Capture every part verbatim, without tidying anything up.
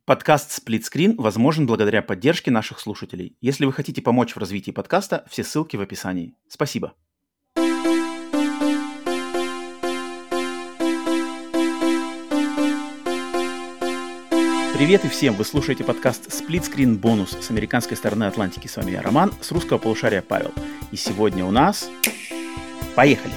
Подкаст «Сплитскрин» возможен благодаря поддержке наших слушателей. Если вы хотите помочь в развитии подкаста, все ссылки в описании. Спасибо. Привет и всем! Вы слушаете подкаст «Сплитскрин Бонус» с американской стороны Атлантики. С вами я, Роман, с русского полушария Павел. И сегодня у нас... Поехали!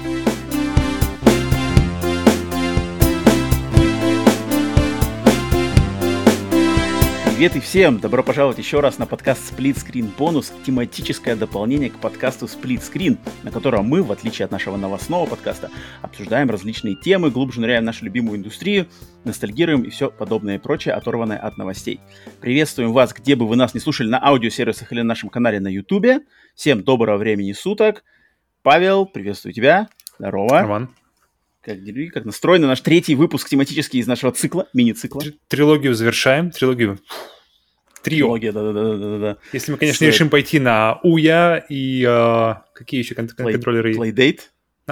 Привет и всем! Добро пожаловать еще раз на подкаст Split Screen Bonus, тематическое дополнение к подкасту Split Screen, на котором мы, в отличие от нашего новостного подкаста, обсуждаем различные темы, глубже ныряем в нашу любимую индустрию, ностальгируем и все подобное и прочее, оторванное от новостей. Приветствуем вас, где бы вы нас не слушали, на аудиосервисах или на нашем канале на YouTube. Всем доброго времени суток. Павел, приветствую тебя. Здорово. Роман. Как, как настроен наш третий выпуск тематический из нашего цикла, мини-цикла. Трилогию завершаем, трилогию. Трио. Трилогия, да-да-да. Если мы, конечно, С... решим пойти на Уя и э, какие еще кон- Play, контроллеры? Playdate.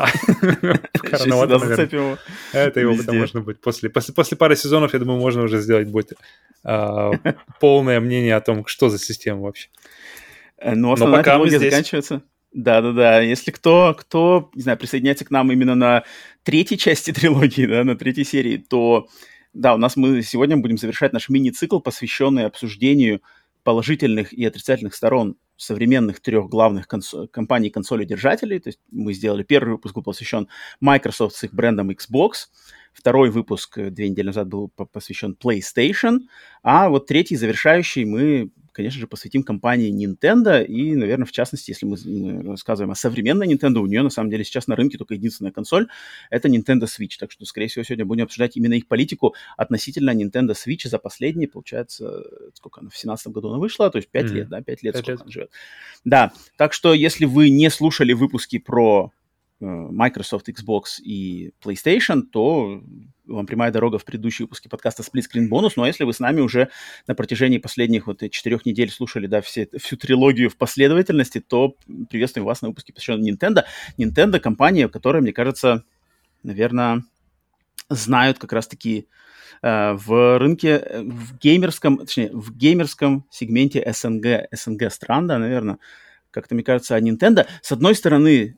Рановато, наверное. Это его потом можно будет. После, после, после пары сезонов, я думаю, можно уже сделать будет э, полное мнение о том, что за система вообще. Ну, основная трилогия заканчивается. Да-да-да, если кто, кто, не знаю, присоединяется к нам именно на третьей части трилогии, да, на третьей серии, то, да, у нас мы сегодня будем завершать наш мини-цикл, посвященный обсуждению положительных и отрицательных сторон современных трех главных консо- компаний консолей-держателей. То есть мы сделали первый выпуск, был посвящен Microsoft с их брендом Xbox, второй выпуск две недели назад был посвящен PlayStation, а вот третий, завершающий, мы... конечно же, посвятим компании Nintendo, и, наверное, в частности, если мы рассказываем о современной Nintendo, у нее, на самом деле, сейчас на рынке только единственная консоль — это Nintendo Switch, так что, скорее всего, сегодня будем обсуждать именно их политику относительно Nintendo Switch за последние, получается, сколько она, в семнадцатом году она вышла, то есть пять mm-hmm. лет, да, пять лет, пять сколько лет. Она живет. Да, так что, если вы не слушали выпуски про Microsoft, Xbox и PlayStation, то вам прямая дорога в предыдущие выпуски подкаста Split Screen Bonus. Ну, а если вы с нами уже на протяжении последних вот четырех недель слушали, да, все, всю трилогию в последовательности, то приветствуем вас на выпуске, посвященном Nintendo. Nintendo — компания, которая, мне кажется, наверное, знают как раз-таки э, в рынке, в геймерском, точнее, в геймерском сегменте СНГ, СНГ стран, да, наверное, как-то, мне кажется, о Nintendo. С одной стороны,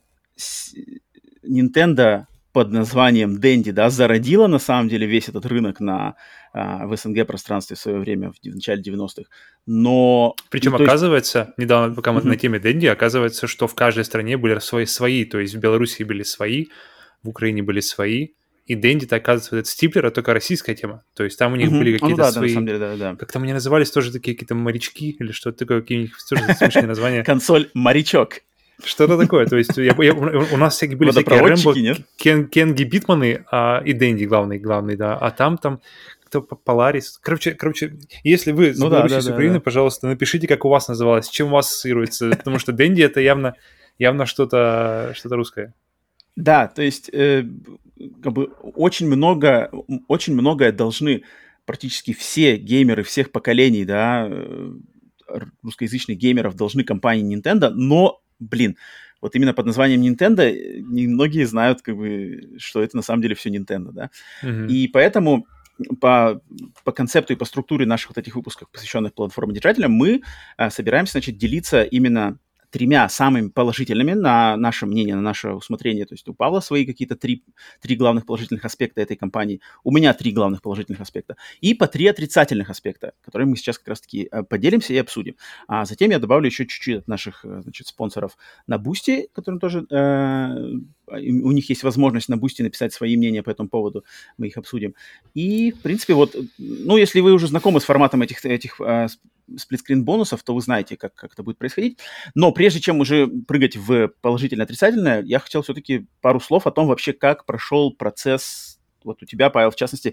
Nintendo под названием Dendy, да, зародила на самом деле весь этот рынок на, а, в СНГ пространстве в свое время, в, в начале девяностых. Но... Причем, ну, оказывается, есть... недавно, пока мы mm-hmm. на теме Dendy, оказывается, что в каждой стране были свои, свои, то есть в Беларуси были свои, в Украине были свои, и Dendy-то, оказывается, вот этот стиплер, это только российская тема. То есть там у них mm-hmm. были какие-то ну, да, свои... Да, на самом деле, да, да. Как там они назывались, тоже такие какие-то морячки или что-то такое, какие-нибудь тоже смешные названия. Консоль «Морячок». Что-то такое, то есть я, я, у нас всякие были всякие Рэмбо, Кен, Кенги Битманы а, и Дэнди главный, главный, да, а там там кто Поларис. Короче, короче, если вы с ну, Беларуси, да, да, с Украины, да. пожалуйста, напишите, как у вас называлось, чем у вас ассоциируется, потому что Дэнди это явно, явно что-то, что-то русское. Да, то есть э, как бы очень много, очень многое должны практически все геймеры всех поколений, да, русскоязычных геймеров должны компании Nintendo, но блин, вот именно под названием Nintendo немногие знают, как бы, что это на самом деле все Nintendo, да. Mm-hmm. И поэтому по, по концепту и по структуре наших вот этих выпусков, посвященных платформодержателям, мы а, собираемся, значит, делиться именно тремя самыми положительными на наше мнение, на наше усмотрение. То есть у Павла свои какие-то три, три главных положительных аспекта этой компании, у меня три главных положительных аспекта и по три отрицательных аспекта, которые мы сейчас как раз-таки поделимся и обсудим. А затем я добавлю еще чуть-чуть от наших, значит, спонсоров на Boosty, которым тоже э, у них есть возможность на Boosty написать свои мнения по этому поводу, мы их обсудим. И, в принципе, вот, ну, если вы уже знакомы с форматом этих, этих э, сплитскрин бонусов, то вы знаете, как, как это будет происходить. Но прежде чем уже прыгать в положительное-отрицательное, я хотел все-таки пару слов о том вообще, как прошел процесс, вот у тебя, Павел, в частности,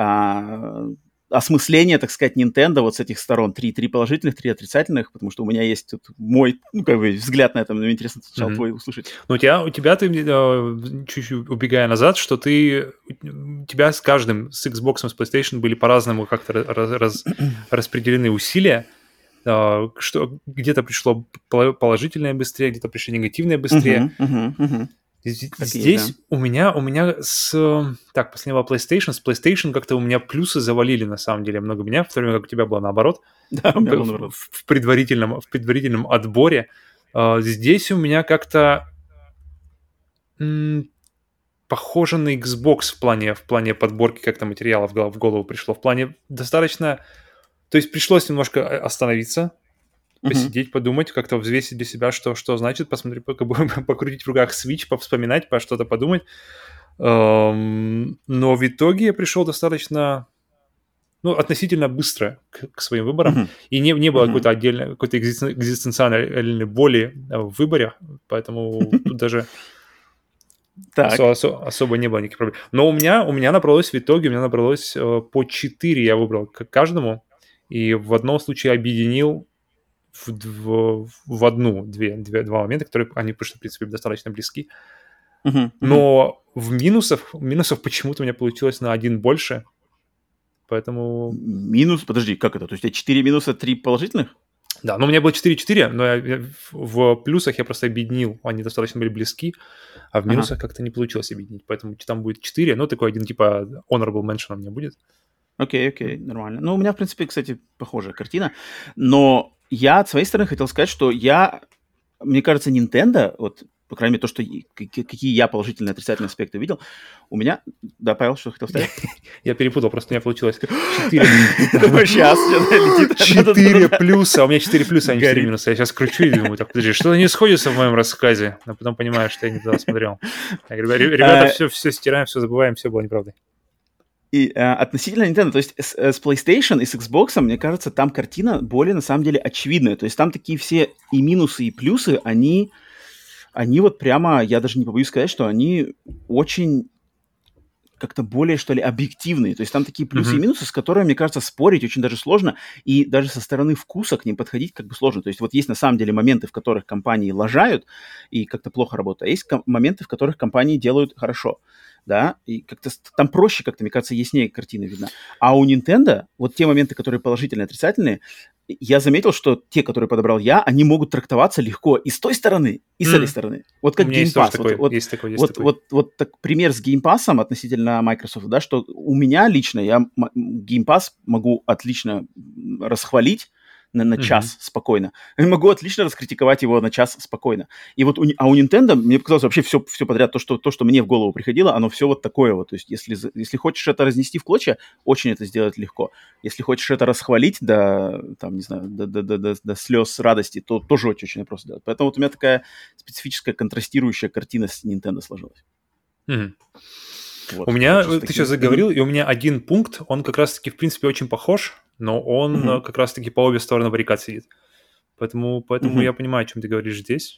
а, осмысление, так сказать, Nintendo вот с этих сторон. Три, три положительных, три отрицательных, потому что у меня есть тут мой, ну, как бы, взгляд на это. Мне интересно сначала mm-hmm. твой услышать. Ну, у тебя, у тебя ты, чуть-чуть убегая назад, что ты, у тебя с каждым, с Xbox, с PlayStation были по-разному как-то раз, раз, распределены усилия. Что где-то пришло положительное быстрее, где-то пришло негативное быстрее. Uh-huh, uh-huh, uh-huh. Здесь да. у меня, у меня с... Так, последнего PlayStation, с PlayStation как-то у меня плюсы завалили, на самом деле, много меня, в то время как у тебя было наоборот. Да, у меня было наоборот. В, в, предварительном, в предварительном отборе. Uh, здесь у меня как-то м- похоже на Xbox в плане, в плане подборки как-то материалов в голову пришло. В плане достаточно... То есть пришлось немножко остановиться, посидеть, uh-huh. подумать, как-то взвесить для себя, что, что значит, посмотреть, покрутить в руках Switch, повспоминать, по что-то подумать. Um, но в итоге я пришел достаточно, ну, относительно быстро к, к своим выборам. Uh-huh. И не, не было uh-huh. какой-то отдельной, какой-то экзистенциальной боли в выборе, поэтому тут даже осо- осо- особо не было никаких проблем. Но у меня, у меня набралось в итоге, у меня набралось uh, по четыре я выбрал к каждому, и в одном случае объединил В, в, в одну, две, две, два момента, которые, они, в принципе, достаточно близки. Uh-huh, uh-huh. Но в минусах, минусов почему-то у меня получилось на один больше, поэтому... Минус? Подожди, как это? То есть у тебя четыре минуса, три положительных? Да, но у меня было четыре-четыре, но я, я, в плюсах я просто объединил, они достаточно были близки, а в минусах uh-huh. как-то не получилось объединить, поэтому там будет четыре, ну, такой один типа honorable mention у меня будет. Окей, okay, окей, okay, нормально. Ну, у меня, в принципе, кстати, похожая картина, но я от своей стороны хотел сказать, что я, мне кажется, Nintendo, вот, по крайней мере, то, что какие я положительные и отрицательные аспекты видел, у меня... Да, Павел, что хотел сказать? Я перепутал, просто у меня получилось четыре. Сейчас что-то летит. четыре плюса, у меня четыре плюса, а не четыре минуса. Я сейчас кручу и думаю, так, подожди, что-то не сходится в моем рассказе, но потом понимаю, что я не туда смотрел. Я говорю, ребята, все, все стираем, все забываем, все было неправдой. И э, относительно Nintendo, то есть с, с PlayStation и с Xbox, мне кажется, там картина более, на самом деле, очевидная. То есть там такие все и минусы, и плюсы, они, они вот прямо, я даже не побоюсь сказать, что они очень как-то более, что ли, объективные. То есть там такие плюсы mm-hmm. и минусы, с которыми, мне кажется, спорить очень даже сложно, и даже со стороны вкуса к ним подходить как бы сложно. То есть вот есть на самом деле моменты, в которых компании лажают и как-то плохо работают, а есть ком- моменты, в которых компании делают хорошо. Да, и как-то там проще, как-то, мне кажется, яснее картина видна. А у Nintendo вот те моменты, которые положительные, отрицательные, я заметил, что те, которые подобрал я, они могут трактоваться легко и с той стороны, и с mm. этой стороны. Вот как Game Pass. Такой, вот, есть такой, есть вот, такой. Вот, вот, вот так, пример с Game Pass'ом относительно Microsoft, да, что у меня лично, я Game Pass могу отлично расхвалить на, на час mm-hmm. спокойно. Я могу отлично раскритиковать его на час спокойно. И вот у, а у Nintendo, мне показалось, вообще все, все подряд, то что, то, что мне в голову приходило, оно все вот такое вот. То есть если, если хочешь это разнести в клочья, очень это сделать легко. Если хочешь это расхвалить до, там, не знаю, до, до, до, до, до слез радости, то тоже очень, очень просто делать. Поэтому вот у меня такая специфическая контрастирующая картина с Nintendo сложилась. Mm-hmm. Вот, у меня, вот ты сейчас заговорил, mm-hmm. и у меня один пункт, он как раз-таки, в принципе, очень похож, но он mm-hmm. как раз-таки по обе стороны баррикад сидит. Поэтому, поэтому mm-hmm. я понимаю, о чем ты говоришь здесь.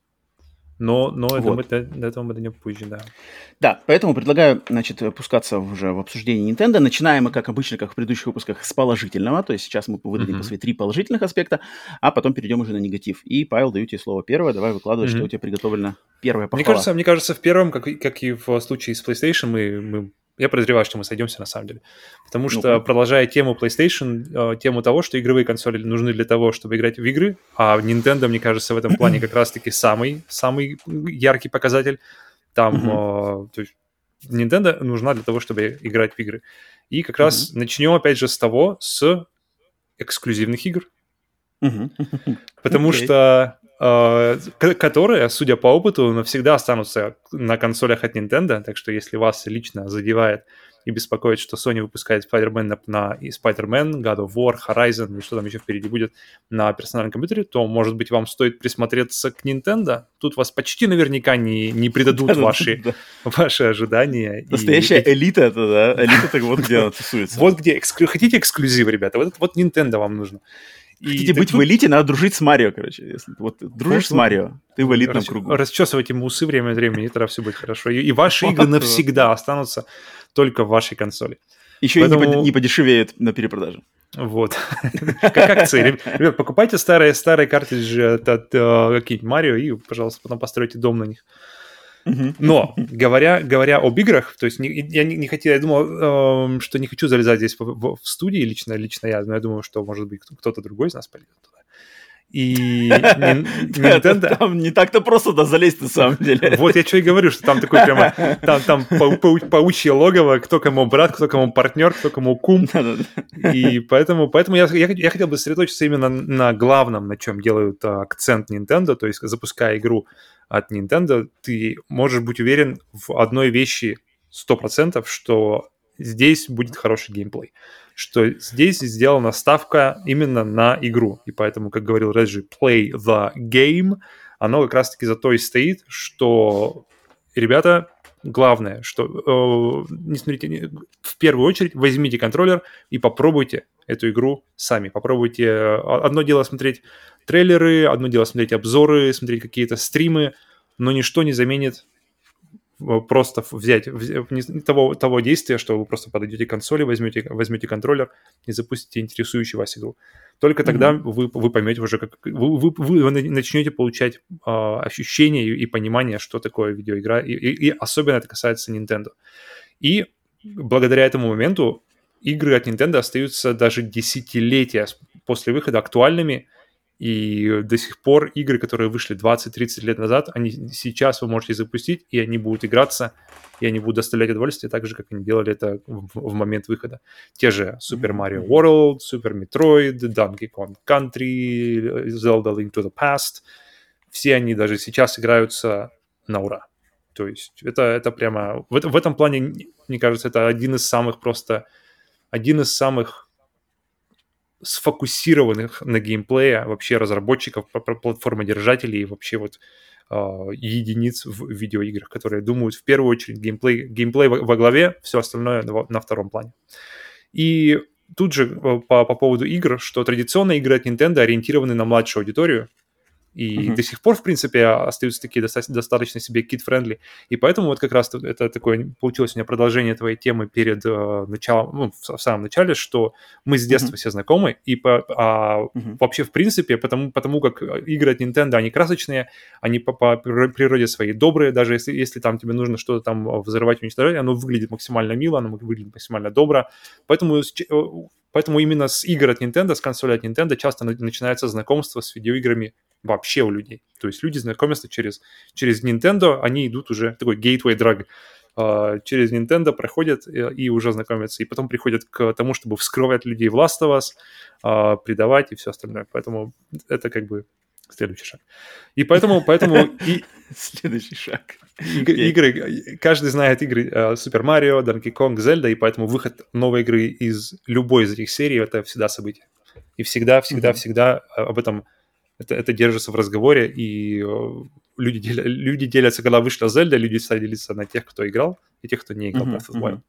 Но, но вот. это мы, до, до этого мы дойдем позже, да. Да, поэтому предлагаю, значит, пускаться уже в обсуждение Nintendo. Начинаем мы, как обычно, как в предыдущих выпусках, с положительного. То есть сейчас мы выдадим mm-hmm. по свои три положительных аспекта, а потом перейдем уже на негатив. И, Павел, даю тебе слово первое. Давай выкладывай, mm-hmm. что у тебя приготовлено первое похвала. Мне кажется, мне кажется, в первом, как, как и в случае с PlayStation, мы... мы... Я подозреваю, что мы сойдемся на самом деле. Потому что, ну-ка. продолжая тему PlayStation, тему того, что игровые консоли нужны для того, чтобы играть в игры, а Nintendo, мне кажется, в этом плане как раз-таки самый, самый яркий показатель. Там, mm-hmm. то есть, Nintendo нужна для того, чтобы играть в игры. И как mm-hmm. раз начнем, опять же, с того, с эксклюзивных игр. Mm-hmm. Потому okay. что... которые, судя по опыту, навсегда останутся на консолях от Nintendo, так что если вас лично задевает и беспокоит, что Sony выпускает Spider-Man на, на и Spider-Man, God of War, Horizon и что там еще впереди будет на персональном компьютере, то, может быть, вам стоит присмотреться к Nintendo. Тут вас почти наверняка не, не предадут ваши, ваши ожидания. Настоящая и... элита это, да? Элита так вот где она тусуется. Вот где. Хотите эксклюзивы, ребята? Вот, вот Nintendo вам нужно. Хотите и быть тут... в элите, надо дружить с Марио, короче. Если вот дружишь вот, с Марио, ты в элитном рас... кругу. Расчесывать ему усы время от времени, и тогда все будет хорошо. И, и ваши игры навсегда останутся только в вашей консоли. Еще Поэтому... и не, по... не подешевеет на перепродаже. Вот. Как акции. Ребят, покупайте старые, старые картриджи от, от каких-нибудь Марио и, пожалуйста, потом постройте дом на них. Но, говоря, говоря об играх, то есть не, я не, не хотел, я думал, э, что не хочу залезать здесь в, в, в студии лично, лично я, но я думаю, что, может быть, кто-то другой из нас пойдет туда. И Nintendo... Там не так-то просто туда залезть, на самом деле. Вот я что и говорю, что там такой прямо... Там паучье логово, кто кому брат, кто кому партнер, кто кому кум. И поэтому я хотел бы сосредоточиться именно на главном, на чем делают акцент Nintendo, то есть запуская игру от Nintendo, ты можешь быть уверен в одной вещи сто процентов, что здесь будет хороший геймплей. Что здесь сделана ставка именно на игру. И поэтому, как говорил Реджи, play the game, оно как раз-таки за то и стоит, что, ребята, главное, что э, не смотрите, не, в первую очередь возьмите контроллер и попробуйте эту игру сами. Попробуйте. Одно дело смотреть трейлеры, одно дело смотреть обзоры, смотреть какие-то стримы, но ничто не заменит просто взять, взять того, того действия, что вы просто подойдете к консоли, возьмете, возьмете контроллер и запустите интересующую вас игру. Только тогда mm-hmm. вы, вы поймете уже, как вы, вы, вы начнете получать э, ощущение и, и понимание, что такое видеоигра, и, и, и особенно это касается Nintendo. И благодаря этому моменту игры от Nintendo остаются даже десятилетия после выхода актуальными. И до сих пор игры, которые вышли двадцать-тридцать лет назад, они сейчас вы можете запустить, и они будут играться, и они будут доставлять удовольствие так же, как они делали это в, в момент выхода. Те же Super Mario World, Super Metroid, Donkey Kong Country, Zelda Link to the Past. Все они даже сейчас играются на ура. То есть это, это прямо... В, в этом плане, мне кажется, это один из самых просто... Один из самых сфокусированных на геймплее вообще разработчиков, платформодержателей и вообще вот э, единиц в видеоиграх, которые думают в первую очередь геймплей, геймплей во, во главе, все остальное на, на втором плане. И тут же по, по поводу игр, что традиционные игры от Nintendo ориентированы на младшую аудиторию, и mm-hmm. до сих пор, в принципе, остаются такие достаточно, достаточно себе kid-friendly. И поэтому вот как раз это такое получилось у меня продолжение твоей темы перед э, началом, ну, в, в самом начале, что мы с детства mm-hmm. все знакомы, и по, а, mm-hmm. вообще, в принципе, потому, потому как игры от Nintendo, они красочные, они по, по природе своей добрые, даже если, если там тебе нужно что-то там взрывать, уничтожать, оно выглядит максимально мило, оно выглядит максимально добро. Поэтому... Поэтому именно с игр от Nintendo, с консоли от Nintendo часто начинается знакомство с видеоиграми вообще у людей. То есть люди знакомятся через, через Nintendo, они идут уже, такой gateway drug, uh, через Nintendo проходят и, и уже знакомятся. И потом приходят к тому, чтобы вскрывать людей в Last of Us, uh, предавать и все остальное. Поэтому это как бы следующий шаг. И поэтому... поэтому и... Следующий шаг. Игры, каждый знает игры Super Mario, Donkey Kong, Zelda, и поэтому выход новой игры из любой из этих серий — это всегда событие. И всегда, всегда, mm-hmm. всегда об этом это, это держится в разговоре, и люди, деля, люди делятся, когда вышла Zelda, люди стали делиться на тех, кто играл, и тех, кто не играл в Breath of the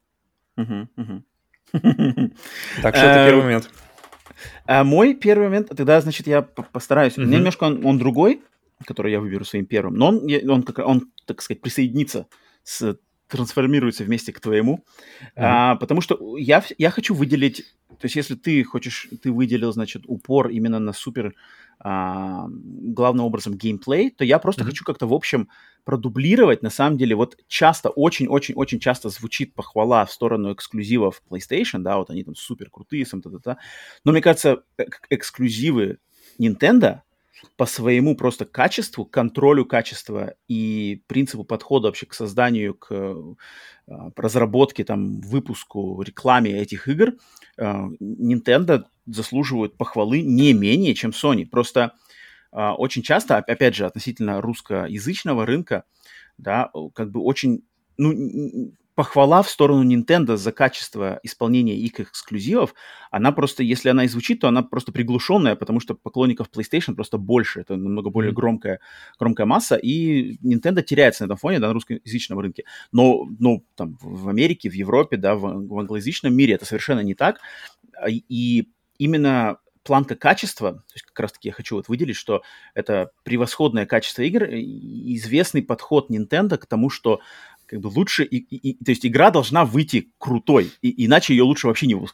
Wild. Так что это первый момент. Мой первый момент, тогда, значит, я постараюсь. У меня немножко он другой, который я выберу своим первым, но он, он, как, он так сказать, присоединится, с, трансформируется вместе к твоему, mm-hmm. а, потому что я, я хочу выделить, то есть если ты хочешь, ты выделил, значит, упор именно на супер, а, главным образом, геймплей, то я просто mm-hmm. хочу как-то, в общем, продублировать, на самом деле, вот часто, очень-очень-очень часто звучит похвала в сторону эксклюзивов PlayStation, да, вот они там супер крутые, сам та-та-та, но мне кажется, эксклюзивы Nintendo по своему просто качеству, контролю качества и принципу подхода вообще к созданию, к э, разработке, там, выпуску, рекламе этих игр, э, Nintendo заслуживают похвалы не менее, чем Sony. Просто э, очень часто, опять же, относительно русскоязычного рынка, да, как бы очень, ну, похвала в сторону Nintendo за качество исполнения их эксклюзивов, она просто, если она и звучит, то она просто приглушенная, потому что поклонников PlayStation просто больше, это намного более mm-hmm. громкая, громкая масса, и Nintendo теряется на этом фоне, да, на русскоязычном рынке. Но, ну, там, в Америке, в Европе, да, в, в англоязычном мире это совершенно не так, и именно планка качества, то есть как раз-таки я хочу вот выделить, что это превосходное качество игр, известный подход Nintendo к тому, что как бы лучше, и, и, и, то есть игра должна выйти крутой, и, иначе ее лучше вообще не выпускать.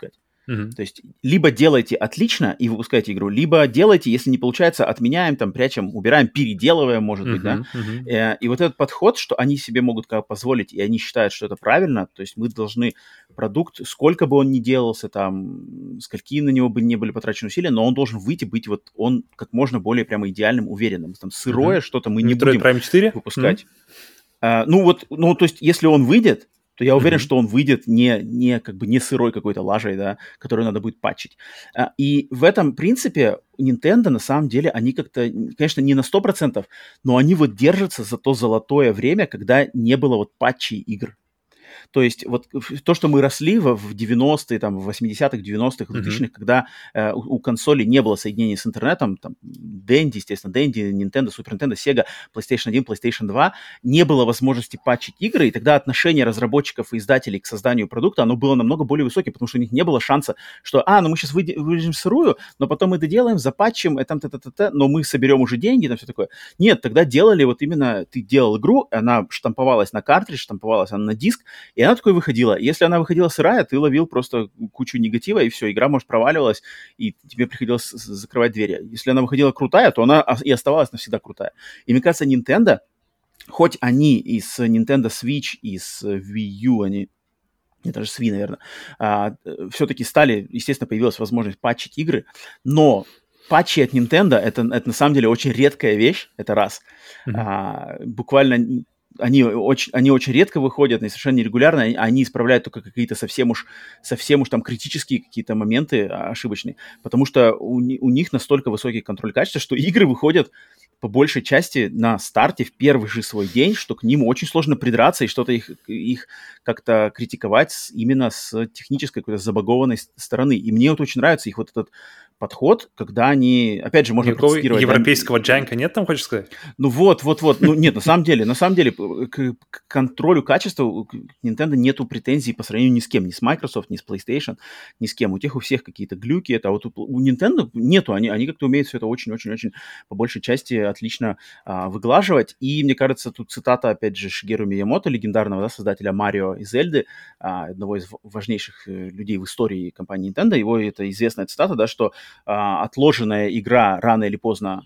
Mm-hmm. То есть либо делайте отлично и выпускайте игру, либо делайте, если не получается, отменяем, там, прячем, убираем, переделываем, может mm-hmm. быть, да. Mm-hmm. И вот этот подход, что они себе могут как позволить, и они считают, что это правильно, то есть мы должны продукт, сколько бы он ни делался, там, скольки на него бы не были потрачены усилия, но он должен выйти, быть вот он как можно более прямо идеальным, уверенным. Там сырое mm-hmm. что-то мы не Metroid будем Prime четыре? Выпускать. Mm-hmm. Uh, ну вот, ну то есть если он выйдет, то я уверен, mm-hmm. что он выйдет не, не, как бы не сырой какой-то лажей, да, которую надо будет патчить. Uh, и в этом принципе Nintendo, на самом деле, они как-то, конечно, не на сто процентов, но они вот держатся за то золотое время, когда не было вот патчей игр. То есть вот то, что мы росли в, в девяностые, там, в восьмидесятых, девяностых, двухтысячных, mm-hmm. когда э, у, у консолей не было соединения с интернетом, там, Dendy, естественно, Dendy, Nintendo, Super Nintendo, Sega, PlayStation один, PlayStation два, не было возможности патчить игры, и тогда отношение разработчиков и издателей к созданию продукта, оно было намного более высоким, потому что у них не было шанса, что, а, ну мы сейчас выйдем, выйдем сырую, но потом мы доделаем, запатчим, и там, та-та-та-та, но мы соберем уже деньги, там все такое. Нет, тогда делали вот именно, ты делал игру, она штамповалась на картридж, штамповалась она на диск, и она такой выходила. Если она выходила сырая, ты ловил просто кучу негатива, и все, игра, может, проваливалась, и тебе приходилось закрывать двери. Если она выходила крутая, то она и оставалась навсегда крутая. И мне кажется, Nintendo, хоть они и с Nintendo Switch, и с Wii U, они, не даже с Wii, наверное, а, все-таки стали, естественно, появилась возможность патчить игры, но патчи от Nintendo это, это на самом деле очень редкая вещь, это раз. Mm-hmm. А, буквально... Они очень, они очень редко выходят, они совершенно нерегулярно, они, они исправляют только какие-то совсем уж, совсем уж там критические какие-то моменты ошибочные, потому что у, у них настолько высокий контроль качества, что игры выходят по большей части на старте в первый же свой день, что к ним очень сложно придраться и что-то их, их как-то критиковать с, именно с технической какой-то забагованной стороны. И мне вот очень нравится их вот этот подход, когда они, опять же, можно Никакого протестировать. Европейского да, джанка нет там, хочешь сказать? Ну вот, вот, вот. Ну нет, на самом деле, на самом деле, к, к контролю качества у Nintendo нету претензий по сравнению ни с кем, ни с Microsoft, ни с PlayStation, ни с кем. У тех у всех какие-то глюки, это, а вот у, у Nintendo нету, они, они как-то умеют все это очень-очень-очень по большей части отлично а, выглаживать. И мне кажется, тут цитата, опять же, Шигеру Миямото, легендарного да, создателя Марио и Зельды, а, одного из важнейших людей в истории компании Nintendo. Его это известная цитата, да, что отложенная игра рано или поздно,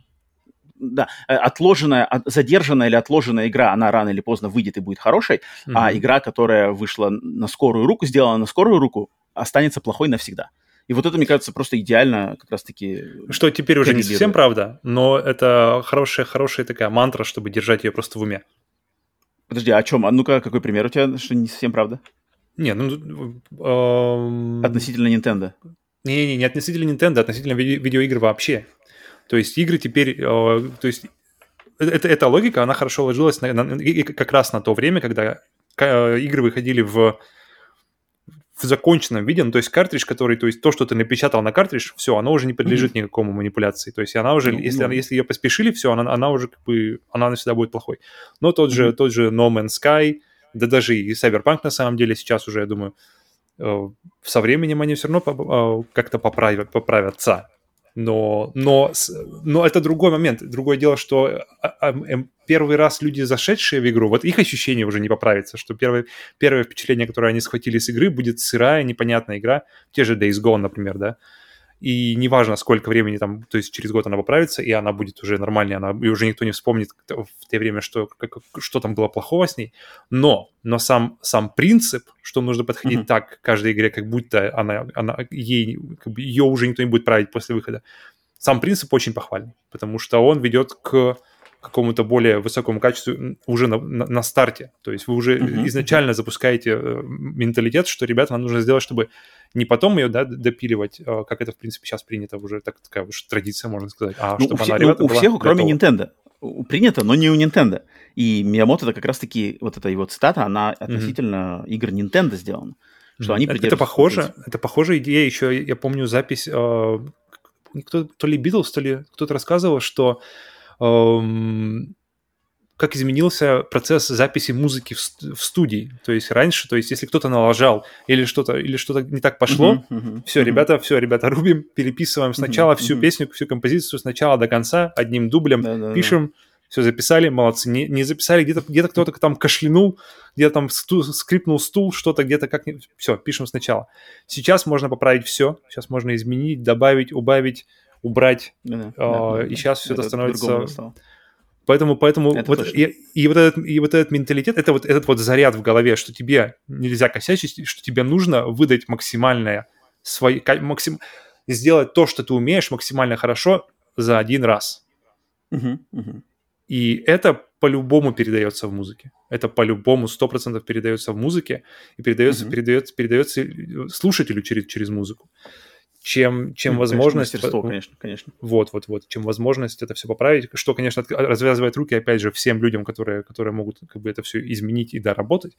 да, отложенная, задержанная или отложенная игра, она рано или поздно выйдет и будет хорошей, mm-hmm. а игра, которая вышла на скорую руку, сделана на скорую руку, останется плохой навсегда. И вот это, мне кажется, просто идеально как раз-таки... Что теперь уже не совсем правда, но это хорошая, хорошая такая мантра, чтобы держать ее просто в уме. Подожди, а о чем? А ну-ка, какой пример у тебя, что не совсем правда? Не, ну... Эм... Относительно Nintendo. Не-не-не, не относительно Nintendo, а относительно ви- видеоигр вообще. То есть игры теперь... Э, то есть это, эта логика, она хорошо ложилась на, на, как раз на то время, когда э, игры выходили в, в законченном виде. Ну, то есть картридж, который... То есть то, что ты напечатал на картридж, все, оно уже не подлежит mm-hmm. никакому манипуляции. То есть она уже... Mm-hmm. Если, она, если ее поспешили, все, она, она уже как бы... Она навсегда будет плохой. Но тот, mm-hmm. же, тот же No Man's Sky, да даже и Cyberpunk на самом деле сейчас уже, я думаю... со временем они все равно как-то поправят, поправятся. Но, но, но это другой момент. Другое дело, что первый раз люди, зашедшие в игру, вот их ощущение уже не поправится, что первое, первое впечатление, которое они схватили с игры, будет сырая, непонятная игра. Те же Days Gone, например, да. И неважно, сколько времени там, то есть через год она поправится, и она будет уже нормальной, она, и уже никто не вспомнит в то время, что, как, что там было плохого с ней. Но, но сам, сам принцип, что нужно подходить mm-hmm. так к каждой игре, как будто она, она, ей, как бы ее уже никто не будет править после выхода, сам принцип очень похвальный, потому что он ведет к какому-то более высокому качеству уже на, на, на старте. То есть вы уже mm-hmm. изначально запускаете э, менталитет, что, ребята, нам нужно сделать, чтобы не потом ее да, допиливать, э, как это, в принципе, сейчас принято, уже так, такая уж традиция, можно сказать, а ну, чтобы у она, все, ребята, ну, у была всех, готова. кроме Nintendo. Принято, но не у Nintendo. И Миямото, это как раз-таки, вот эта его цитата, она относительно mm-hmm. игр Nintendo сделана. Что mm-hmm. они это, это похоже, это похожая идея, еще я помню запись, э, кто, то ли Beatles, то ли кто-то рассказывал, что как изменился процесс записи музыки в, в студии. То есть раньше, то есть если кто-то налажал или что-то, или что-то не так пошло, uh-huh, uh-huh, все, uh-huh. ребята, все, ребята, рубим, переписываем сначала uh-huh, всю uh-huh. песню, всю композицию сначала до конца, одним дублем, uh-huh. пишем, все записали, молодцы. Не, не записали, где-то, где-то кто-то там кашлянул, где-то там стул, скрипнул стул, что-то где-то как... Все, пишем сначала. Сейчас можно поправить все, сейчас можно изменить, добавить, убавить, убрать. Да, э, да, и да, сейчас все это, это становится... Поэтому, поэтому вот, и, и, вот этот, и вот этот менталитет, это вот этот вот заряд в голове, что тебе нельзя косячить, что тебе нужно выдать максимальное, свои, максим, сделать то, что ты умеешь максимально хорошо за один раз. Uh-huh, uh-huh. И это по-любому передается в музыке. Это по-любому сто процентов передается в музыке и передается, uh-huh. передается, передается слушателю через, через музыку. Чем, чем ну, возможность... Конечно, конечно, конечно. Вот, вот, вот. Чем возможность это все поправить, что, конечно, развязывает руки, опять же, всем людям, которые, которые могут как бы это все изменить и доработать.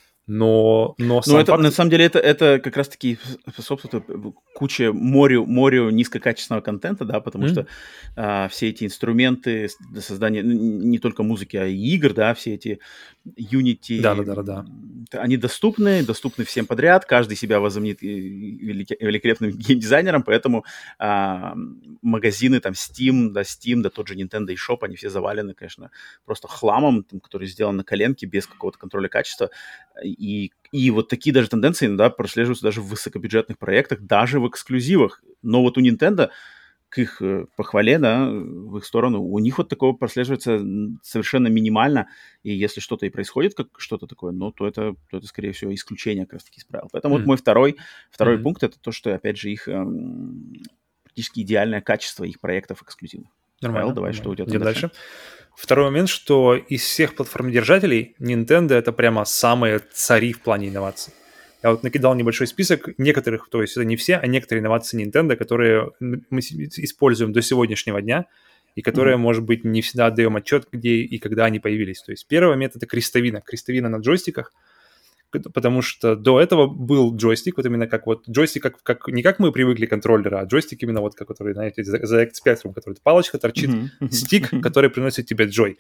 Но, но сам это, факт... на самом деле это, это как раз-таки способствует куче морю, морю низкокачественного контента, да, потому mm-hmm. что а, все эти инструменты для создания не только музыки, а и игр, да, все эти Unity, да, да, да, да. они доступны, доступны всем подряд, каждый себя возомнит великолепным геймдизайнером, поэтому а, магазины, там, Steam, да, Steam, да, тот же Nintendo eShop, они все завалены, конечно, просто хламом, там, который сделан на коленке, без какого-то контроля качества. И, и вот такие даже тенденции иногда прослеживаются даже в высокобюджетных проектах, даже в эксклюзивах. Но вот у Nintendo, к их похвале, да, в их сторону, у них вот такого прослеживается совершенно минимально. И если что-то и происходит, как что-то такое, ну, то это, то это скорее всего, исключение как раз-таки из правил. Поэтому mm-hmm. вот мой второй, второй mm-hmm. пункт — это то, что, опять же, их эм, практически идеальное качество их проектов эксклюзивных. Нормально. Павел, давай, нормально. что у тебя там дальше? дальше? Второй момент, что из всех платформодержателей Nintendo — это прямо самые цари в плане инноваций. Я вот накидал небольшой список некоторых, то есть это не все, а некоторые инновации Nintendo, которые мы используем до сегодняшнего дня и которые, mm-hmm. может быть, не всегда отдаем отчет, где и когда они появились. То есть первый момент — это крестовина. Крестовина на джойстиках, потому что до этого был джойстик, вот именно как вот джойстик, как, как, не как мы привыкли контроллера, а джойстик именно вот, который, знаете, за X Spectrum, который палочка торчит, mm-hmm. стик, который приносит тебе джой.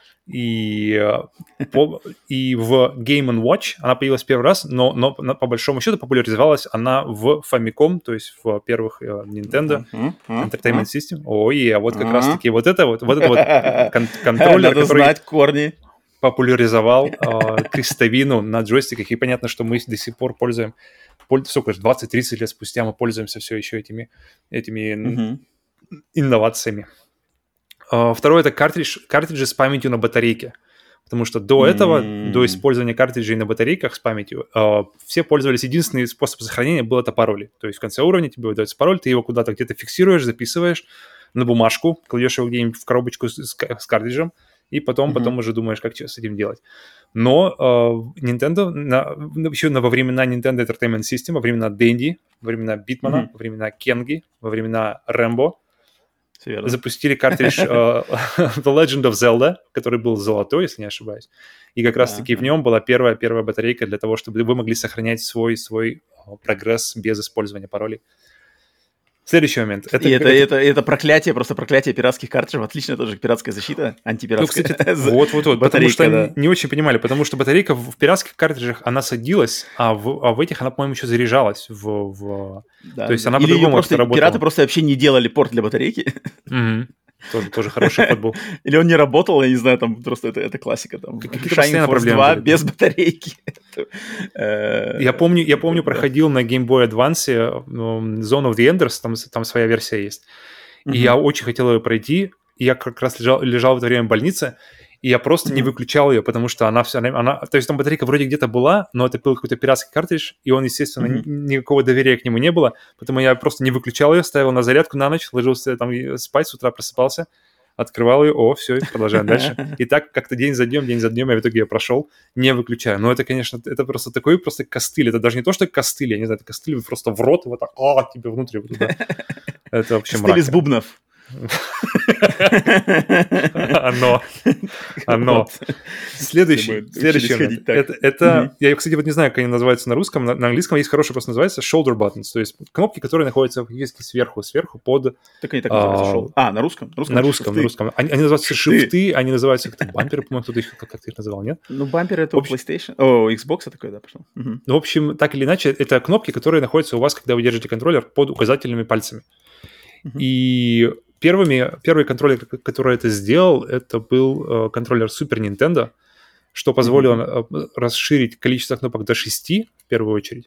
И, по, и в Game and Watch она появилась первый раз, но, но по большому счету популяризовалась она в Famicom, то есть в первых Nintendo uh-huh, uh-huh, Entertainment uh-huh. System. Ой, а вот как uh-huh. раз-таки вот это вот, вот, это вот кон- контроллер, Надо который знать корни. популяризовал э, крестовину на джойстиках. И понятно, что мы до сих пор пользуем, пользуем, сколько же, двадцать-тридцать лет спустя мы пользуемся все еще этими, этими uh-huh. инновациями. Второе — это картридж, картриджи с памятью на батарейке. Потому что до этого, mm-hmm. до использования картриджей на батарейках с памятью, э, все пользовались, единственный способ сохранения был это пароли. То есть в конце уровня тебе выдается пароль, ты его куда-то где-то фиксируешь, записываешь на бумажку, кладешь его где-нибудь в коробочку с, с картриджем, и потом, mm-hmm. потом уже думаешь, как что с этим делать. Но э, Nintendo, на, еще на, во времена Nintendo Entertainment System, во времена Dendy, во времена Битмана, mm-hmm. во времена Кенги, во времена Рэмбо, запустили картридж uh, The Legend of Zelda, который был золотой, если не ошибаюсь. И как раз-таки uh-huh. в нем была первая, первая батарейка для того, чтобы вы могли сохранять свой, свой прогресс без использования паролей. Следующий момент. Это, это, это, это проклятие, просто проклятие пиратских картриджей. Отличная тоже пиратская защита, антипиратская. Ну, кстати, вот-вот-вот, потому что да. не очень понимали, потому что батарейка в пиратских картриджах, она садилась, а в, а в этих она, по-моему, еще заряжалась. В, в... Да, То есть да. она Или по-другому просто, работала. Пираты просто вообще не делали порт для батарейки. Mm-hmm. Тоже, тоже хороший ход был. Или он не работал, я не знаю, там просто это, это классика. Там, какие-то постоянно проблемы два без батарейки. Я помню, я помню, проходил на Game Boy Advance Zone of the Enders, там, там своя версия есть. И uh-huh. я очень хотел ее пройти. И я как раз лежал, лежал в это время в больнице, и я просто uh-huh. не выключал ее, потому что она все время... Она, то есть там батарейка вроде где-то была, но это был какой-то пиратский картридж, и он, естественно, uh-huh. никакого доверия к нему не было, поэтому я просто не выключал ее, ставил на зарядку на ночь, ложился там спать, с утра просыпался, открывал ее, о, все, продолжаем дальше. И так как-то день за днем, день за днем я в итоге ее прошел, не выключая. Но это, конечно, это просто такой просто костыль. Это даже не то, что костыль, я не знаю, это костыль просто в рот, вот так, а, тебе внутрь вот туда. Это вообще мрак. Костыль из бубнов. Оно. Оно. Следующий. Следующий. Это, это mm-hmm. я, кстати, вот не знаю, как они называются на русском. На, на английском есть хороший просто называется shoulder buttons, то есть кнопки, которые находятся фактически сверху, сверху под... Так они так называются. А, а на русском? На русском, на русском. На русском. Они, они называются шифты, они называются как-то бамперы, по-моему, кто-то их как ты их называл, нет? Ну, бампер это у PlayStation. О, Xbox такой, да, пошел. Угу. Ну, в общем, так или иначе, это кнопки, которые находятся у вас, когда вы держите контроллер под указательными пальцами. Uh-huh. И первыми, первый контроллер, который это сделал, это был контроллер Super Nintendo, что позволило mm-hmm. расширить количество кнопок до шести, в первую очередь.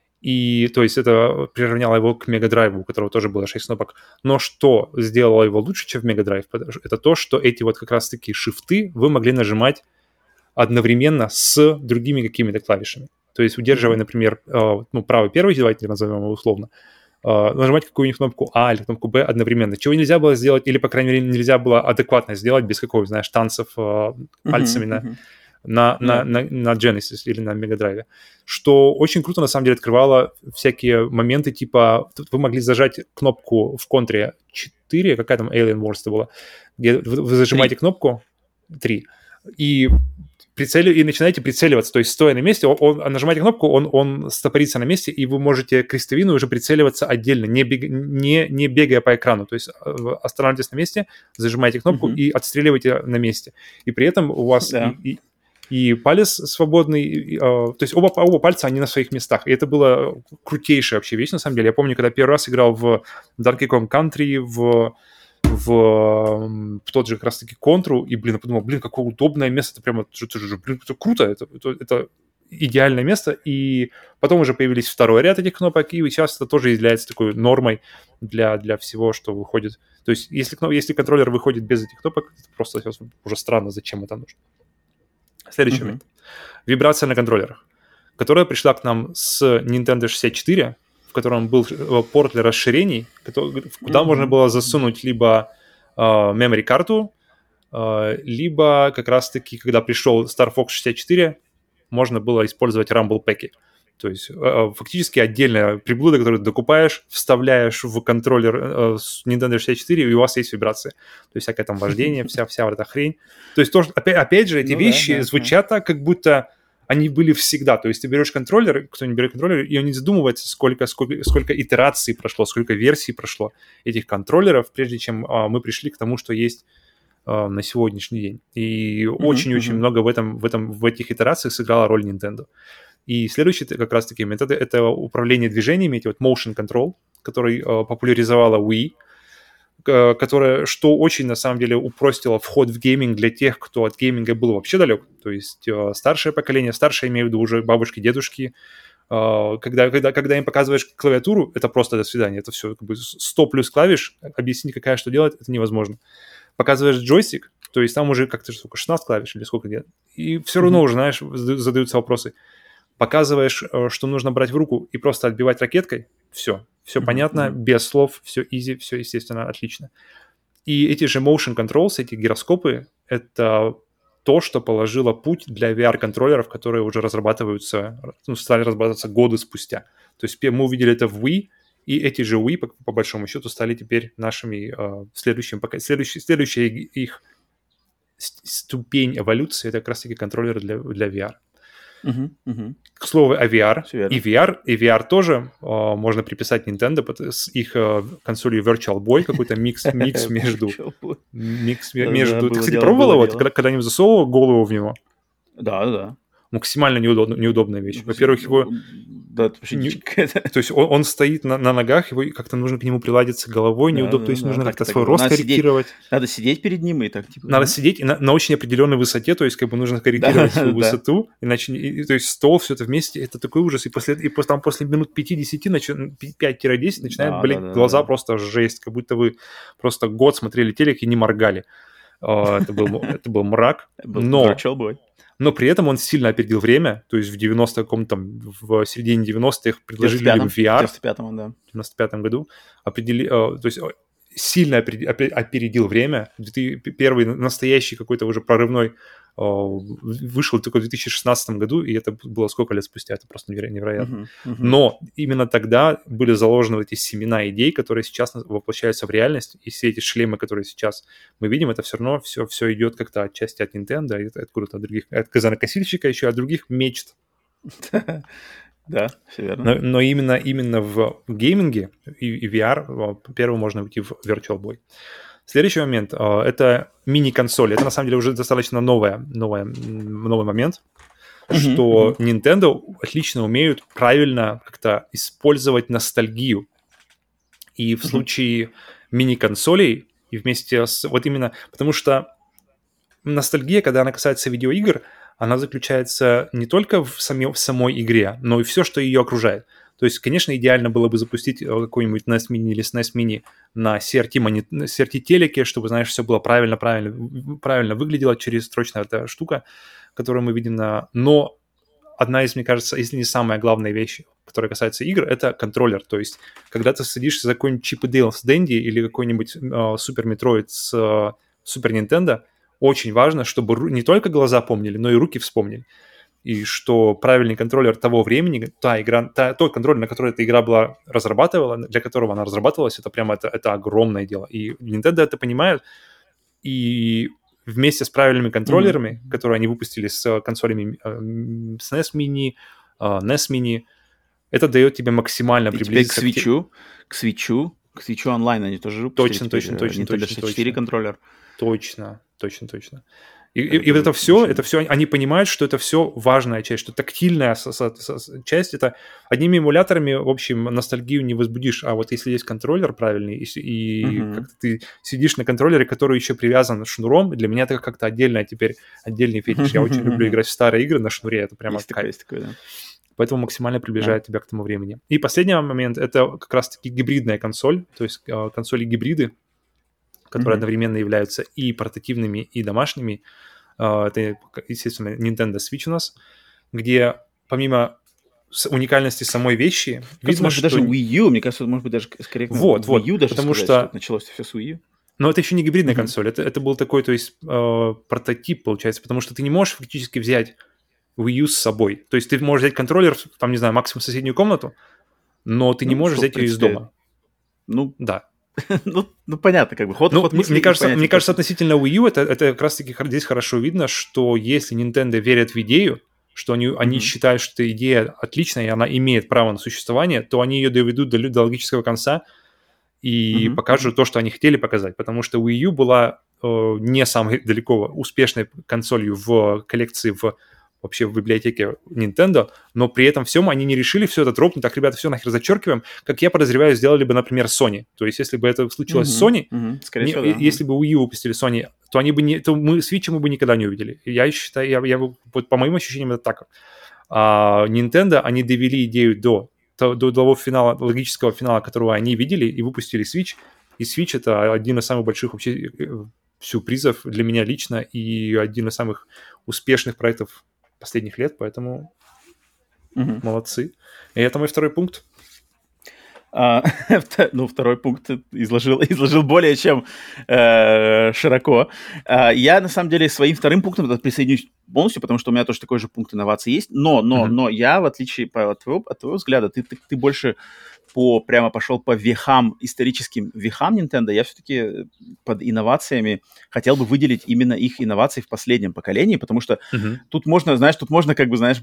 И, то есть, это приравняло его к Mega Drive, у которого тоже было шесть кнопок. Но что сделало его лучше, чем в Mega Drive, это то, что эти вот как раз-таки шифты вы могли нажимать одновременно с другими какими-то клавишами. То есть, удерживая, mm-hmm. например, ну, правый первый, давайте назовем его условно, нажимать какую-нибудь кнопку А или кнопку Б одновременно. Чего нельзя было сделать, или, по крайней мере, нельзя было адекватно сделать без какого-то, знаешь, танцев пальцами mm-hmm. на... Mm-hmm. На, yeah. на, на, на Genesis или на Mega Drive, что очень круто, на самом деле, открывало всякие моменты, типа, вы могли зажать кнопку в контре четыре, какая там Alien Wars это была, где вы, вы зажимаете три. Кнопку три, и, прицели, и начинаете прицеливаться, то есть стоя на месте, он, он, нажимаете кнопку, он, он стопорится на месте, и вы можете крестовину уже прицеливаться отдельно, не, бег, не, не бегая по экрану, то есть останавливаетесь на месте, зажимаете кнопку mm-hmm. и отстреливаете на месте, и при этом у вас... Yeah. И, и, И палец свободный, и, э, то есть оба, оба пальца, они на своих местах. И это была крутейшая вообще вещь, на самом деле. Я помню, когда первый раз играл в Donkey Kong Country, в, в, в тот же как раз-таки Контру, и, блин, я подумал, блин, какое удобное место, это прямо, это, это, блин, это круто, это, это, это идеальное место. И потом уже появились второй ряд этих кнопок, и сейчас это тоже является такой нормой для, для всего, что выходит. То есть если, если контроллер выходит без этих кнопок, это просто уже странно, зачем это нужно. Следующий момент. Mm-hmm. Вибрация на контроллерах, которая пришла к нам с Nintendo шестьдесят четыре, в котором был порт для расширений, который, куда mm-hmm. можно было засунуть либо uh, memory-карту, uh, либо как раз-таки, когда пришел Star Fox шестьдесят четыре, можно было использовать Rumble-пэки. То есть uh, фактически отдельная приблуда, которую ты докупаешь, вставляешь в контроллер uh, с Nintendo шестьдесят четыре, и у вас есть вибрация. То есть всякое там вождение, вся, вся вот эта хрень. То есть тоже, опять, опять же, эти ну, вещи да, да, звучат да. так, как будто они были всегда. То есть ты берешь контроллер, кто-нибудь берет контроллер, и он не задумывается, сколько, сколько, сколько итераций прошло, сколько версий прошло этих контроллеров, прежде чем uh, мы пришли к тому, что есть uh, на сегодняшний день. И mm-hmm, очень-очень mm-hmm. много в, этом, в, этом, в этих итерациях сыграла роль Nintendo. И следующий как раз-таки метод — это управление движениями, эти вот motion control, который э, популяризовала Wii, э, которая, что очень, на самом деле, упростило вход в гейминг для тех, кто от гейминга был вообще далек. То есть э, старшее поколение, старшее, имею в виду уже бабушки, дедушки, э, когда, когда, когда им показываешь клавиатуру, это просто до свидания, это все как бы сто плюс клавиш, объяснить, какая что делать, это невозможно. Показываешь джойстик, то есть там уже как-то сколько, шестнадцать клавиш или сколько где, и все равно mm-hmm. уже, знаешь, задаются вопросы. Показываешь, что нужно брать в руку и просто отбивать ракеткой, все, все mm-hmm. понятно, mm-hmm. без слов, все easy, все, естественно, отлично. И эти же motion controls, эти гироскопы, это то, что положило путь для ви ар-контроллеров, которые уже разрабатываются, ну, стали разрабатываться годы спустя. То есть мы увидели это в Wii, и эти же Wii, по, по большому счету, стали теперь нашими э, следующим, следующий, следующая их ступень эволюции, это как раз-таки контроллеры для, для ви ар. Uh-huh, uh-huh. К слову о ви ар, и ви ар, и ви ар тоже э, можно приписать Nintendo с их э, консолью Virtual Boy, какой-то микс, микс между... микс между... Ты, кстати, пробовал его? Ты когда-нибудь засовывал голову в него? Да, да. Максимально неудобно, неудобная вещь. Во-первых, его... Да, это вообще не... То есть он, он стоит на, на ногах, его как-то нужно к нему приладиться головой, да, неудобно, да, то есть да, нужно как-то свой рост корректировать. Сидеть, надо сидеть перед ним и так, типа... Надо да? сидеть на, на очень определенной высоте, то есть как бы нужно корректировать да, свою да. высоту, иначе... И, то есть стол, все это вместе, это такой ужас. И после, и после, там, после минут пятьдесят, пять-десять начинают да, болеть да, да, глаза, да. просто жесть, как будто вы просто год смотрели телек и не моргали. Это был, это был мрак, но... Но при этом он сильно опередил время, то есть в девяностом каком-то там, в середине девяностых предложили ви ар. В девяносто пятом, да. В девяносто пятом году определи, то есть сильно опередил время. Первый настоящий какой-то уже прорывной вышел только в две тысячи шестнадцатом году, и это было сколько лет спустя, это просто невероятно. Uh-huh, uh-huh. Но именно тогда были заложены эти семена идей, которые сейчас воплощаются в реальность, и все эти шлемы, которые сейчас мы видим, это все равно все, все идет как-то отчасти от Nintendo, и откуда-то от других, от газонокосильщика еще, от других мечт. Да, все верно. Но, но именно, именно в гейминге и, и ви ар первым можно уйти в Virtual Boy. Следующий момент – это мини-консоли. Это, на самом деле, уже достаточно новая, новая, новый момент, mm-hmm. что mm-hmm. Nintendo отлично умеют правильно как-то использовать ностальгию. И в mm-hmm. случае мини-консолей И вместе с... Вот именно... Потому что ностальгия, когда она касается видеоигр, она заключается не только в, саме, в самой игре, но и все, что ее окружает. То есть, конечно, идеально было бы запустить какой-нибудь эн и эс Mini или эс эн и эс Mini на си ар ти-телеке, чтобы, знаешь, все было правильно-правильно правильно выглядело через строчная эта штука, которую мы видим на... Но одна из, мне кажется, если не самая главная вещь, которая касается игр, это контроллер. То есть, когда ты садишься за какой-нибудь Чип и Дейл с Денди или какой-нибудь Супер uh, Метроид с Супер uh, Нинтендо, очень важно, чтобы не только глаза помнили, но и руки вспомнили. И что правильный контроллер того времени, та игра, та, тот контроллер, на который эта игра была разрабатывала, для которого она разрабатывалась, это прямо это, это огромное дело. И Nintendo это понимают, и вместе с правильными контроллерами, mm-hmm. которые они выпустили с консолями э, эс эн и эс Mini, э, эн и эс Mini, это дает тебе максимально и приблизиться к свитчу, к свитчу, к свитчу онлайн они тоже выпустили. Точно, точно, точно, Nintendo точно, шестьдесят четыре точно. контроллер. Точно, точно, точно. И, и, и вот это все, это все, они понимают, что это все важная часть, что тактильная со, со, со, часть, это одними эмуляторами, в общем, ностальгию не возбудишь, а вот если есть контроллер правильный, и, и uh-huh. как-то ты сидишь на контроллере, который еще привязан шнуром, для меня это как-то отдельная теперь, отдельный фетиш. Я очень люблю играть в старые игры на шнуре, это прямо есть такое, есть такое, да. Поэтому максимально приближает yeah. тебя к тому времени. И последний момент, это как раз-таки гибридная консоль, то есть консоли-гибриды, которые mm-hmm. одновременно являются и портативными, и домашними. Это, естественно, Nintendo Switch у нас, где помимо уникальности самой вещи... Как видно, может, что... даже Wii U, мне кажется, может быть, даже скорее вот, Wii U вот, даже потому сказать, что... что началось все с Wii U. Но это еще не гибридная mm-hmm. консоль, это, это был такой, то есть, э, прототип, получается, потому что ты не можешь фактически взять Wii U с собой. То есть ты можешь взять контроллер, там, не знаю, максимум в соседнюю комнату, но ты ну, не можешь взять ее из дома. Ну, да. ну, ну, понятно, как бы. Ход, ну, ход мысли, мне кажется, понятно, мне кажется, относительно Wii U это, это как раз-таки здесь хорошо видно, что если Nintendo верят в идею, что они, mm-hmm. они считают, что эта идея отличная, и она имеет право на существование, то они ее доведут до, до логического конца и mm-hmm. покажут то, что они хотели показать. Потому что Wii U была э, не самой далеко успешной консолью в коллекции в вообще в библиотеке Nintendo, но при этом всем они не решили все это дропнуть, так, ребята, все нахер зачеркиваем, как я подозреваю, сделали бы, например, Sony. То есть, если бы это случилось mm-hmm. с Sony, mm-hmm. Скорее не, всего, да. если бы Wii U выпустили Sony, то они бы не, то мы Switch мы бы никогда не увидели. Я считаю, я, я, вот по моим ощущениям, это так. А Nintendo, они довели идею до, до, до того финала, логического финала, которого они видели, и выпустили Switch. И Switch — это один из самых больших вообще сюрпризов для меня лично и один из самых успешных проектов последних лет, поэтому угу. молодцы. И это мой второй пункт. А, ну, второй пункт изложил, изложил более чем э, широко. А, я, на самом деле, своим вторым пунктом присоединюсь полностью, потому что у меня тоже такой же пункт инноваций есть. Но, но, mm-hmm. но я, в отличие от твоего, от твоего взгляда, ты, ты, ты больше по, прямо пошел по вехам, историческим вехам Nintendo. Я все-таки под инновациями хотел бы выделить именно их инновации в последнем поколении, потому что mm-hmm. тут можно, знаешь, тут можно как бы, знаешь,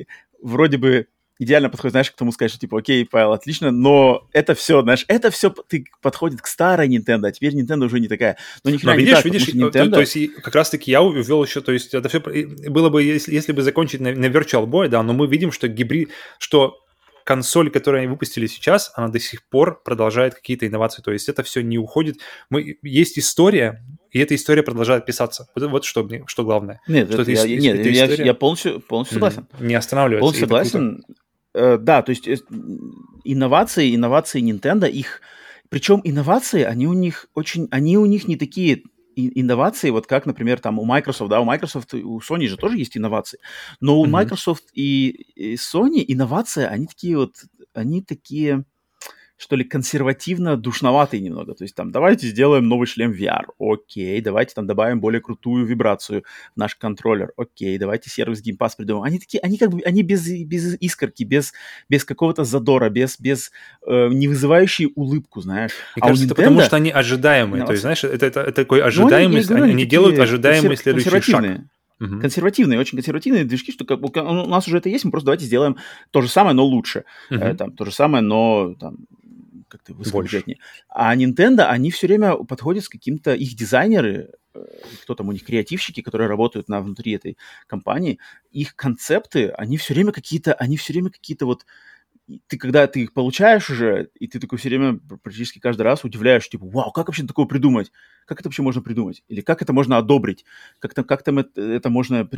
вроде бы идеально подходит, знаешь, к тому сказать, что типа, окей, Павел, отлично, но это все, знаешь, это все ты, подходит к старой Nintendo, а теперь Nintendo уже не такая. Но ни хрена не так, видишь, Nintendo... то, то есть как раз-таки я ввел еще, то есть это все было бы, если, если бы закончить на, на Virtual Boy, да, но мы видим, что гибрид, что консоль, которую они выпустили сейчас, она до сих пор продолжает какие-то инновации, то есть это все не уходит. Мы, есть история, и эта история продолжает писаться. Вот, вот что, что главное. Нет, что это, это, я, нет я, я полностью, полностью согласен. Не останавливается. Полностью согласен. Да, то есть инновации, инновации Nintendo, их, причем инновации, они у них очень, они у них не такие инновации, вот как, например, там у Microsoft, да, у Microsoft, у Sony же тоже есть инновации, но у mm-hmm. Microsoft и, и Sony инновации, они такие вот, они такие, что ли, консервативно-душноватые немного. То есть там давайте сделаем новый шлем ви ар. Окей, давайте там добавим более крутую вибрацию в наш контроллер. Окей, давайте сервис Game Pass придумаем. Они такие, они как бы, они без, без искорки, без, без какого-то задора, без, без э, не вызывающей улыбку, знаешь. Мне а кажется, у Nintendo... это потому что они ожидаемые. No. То есть, знаешь, это, это, это такой ожидаемый, ну, они, они, они делают ожидаемый следующий шаг. Uh-huh. Консервативные, очень консервативные движки, что как, у нас уже это есть, мы просто давайте сделаем то же самое, но лучше. Uh-huh. Э, там, то же самое, но там, как-то высокобюджетнее. А Nintendo, они все время подходят с каким-то, их дизайнеры, э, кто там у них, креативщики, которые работают на, внутри этой компании, их концепты, они все время какие-то, они все время какие-то вот, ты когда ты их получаешь уже, и ты такой все время практически каждый раз удивляешься, типа, вау, как вообще такое придумать? как это вообще можно придумать? Или как это можно одобрить? Как, там, как там это, это можно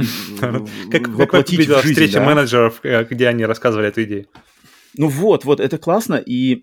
воплотить в жизнь? Встреча менеджеров, где они рассказывали эту идею. Ну вот, вот, это классно, и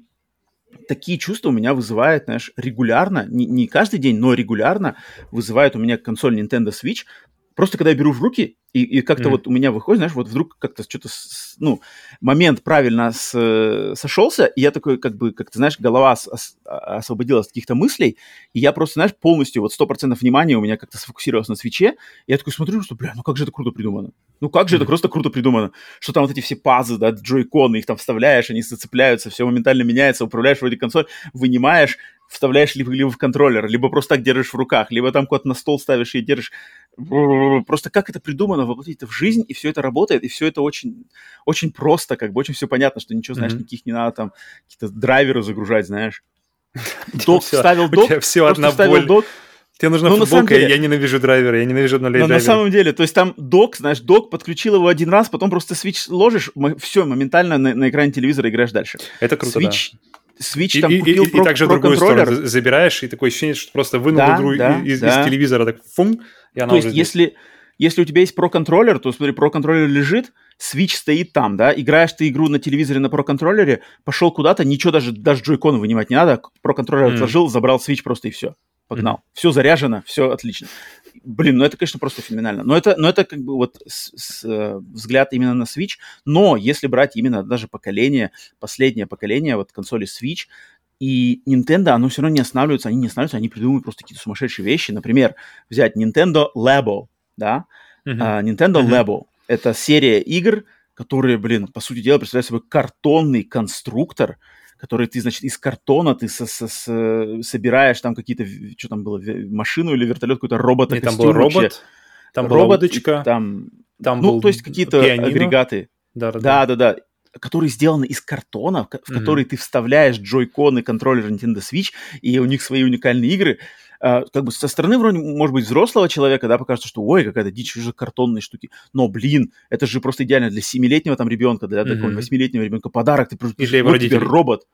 такие чувства у меня вызывает, знаешь, регулярно, не, не каждый день, но регулярно вызывает у меня консоль Nintendo Switch. Просто когда я беру в руки, и, и как-то mm-hmm. вот у меня выходит, знаешь, вот вдруг как-то что-то, с, ну, момент правильно с, сошелся, и я такой, как бы, как ты знаешь, голова ос, ос, освободилась от каких-то мыслей, и я просто, знаешь, полностью, вот сто процентов внимания у меня как-то сфокусировалось на свитче, и я такой смотрю, что, бля, ну как же это круто придумано. Ну как же mm-hmm. это просто круто придумано. Что там вот эти все пазы, да, джойконы, их там вставляешь, они зацепляются, все моментально меняется, управляешь вроде консоль, вынимаешь, вставляешь либо, либо в контроллер, либо просто так держишь в руках, либо там куда-то на стол ставишь и держишь. Просто как это придумано, воплотить это в жизнь, и все это работает, и все это очень, очень просто, как бы очень все понятно, что ничего, знаешь, mm-hmm. никаких не надо там какие-то драйверы загружать, знаешь. Док вставил док, все одна боль. Док. Тебе нужна ну, футболка, деле, я ненавижу драйверы, я ненавижу обновлять драйверы. На самом деле, то есть там док, знаешь, док, подключил его один раз, потом просто свитч ложишь, все, моментально на, на экране телевизора играешь дальше. Это круто, Switch, да. Switch там и, купил и, про, и также про другую контроллер. сторону забираешь, и такое ощущение, что просто вынул да, игру да, из, да. из телевизора, так фум, и она то уже есть если, если у тебя есть про-контроллер, то смотри, про-контроллер лежит, Switch стоит там, да, играешь ты игру на телевизоре на про-контроллере, пошел куда-то, ничего даже, даже джойкон вынимать не надо, про-контроллер mm. отложил, забрал Switch просто и все. Погнал. Mm-hmm. Все заряжено, все отлично. Блин, ну это, конечно, просто феноменально. Но это, но это как бы вот с, с, э, взгляд именно на Switch. Но если брать именно даже поколение, последнее поколение вот консоли Switch, и Nintendo, оно все равно не останавливается, они не останавливаются, они придумывают просто какие-то сумасшедшие вещи. Например, взять Nintendo Labo, да? Mm-hmm. Uh, Nintendo mm-hmm. Labo — это серия игр, которые, блин, по сути дела, представляют собой картонный конструктор, который ты, значит, из картона ты со- со- со- собираешь там какие-то, что там было, машину или вертолет, какой-то робота-костюм. Там был робот, вообще. там была робот, удочка, там, там ну, был то есть какие-то пианино. агрегаты. Да-да-да. Которые сделаны из картона, в mm-hmm. который ты вставляешь джойконы, контроллер Nintendo Switch, и у них свои уникальные игры. Uh, как бы со стороны, вроде, может быть, взрослого человека, да, покажется, что ой, какая-то дичь, же картонные штуки. Но, блин, это же просто идеально для семилетнего там ребенка, для mm-hmm. такого восьмилетнего ребенка подарок. Ты просто, и для его вот тебе робот.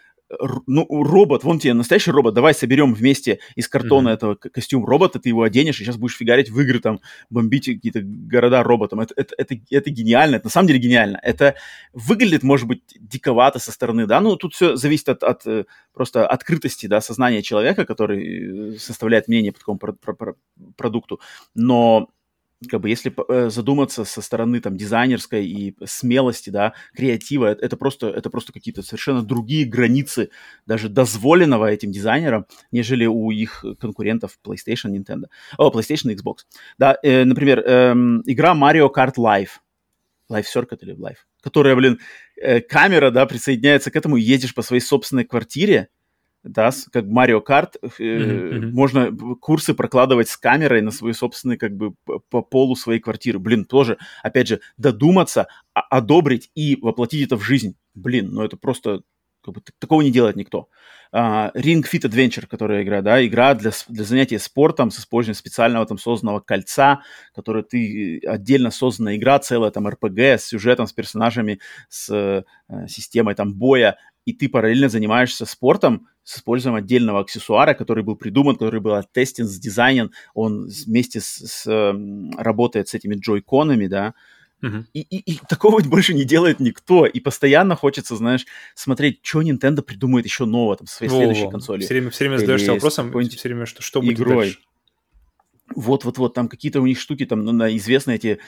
Р- ну, робот, вон тебе настоящий робот, давай соберем вместе из картона mm-hmm. этого ко- костюм робота, ты его оденешь, и сейчас будешь фигарить в игры, там, бомбить какие-то города роботом. Это, это, это, это гениально, это на самом деле гениально. Это выглядит, может быть, диковато со стороны, да, ну, тут все зависит от, от просто открытости, да, сознания человека, который составляет мнение по такому про- про- про- продукту, но как бы если задуматься со стороны там дизайнерской и смелости, да, креатива, это, это просто это просто какие-то совершенно другие границы даже дозволенного этим дизайнерам, нежели у их конкурентов PlayStation, Nintendo, о, PlayStation и Xbox. Да, э, например, э, игра Mario Kart Live, Live Circuit или Live, которая, блин, э, камера, да, присоединяется к этому, едешь по своей собственной квартире, да, как Mario Kart, э, mm-hmm. можно курсы прокладывать с камерой на свои собственные, как бы, по полу своей квартиры. Блин, тоже, опять же, додуматься, а- одобрить и воплотить это в жизнь. Блин, ну это просто, как бы, такого не делает никто. Uh, Ring Fit Adventure, которая игра, да, игра для, для занятия спортом с использованием специального там созданного кольца, которое ты, отдельно созданная игра, целая там эр пи джи с сюжетом, с персонажами, с uh, системой там боя, и ты параллельно занимаешься спортом с использованием отдельного аксессуара, который был придуман, который был оттестен, сдизайнен, он вместе с, с, uh, работает с этими джойконами, да. Uh-huh. И, и, и такого больше не делает никто. И постоянно хочется, знаешь, смотреть, что Nintendo придумает еще нового там, в своей Во-во. следующей консоли. Все время, все время задаешься вопросом, все время, что, что будет игрой. дальше. Вот-вот-вот, там какие-то у них штуки, там, ну, на известные эти,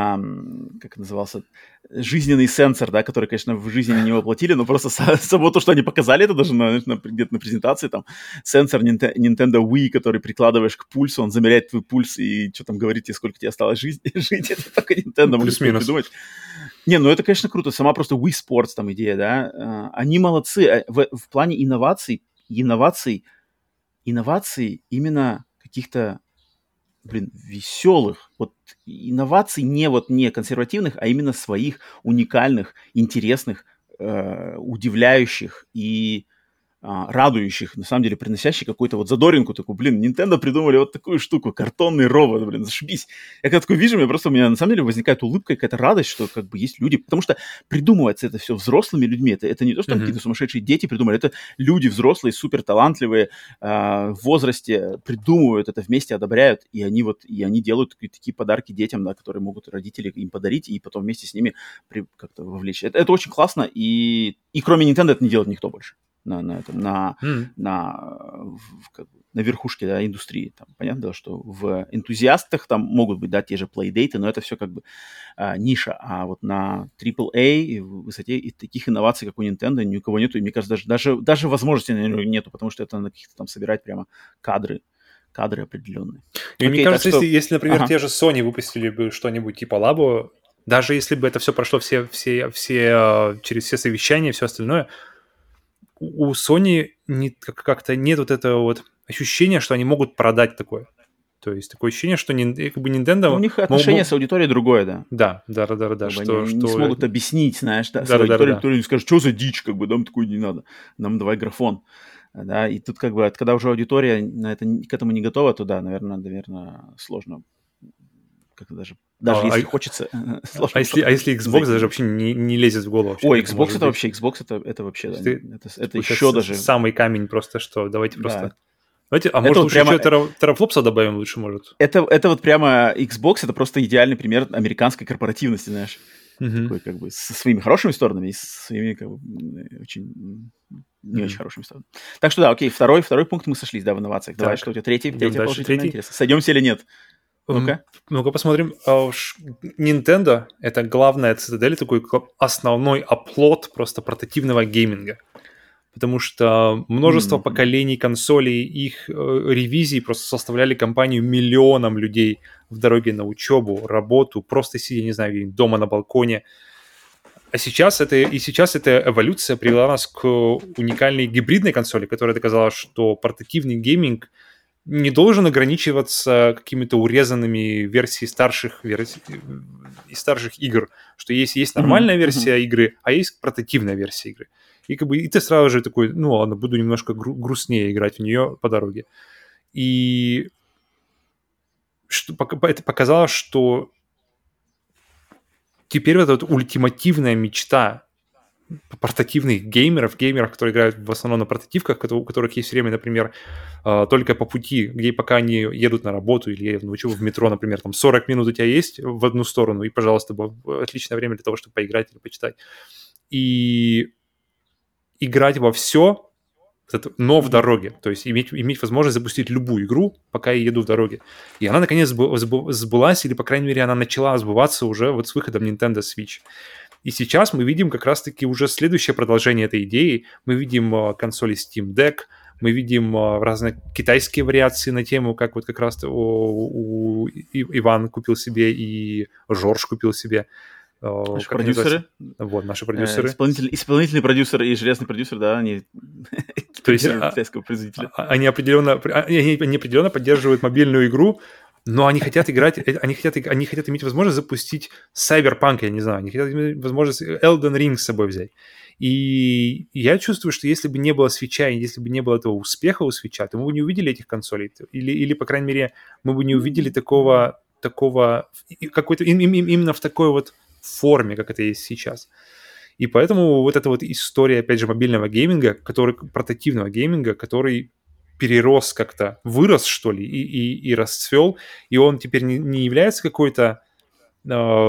эм, как назывался, жизненный сенсор, да, который, конечно, в жизни не воплотили, но просто само то, что они показали, это даже на, на, где-то на презентации, там, сенсор Nintendo Wii, который прикладываешь к пульсу, он замеряет твой пульс и что там говорит тебе, сколько тебе осталось жить, жить это только Nintendo может придумать. Не, ну это, конечно, круто, сама просто Wii Sports там идея, да, они молодцы, в, в плане инноваций, инноваций, инноваций именно каких-то блин, веселых, вот инноваций не вот не консервативных, а именно своих уникальных, интересных, э, удивляющих и а, радующих, на самом деле приносящих какую-то вот задоринку, такую, блин, Nintendo придумали вот такую штуку, картонный робот, блин, зашибись. Я когда такой вижу, мне просто, у меня на самом деле возникает улыбка, какая-то радость, что как бы есть люди, потому что придумывается это все взрослыми людьми, это, это не то, что mm-hmm. какие-то сумасшедшие дети придумали, это люди взрослые, супер талантливые, э, в возрасте придумывают это вместе, одобряют, и они вот, и они делают такие, такие подарки детям, да, которые могут родители им подарить, и потом вместе с ними при, как-то вовлечь. Это, это очень классно, и, и кроме Nintendo это не делает никто больше. На, на, этом, на, mm. на, в, как бы, на верхушке, да, индустрии. Там, понятно, что в энтузиастах там могут быть, да, те же плейдейты, но это все как бы а, ниша. А вот на трипл эй в высоте и таких инноваций, как у Nintendo, ни у кого нету. И мне кажется, даже, даже, даже возможности, наверное, нету, потому что это на каких-то там собирать прямо кадры, кадры определенные. И Окей, мне кажется, что... если, если, например, ага. те же Sony выпустили бы что-нибудь типа Labo, даже если бы это все прошло все, все, все, через все совещания и все остальное, у Sony не, как-то нет вот этого вот ощущения, что они могут продать такое. То есть такое ощущение, что не, как бы Nintendo... У них отношение мог... с аудиторией другое, да. Да, да, да, да. да что, они что... не смогут объяснить, знаешь, да, да, с аудиторией, да, да, которая скажет, что за дичь, как бы, нам такое не надо, нам давай графон. Да, и тут как бы, когда уже аудитория на это, к этому не готова, то да, наверное, наверное, сложно... Как-то даже, даже а, если а, хочется... А если, а если Xbox даже вообще не, не лезет в голову? Вообще, Ой, Xbox это быть. вообще, Xbox это, это вообще, да, Ты, это, это еще даже... Самый камень просто, что давайте просто... Да. Давайте, а это может вот лучше прямо... еще терафлопса добавим лучше, может? Это, это вот прямо Xbox, это просто идеальный пример американской корпоративности, знаешь. Uh-huh. Такой как бы со своими хорошими сторонами и со своими как бы очень... Не uh-huh. очень хорошими сторонами. Так что да, окей, второй, второй пункт мы сошлись, да, в инновациях. Так. Давай, что у тебя третий? Третий положительный интерес. Сойдемся или нет? Ну-ка. Ну-ка посмотрим. Nintendo — это главная цитадель, такой основной оплот просто портативного гейминга. Потому что множество mm-hmm. поколений консолей, их э, ревизии просто составляли компанию миллионам людей в дороге на учебу, работу, просто сидя, не знаю, дома на балконе. А сейчас это, и сейчас эта эволюция привела нас к уникальной гибридной консоли, которая доказала, что портативный гейминг не должен ограничиваться какими-то урезанными версиями старших, версий, старших игр, что есть, есть нормальная mm-hmm. версия игры, а есть портативная версия игры. И как бы и ты сразу же такой, ну ладно, буду немножко гру- грустнее играть в нее по дороге. И что, это показало, что теперь вот эта вот ультимативная мечта портативных геймеров, геймеров, которые играют в основном на портативках, у которых есть время, например, только по пути, где пока они едут на работу или едут на учебу в метро, например, там сорок минут у тебя есть в одну сторону, и, пожалуйста, отличное время для того, чтобы поиграть или почитать. И играть во все, но в дороге. То есть иметь, иметь возможность запустить любую игру, пока я еду в дороге. И она, наконец, сбылась, или, по крайней мере, она начала сбываться уже вот с выходом Nintendo Switch. И сейчас мы видим как раз-таки уже следующее продолжение этой идеи. Мы видим uh, консоли Steam Deck, мы видим uh, разные китайские вариации на тему, как вот как раз у, у, у Иван купил себе и Жорж купил себе. Uh, наши продюсеры. Вот, наши продюсеры. Э, исполнитель, исполнительный продюсер и железный продюсер, да, они То есть, китайского производителя. Они определенно, они, они определенно поддерживают мобильную игру, но они хотят играть, они хотят, они хотят иметь возможность запустить Cyberpunk, я не знаю, они хотят иметь возможность Elden Ring с собой взять. И я чувствую, что если бы не было Switch'а, и если бы не было этого успеха у Switch'а, то мы бы не увидели этих консолей. Или, или по крайней мере, мы бы не увидели такого, такого какой-то, именно в такой вот форме, как это есть сейчас. И поэтому вот эта вот история, опять же, мобильного гейминга, который, портативного гейминга, который перерос как-то, вырос, что ли, и, и, и расцвел, и он теперь не, не является какой-то, э,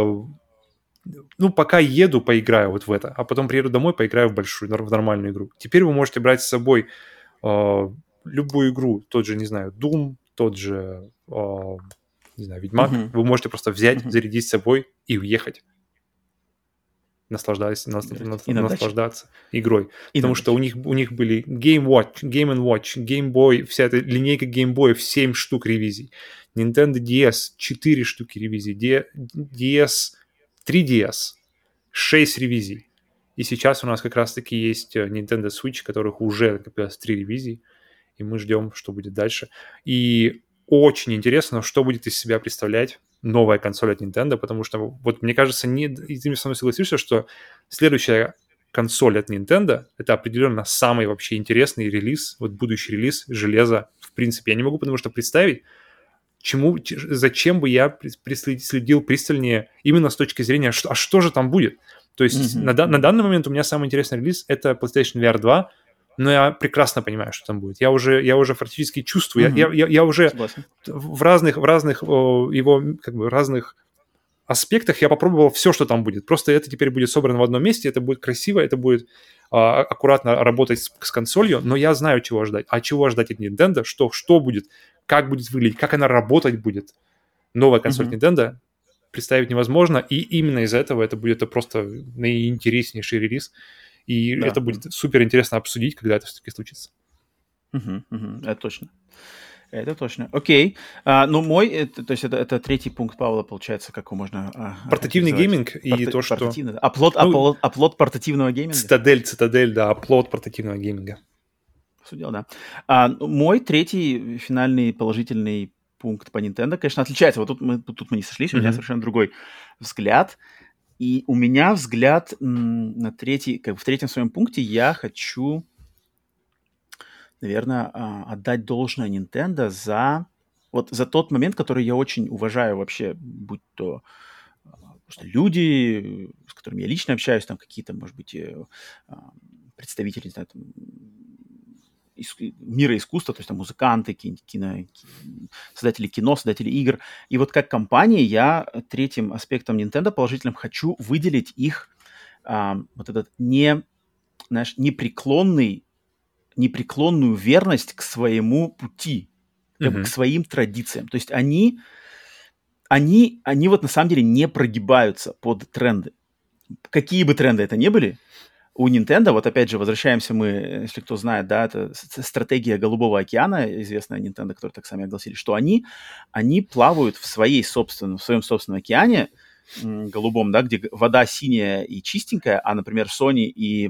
ну, пока еду, поиграю вот в это, а потом приеду домой, поиграю в большую, в нормальную игру. Теперь вы можете брать с собой э, любую игру, тот же, не знаю, Doom, тот же, э, не знаю, Ведьмак, uh-huh. вы можете просто взять, uh-huh. зарядить с собой и уехать. Наслаждаться, нас, и наслаждаться игрой. И Потому что у них, у них были Game Watch, Game and Watch, Game Boy, вся эта линейка Game Boy, семь штук ревизий. Nintendo ди эс, четыре штуки ревизий. ди эс, три ди эс, шесть ревизий. И сейчас у нас как раз-таки есть Nintendo Switch, у которых уже накопилось три ревизии. И мы ждем, что будет дальше. И очень интересно, что будет из себя представлять новая консоль от Nintendo, потому что, вот мне кажется, не, и ты со мной согласишься, что следующая консоль от Nintendo, это определенно самый вообще интересный релиз, вот будущий релиз железа, в принципе. Я не могу потому что представить, чему, зачем бы я следил пристальнее именно с точки зрения, что, а что же там будет? То есть mm-hmm. на, на данный момент у меня самый интересный релиз — это PlayStation ви ар два, но я прекрасно понимаю, что там будет. Я уже, я уже практически чувствую, mm-hmm. я, я, я уже Согласен. в разных, в разных о, его, как бы, разных аспектах я попробовал все, что там будет. Просто это теперь будет собрано в одном месте, это будет красиво, это будет а, аккуратно работать с, с консолью, но я знаю, чего ждать. А чего ждать от Nintendo, что, что будет, как будет выглядеть, как она работать будет. Новая консоль mm-hmm. Nintendo представить невозможно, и именно из-за этого это будет это просто наиинтереснейший релиз, и да. это будет супер интересно обсудить, когда это все-таки случится. Mm-hmm. Mm-hmm. Это точно. Это точно. Окей. А, ну, мой, это, то есть это, это третий пункт Павла, получается, как его можно... А, портативный гейминг и Порта- то, что... Оплот, ну, оплот, оплот портативного гейминга? Цитадель, цитадель, да, оплот портативного гейминга. Судел, да. А, мой третий финальный положительный пункт по Nintendo, конечно, отличается. Вот тут мы, тут мы не сошлись, у mm-hmm. меня совершенно другой взгляд. И у меня взгляд м, на третий, как в третьем своем пункте я хочу... наверное, отдать должное Nintendo за вот за тот момент, который я очень уважаю вообще, будь то просто люди, с которыми я лично общаюсь, там какие-то, может быть, представители, не знаю, там, мира искусства, то есть там музыканты, кино, кино, создатели кино, создатели игр. И вот как компания я третьим аспектом Nintendo положительным хочу выделить их а, вот этот не, знаешь, непреклонный непреклонную верность к своему пути, mm-hmm. к своим традициям. То есть они, они, они вот на самом деле не прогибаются под тренды. Какие бы тренды это ни были, у Nintendo, вот опять же, возвращаемся мы, если кто знает, да, это стратегия Голубого океана, известная Nintendo, которую так сами огласили, что они, они плавают в, своей собственном, в своем собственном океане, м, голубом, да, где вода синяя и чистенькая, а, например, Sony и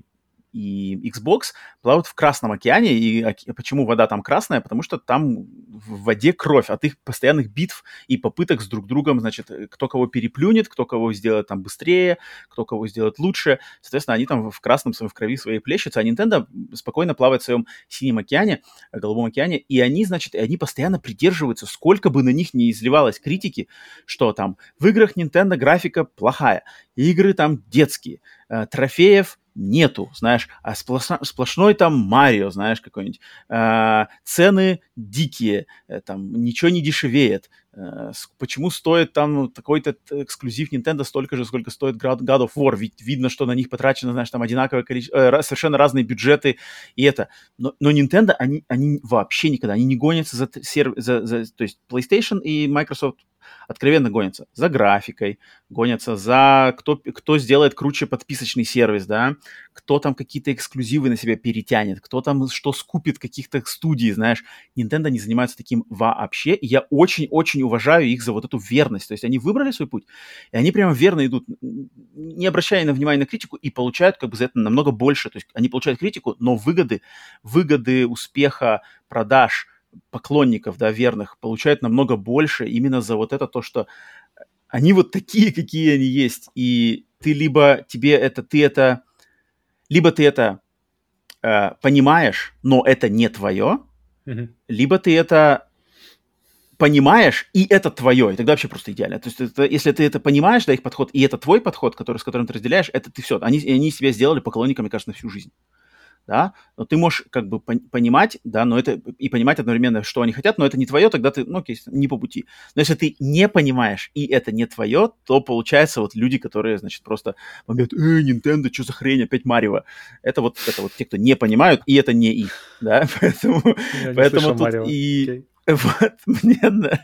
и Xbox плавают в Красном океане. И почему вода там красная? Потому что там в воде кровь от их постоянных битв и попыток с друг другом, значит, кто кого переплюнет, кто кого сделает там быстрее, кто кого сделает лучше. Соответственно, они там в красном, в крови своей плещутся, а Nintendo спокойно плавает в своем Синем океане, Голубом океане, и они, значит, они постоянно придерживаются, сколько бы на них ни изливалось критики, что там в играх Nintendo графика плохая, игры там детские, э, трофеев нету, знаешь, а сплошной, сплошной там Марио, знаешь, какой-нибудь. Э, цены дикие, э, там ничего не дешевеет. Э, почему стоит там такой-то эксклюзив Nintendo столько же, сколько стоит God of War? Ведь видно, что на них потрачено, знаешь, там одинаковое количество, э, совершенно разные бюджеты и это. Но, но Nintendo, они, они вообще никогда, они не гонятся за, за, за... То есть PlayStation и Microsoft откровенно гонятся за графикой, гонятся за кто, кто сделает круче подписочный сервис, да, кто там какие-то эксклюзивы на себя перетянет, кто там что скупит каких-то студий, знаешь. Nintendo не занимаются таким вообще, и я очень-очень уважаю их за вот эту верность. То есть они выбрали свой путь, и они прямо верно идут, не обращая на внимания на критику, и получают как бы за это намного больше. То есть они получают критику, но выгоды, выгоды успеха, продаж, поклонников, да, верных, получают намного больше именно за вот это то, что они вот такие, какие они есть, и ты либо тебе это, ты это, либо ты это э, понимаешь, но это не твое, mm-hmm. либо ты это понимаешь, и это твое, и тогда вообще просто идеально. То есть это, если ты это понимаешь, да, их подход, и это твой подход, который, с которым ты разделяешь, это ты все. Они, они себя сделали поклонниками, кажется, на всю жизнь. Да, но ты можешь как бы пон- понимать, да, но это и понимать одновременно, что они хотят, но это не твое, тогда ты, ну, окей, не по пути. Но если ты не понимаешь, и это не твое, то получается вот люди, которые, значит, просто говорят, э, Nintendo, что за хрень, опять Марио. Это вот, это вот те, кто не понимают, и это не их, да, поэтому, поэтому тут Марио. И... Okay. Вот, мне,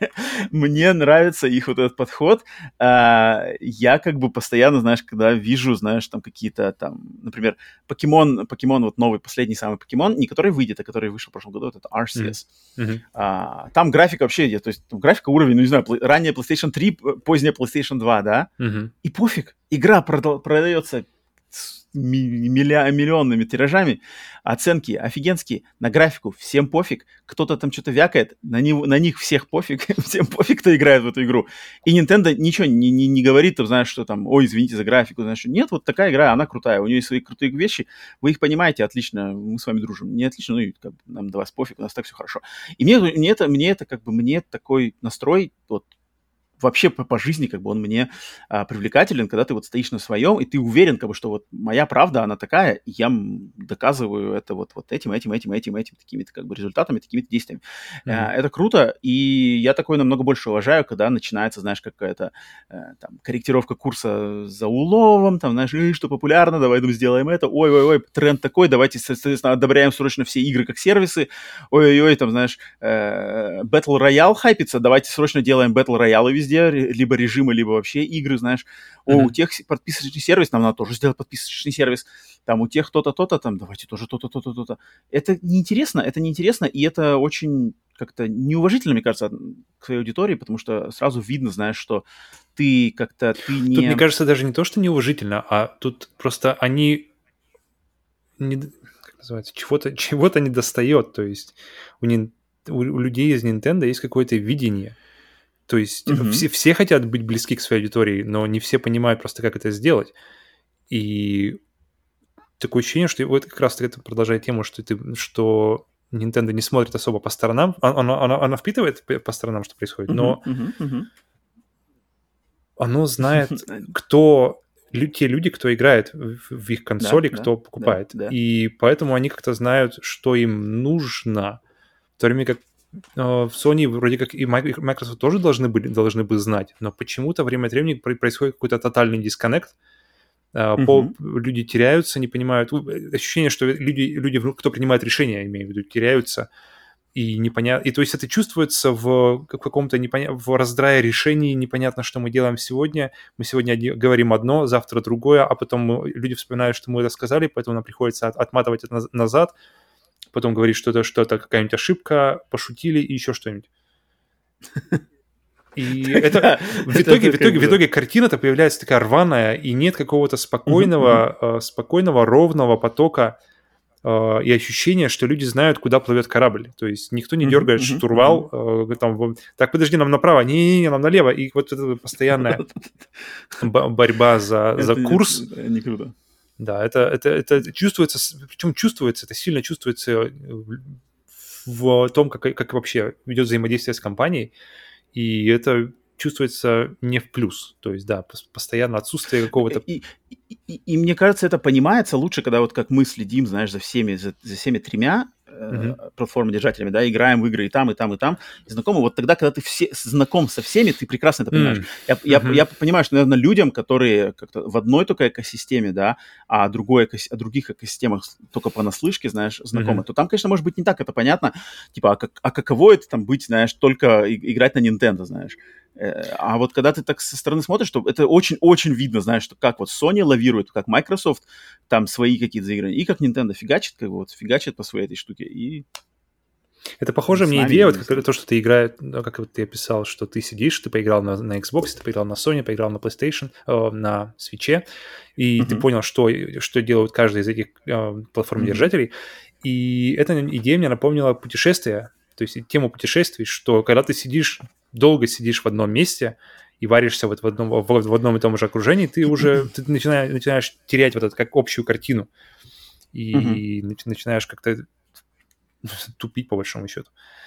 мне нравится их вот этот подход. А, я как бы постоянно, знаешь, когда вижу, знаешь, там какие-то там, например, покемон, покемон вот новый, последний самый покемон, не который выйдет, а который вышел в прошлом году, вот это ар си эс. Mm-hmm. А, там графика вообще, то есть там графика уровень, ну не знаю, ранняя PlayStation три, поздняя PlayStation два, да, mm-hmm. и пофиг, игра продал, продается с милля, миллионными тиражами, оценки офигенские, на графику всем пофиг, кто-то там что-то вякает, на, него, на них всех пофиг, всем пофиг, кто играет в эту игру. И Nintendo ничего не, не, не говорит, там, знаешь, что там, ой, извините за графику, знаешь, нет, вот такая игра, она крутая, у нее есть свои крутые вещи, вы их понимаете, отлично, мы с вами дружим. Не отлично, ну и как бы, нам до вас пофиг, у нас так все хорошо. И мне, мне, это, мне это как бы, мне такой настрой, вот, вообще по, по жизни, как бы он мне а, привлекателен, когда ты вот стоишь на своем, и ты уверен, как бы, что вот моя правда, она такая, и я доказываю это вот, вот этим, этим, этим, этим, этим, такими-то как бы результатами, такими-то действиями. Mm-hmm. А, это круто, и я такое намного больше уважаю, когда начинается, знаешь, какая-то а, там корректировка курса за уловом, там, знаешь, э, что популярно, давай там сделаем это, ой-ой-ой, тренд такой, давайте, соответственно, одобряем срочно все игры как сервисы, ой-ой-ой, там, знаешь, э, Battle Royale хайпится, давайте срочно делаем Battle Royale везде, либо режимы, либо вообще игры, знаешь. О, mm-hmm. у тех подписочный сервис, нам надо тоже сделать подписочный сервис. Там у тех то-то, то-то, там давайте тоже то-то, то-то, то-то. Это неинтересно, это неинтересно, и это очень как-то неуважительно, мне кажется, к своей аудитории, потому что сразу видно, знаешь, что ты как-то, ты не... Тут, мне кажется, даже не то, что неуважительно, а тут просто они... Не... Как называется? Чего-то, чего-то не достает, то есть у, не... у людей из Nintendo есть какое-то видение. То есть mm-hmm. все, все хотят быть близки к своей аудитории, но не все понимают просто, как это сделать. И такое ощущение, что вот как раз это продолжает тему, что, ты, что Nintendo не смотрит особо по сторонам. Она, она, она впитывает по сторонам, что происходит, но mm-hmm. Mm-hmm. оно знает, кто... те люди, кто играет в их консоли, да, кто да, покупает. Да, да. И поэтому они как-то знают, что им нужно. В то время как в Sony вроде как и Microsoft тоже должны были, должны бы знать, но почему-то время от времени происходит какой-то тотальный дисконнект. Mm-hmm. По, люди теряются, не понимают. Ощущение, что люди, люди, кто принимает решения, я имею в виду, теряются. И непонятно. И то есть это чувствуется в каком-то непонятном, в раздрае решений, непонятно, что мы делаем сегодня. Мы сегодня говорим одно, завтра другое, а потом мы, люди вспоминают, что мы это сказали, поэтому нам приходится от, отматывать это назад. Потом говорить, что это что-то какая-нибудь ошибка, пошутили и еще что-нибудь. И это в итоге, в итоге, в итоге картина-то появляется такая рваная, и нет какого-то спокойного, спокойного, ровного потока и ощущения, что люди знают, куда плывет корабль. То есть никто не дергает штурвал, там, так, подожди, нам направо, не-не-не, нам налево. И вот эта постоянная борьба за, за курс. Не круто. Да, это, это, это чувствуется, причем чувствуется, это сильно чувствуется в том, как, как вообще ведет взаимодействие с компанией, и это чувствуется не в плюс, то есть, да, постоянно отсутствие какого-то... И, и, и, и мне кажется, это понимается лучше, когда вот как мы следим, знаешь, за всеми, за, за всеми тремя Uh-huh. платформодержателями, да, играем в игры и там, и там, и там, и знакомы. Вот тогда, когда ты все, знаком со всеми, ты прекрасно это понимаешь. Uh-huh. Я, uh-huh. я, я понимаю, что, наверное, людям, которые как-то в одной только экосистеме, да, а другой, о других экосистемах только понаслышке, знаешь, знакомы, uh-huh. то там, конечно, может быть не так это понятно, типа, а, как, а каково это там быть, знаешь, только и, играть на Nintendo, знаешь. А вот когда ты так со стороны смотришь, что это очень-очень видно, знаешь, что как вот Sony лавирует, как Microsoft там свои какие-то заигрывания, и как Nintendo фигачит, как бы вот фигачит по своей этой штуке. И... Это похоже мне идея, вот как, то, что ты играешь, как вот ты описал, что ты сидишь, ты поиграл на, на Xbox, ты поиграл на Sony, поиграл на PlayStation, э, на Switch, и mm-hmm. ты понял, что, что делают каждый из этих э, платформ-держателей. Mm-hmm. И эта идея мне напомнила путешествия, то есть тему путешествий, что когда ты сидишь, долго сидишь в одном месте и варишься вот в одном, в, в одном и том же окружении, ты уже ты начинаешь, начинаешь терять вот эту как общую картину. И mm-hmm. начинаешь как-то тупить, по большому счету.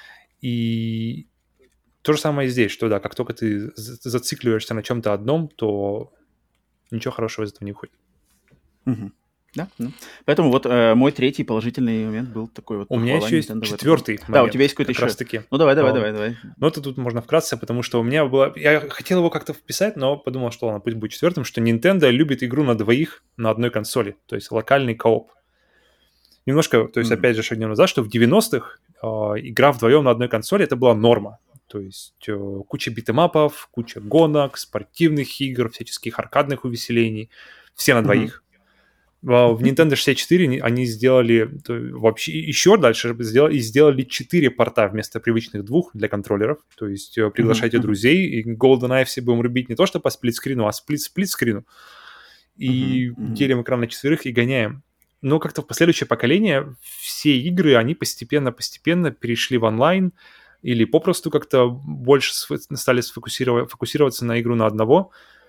И то же самое здесь, что да, как только ты зацикливаешься на чем-то одном, то ничего хорошего из этого не уходит. Mm-hmm. Да, да. Поэтому вот э, мой третий положительный момент был такой вот. У меня еще есть четвертый момент. Да, у тебя есть какой-то еще. Раз-таки. Ну давай, давай, давай, давай. Ну это тут можно вкратце, потому что у меня было... Я хотел его как-то вписать, но подумал, что ладно, пусть будет четвертым, что Nintendo любит игру на двоих на одной консоли, то есть локальный кооп. Немножко, то есть mm-hmm. опять же шагнем назад, что в девяностых э, игра вдвоем на одной консоли это была норма. То есть э, куча битэмапов, куча гонок, спортивных игр, всяческих аркадных увеселений. Все на двоих. Mm-hmm. В Nintendo шестьдесят четыре они сделали вообще еще дальше сделали, сделали четыре порта вместо привычных двух для контроллеров. То есть приглашайте mm-hmm. друзей, и GoldenEye все будем рубить не то что по сплитскрину, а сплит-сплит-скрину. и uh-huh, uh-huh. делим экран на четверых и гоняем. Но как-то в последующее поколение все игры, они постепенно-постепенно перешли в онлайн или попросту как-то больше стали сфокусировать, фокусироваться на игру на одного.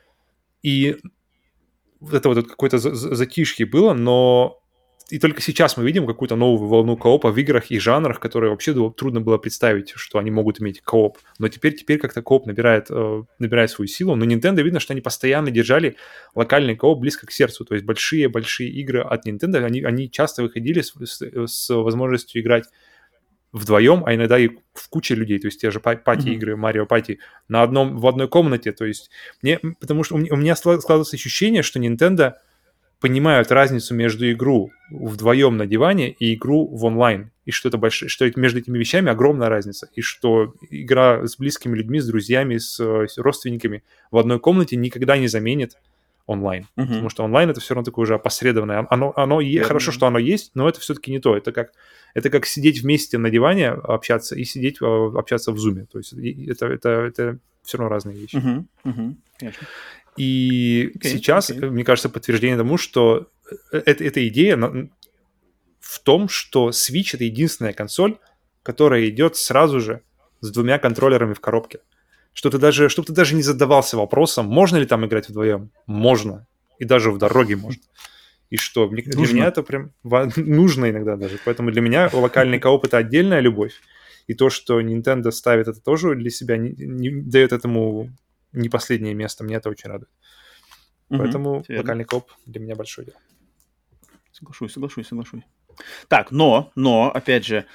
И это вот какое-то затишье было, но и только сейчас мы видим какую-то новую волну коопа в играх и жанрах, которые вообще трудно было представить, что они могут иметь кооп. Но теперь, теперь как-то кооп набирает, набирает свою силу. Но Nintendo видно, что они постоянно держали локальный кооп близко к сердцу. То есть большие-большие игры от Nintendo, они, они часто выходили с, с, с возможностью играть вдвоем, а иногда и в куче людей, то есть те же пати-игры, mm-hmm. Mario Party, на одном, в одной комнате, то есть мне, потому что у меня, у меня складывалось ощущение, что Nintendo понимают разницу между игру вдвоем на диване и игру в онлайн, и что это большое, что между этими вещами огромная разница, и что игра с близкими людьми, с друзьями, с, с родственниками в одной комнате никогда не заменит онлайн, uh-huh. потому что онлайн это все равно такое уже опосредованное. Оно, оно е- хорошо, что оно есть, но это все-таки не то. Это как, это как сидеть вместе на диване, общаться, и сидеть, общаться в зуме. То есть это, это, это все равно разные вещи. Uh-huh. Uh-huh. Конечно. И okay, сейчас, okay. мне кажется, подтверждение тому, что это, эта идея в том, что Switch — это единственная консоль, которая идет сразу же с двумя контроллерами в коробке. Что ты даже, чтобы ты даже не задавался вопросом, можно ли там играть вдвоем? Можно. И даже в дороге можно. И что? Для нужно. Меня это прям нужно иногда даже. Поэтому для меня локальный кооп — это отдельная любовь. И то, что Nintendo ставит это тоже для себя, не, не дает этому не последнее место. Меня это очень радует. Угу, поэтому верно. Локальный кооп для меня большое дело. Соглашусь, соглашусь, соглашусь. Так, но, но, опять же,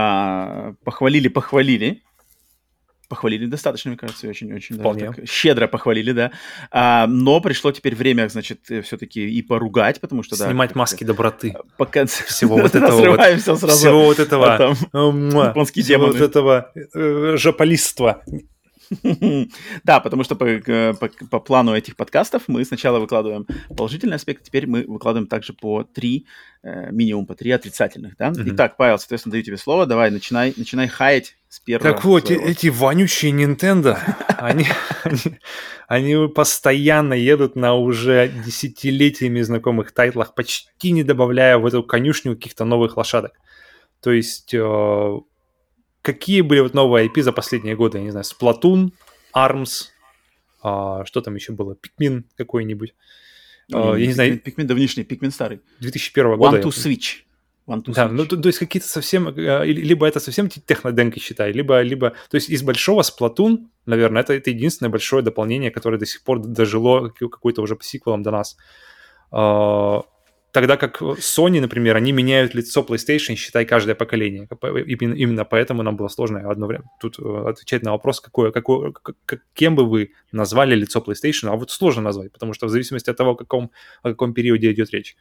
похвалили-похвалили. Похвалили достаточно, мне кажется, очень-очень даже щедро похвалили, да. А, но пришло теперь время, значит, все-таки и поругать, потому что... Снимать да, маски доброты. По концу... Всего вот этого вот. Всего вот этого... Всего вот этого жополиства. Да, потому что по, по, по плану этих подкастов мы сначала выкладываем положительный аспект, теперь мы выкладываем также по три, минимум по три отрицательных, да? Mm-hmm. Итак, Павел, соответственно, даю тебе слово, давай, начинай, начинай хаять с первого. Так вот, своего. Эти вонючие Nintendo, они, они, они постоянно едут на уже десятилетиями знакомых тайтлах, почти не добавляя в эту конюшню каких-то новых лошадок. То есть... Какие были вот новые ай пи за последние годы? Я не знаю, Splatoon, армс, а, что там еще было? Pikmin какой-нибудь. Ну, а, я не знаю. Pikmin давнишний, Pikmin старый. две тысячи первого года. One to Switch. One to да, Switch. ну то, то есть какие-то совсем... Либо это совсем технодемки, считай, либо... либо то есть из большого Splatoon, наверное, это, это единственное большое дополнение, которое до сих пор дожило какой-то уже по сиквелам до нас. А, Тогда как Sony, например, они меняют лицо PlayStation, считай, каждое поколение. Именно поэтому нам было сложно одно время тут отвечать на вопрос, какое, какое, кем бы вы назвали лицо PlayStation, а вот сложно назвать, потому что в зависимости от того, о каком, о каком периоде идет речь.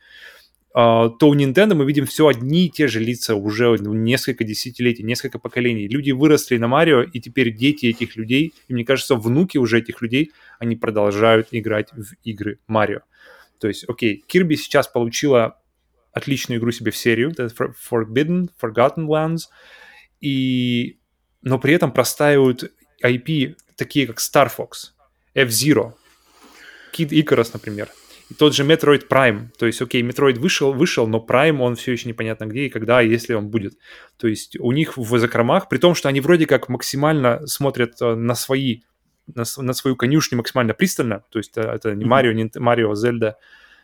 То у Nintendo мы видим все одни и те же лица уже несколько десятилетий, несколько поколений. Люди выросли на Марио, и теперь дети этих людей, и мне кажется, внуки уже этих людей, они продолжают играть в игры Марио. То есть, окей, Kirby сейчас получила отличную игру себе в серию, это Forbidden, Forgotten Lands, и... но при этом простаивают ай пи, такие как Star Fox, F-Zero, Kid Icarus, например, и тот же Metroid Prime. То есть, окей, Metroid вышел, вышел, но Prime, он все еще непонятно где и когда, если он будет. То есть у них в закромах, при том, что они вроде как максимально смотрят на свои На, на свою конюшню максимально пристально, то есть это, это не Марио, не Марио, Зельда,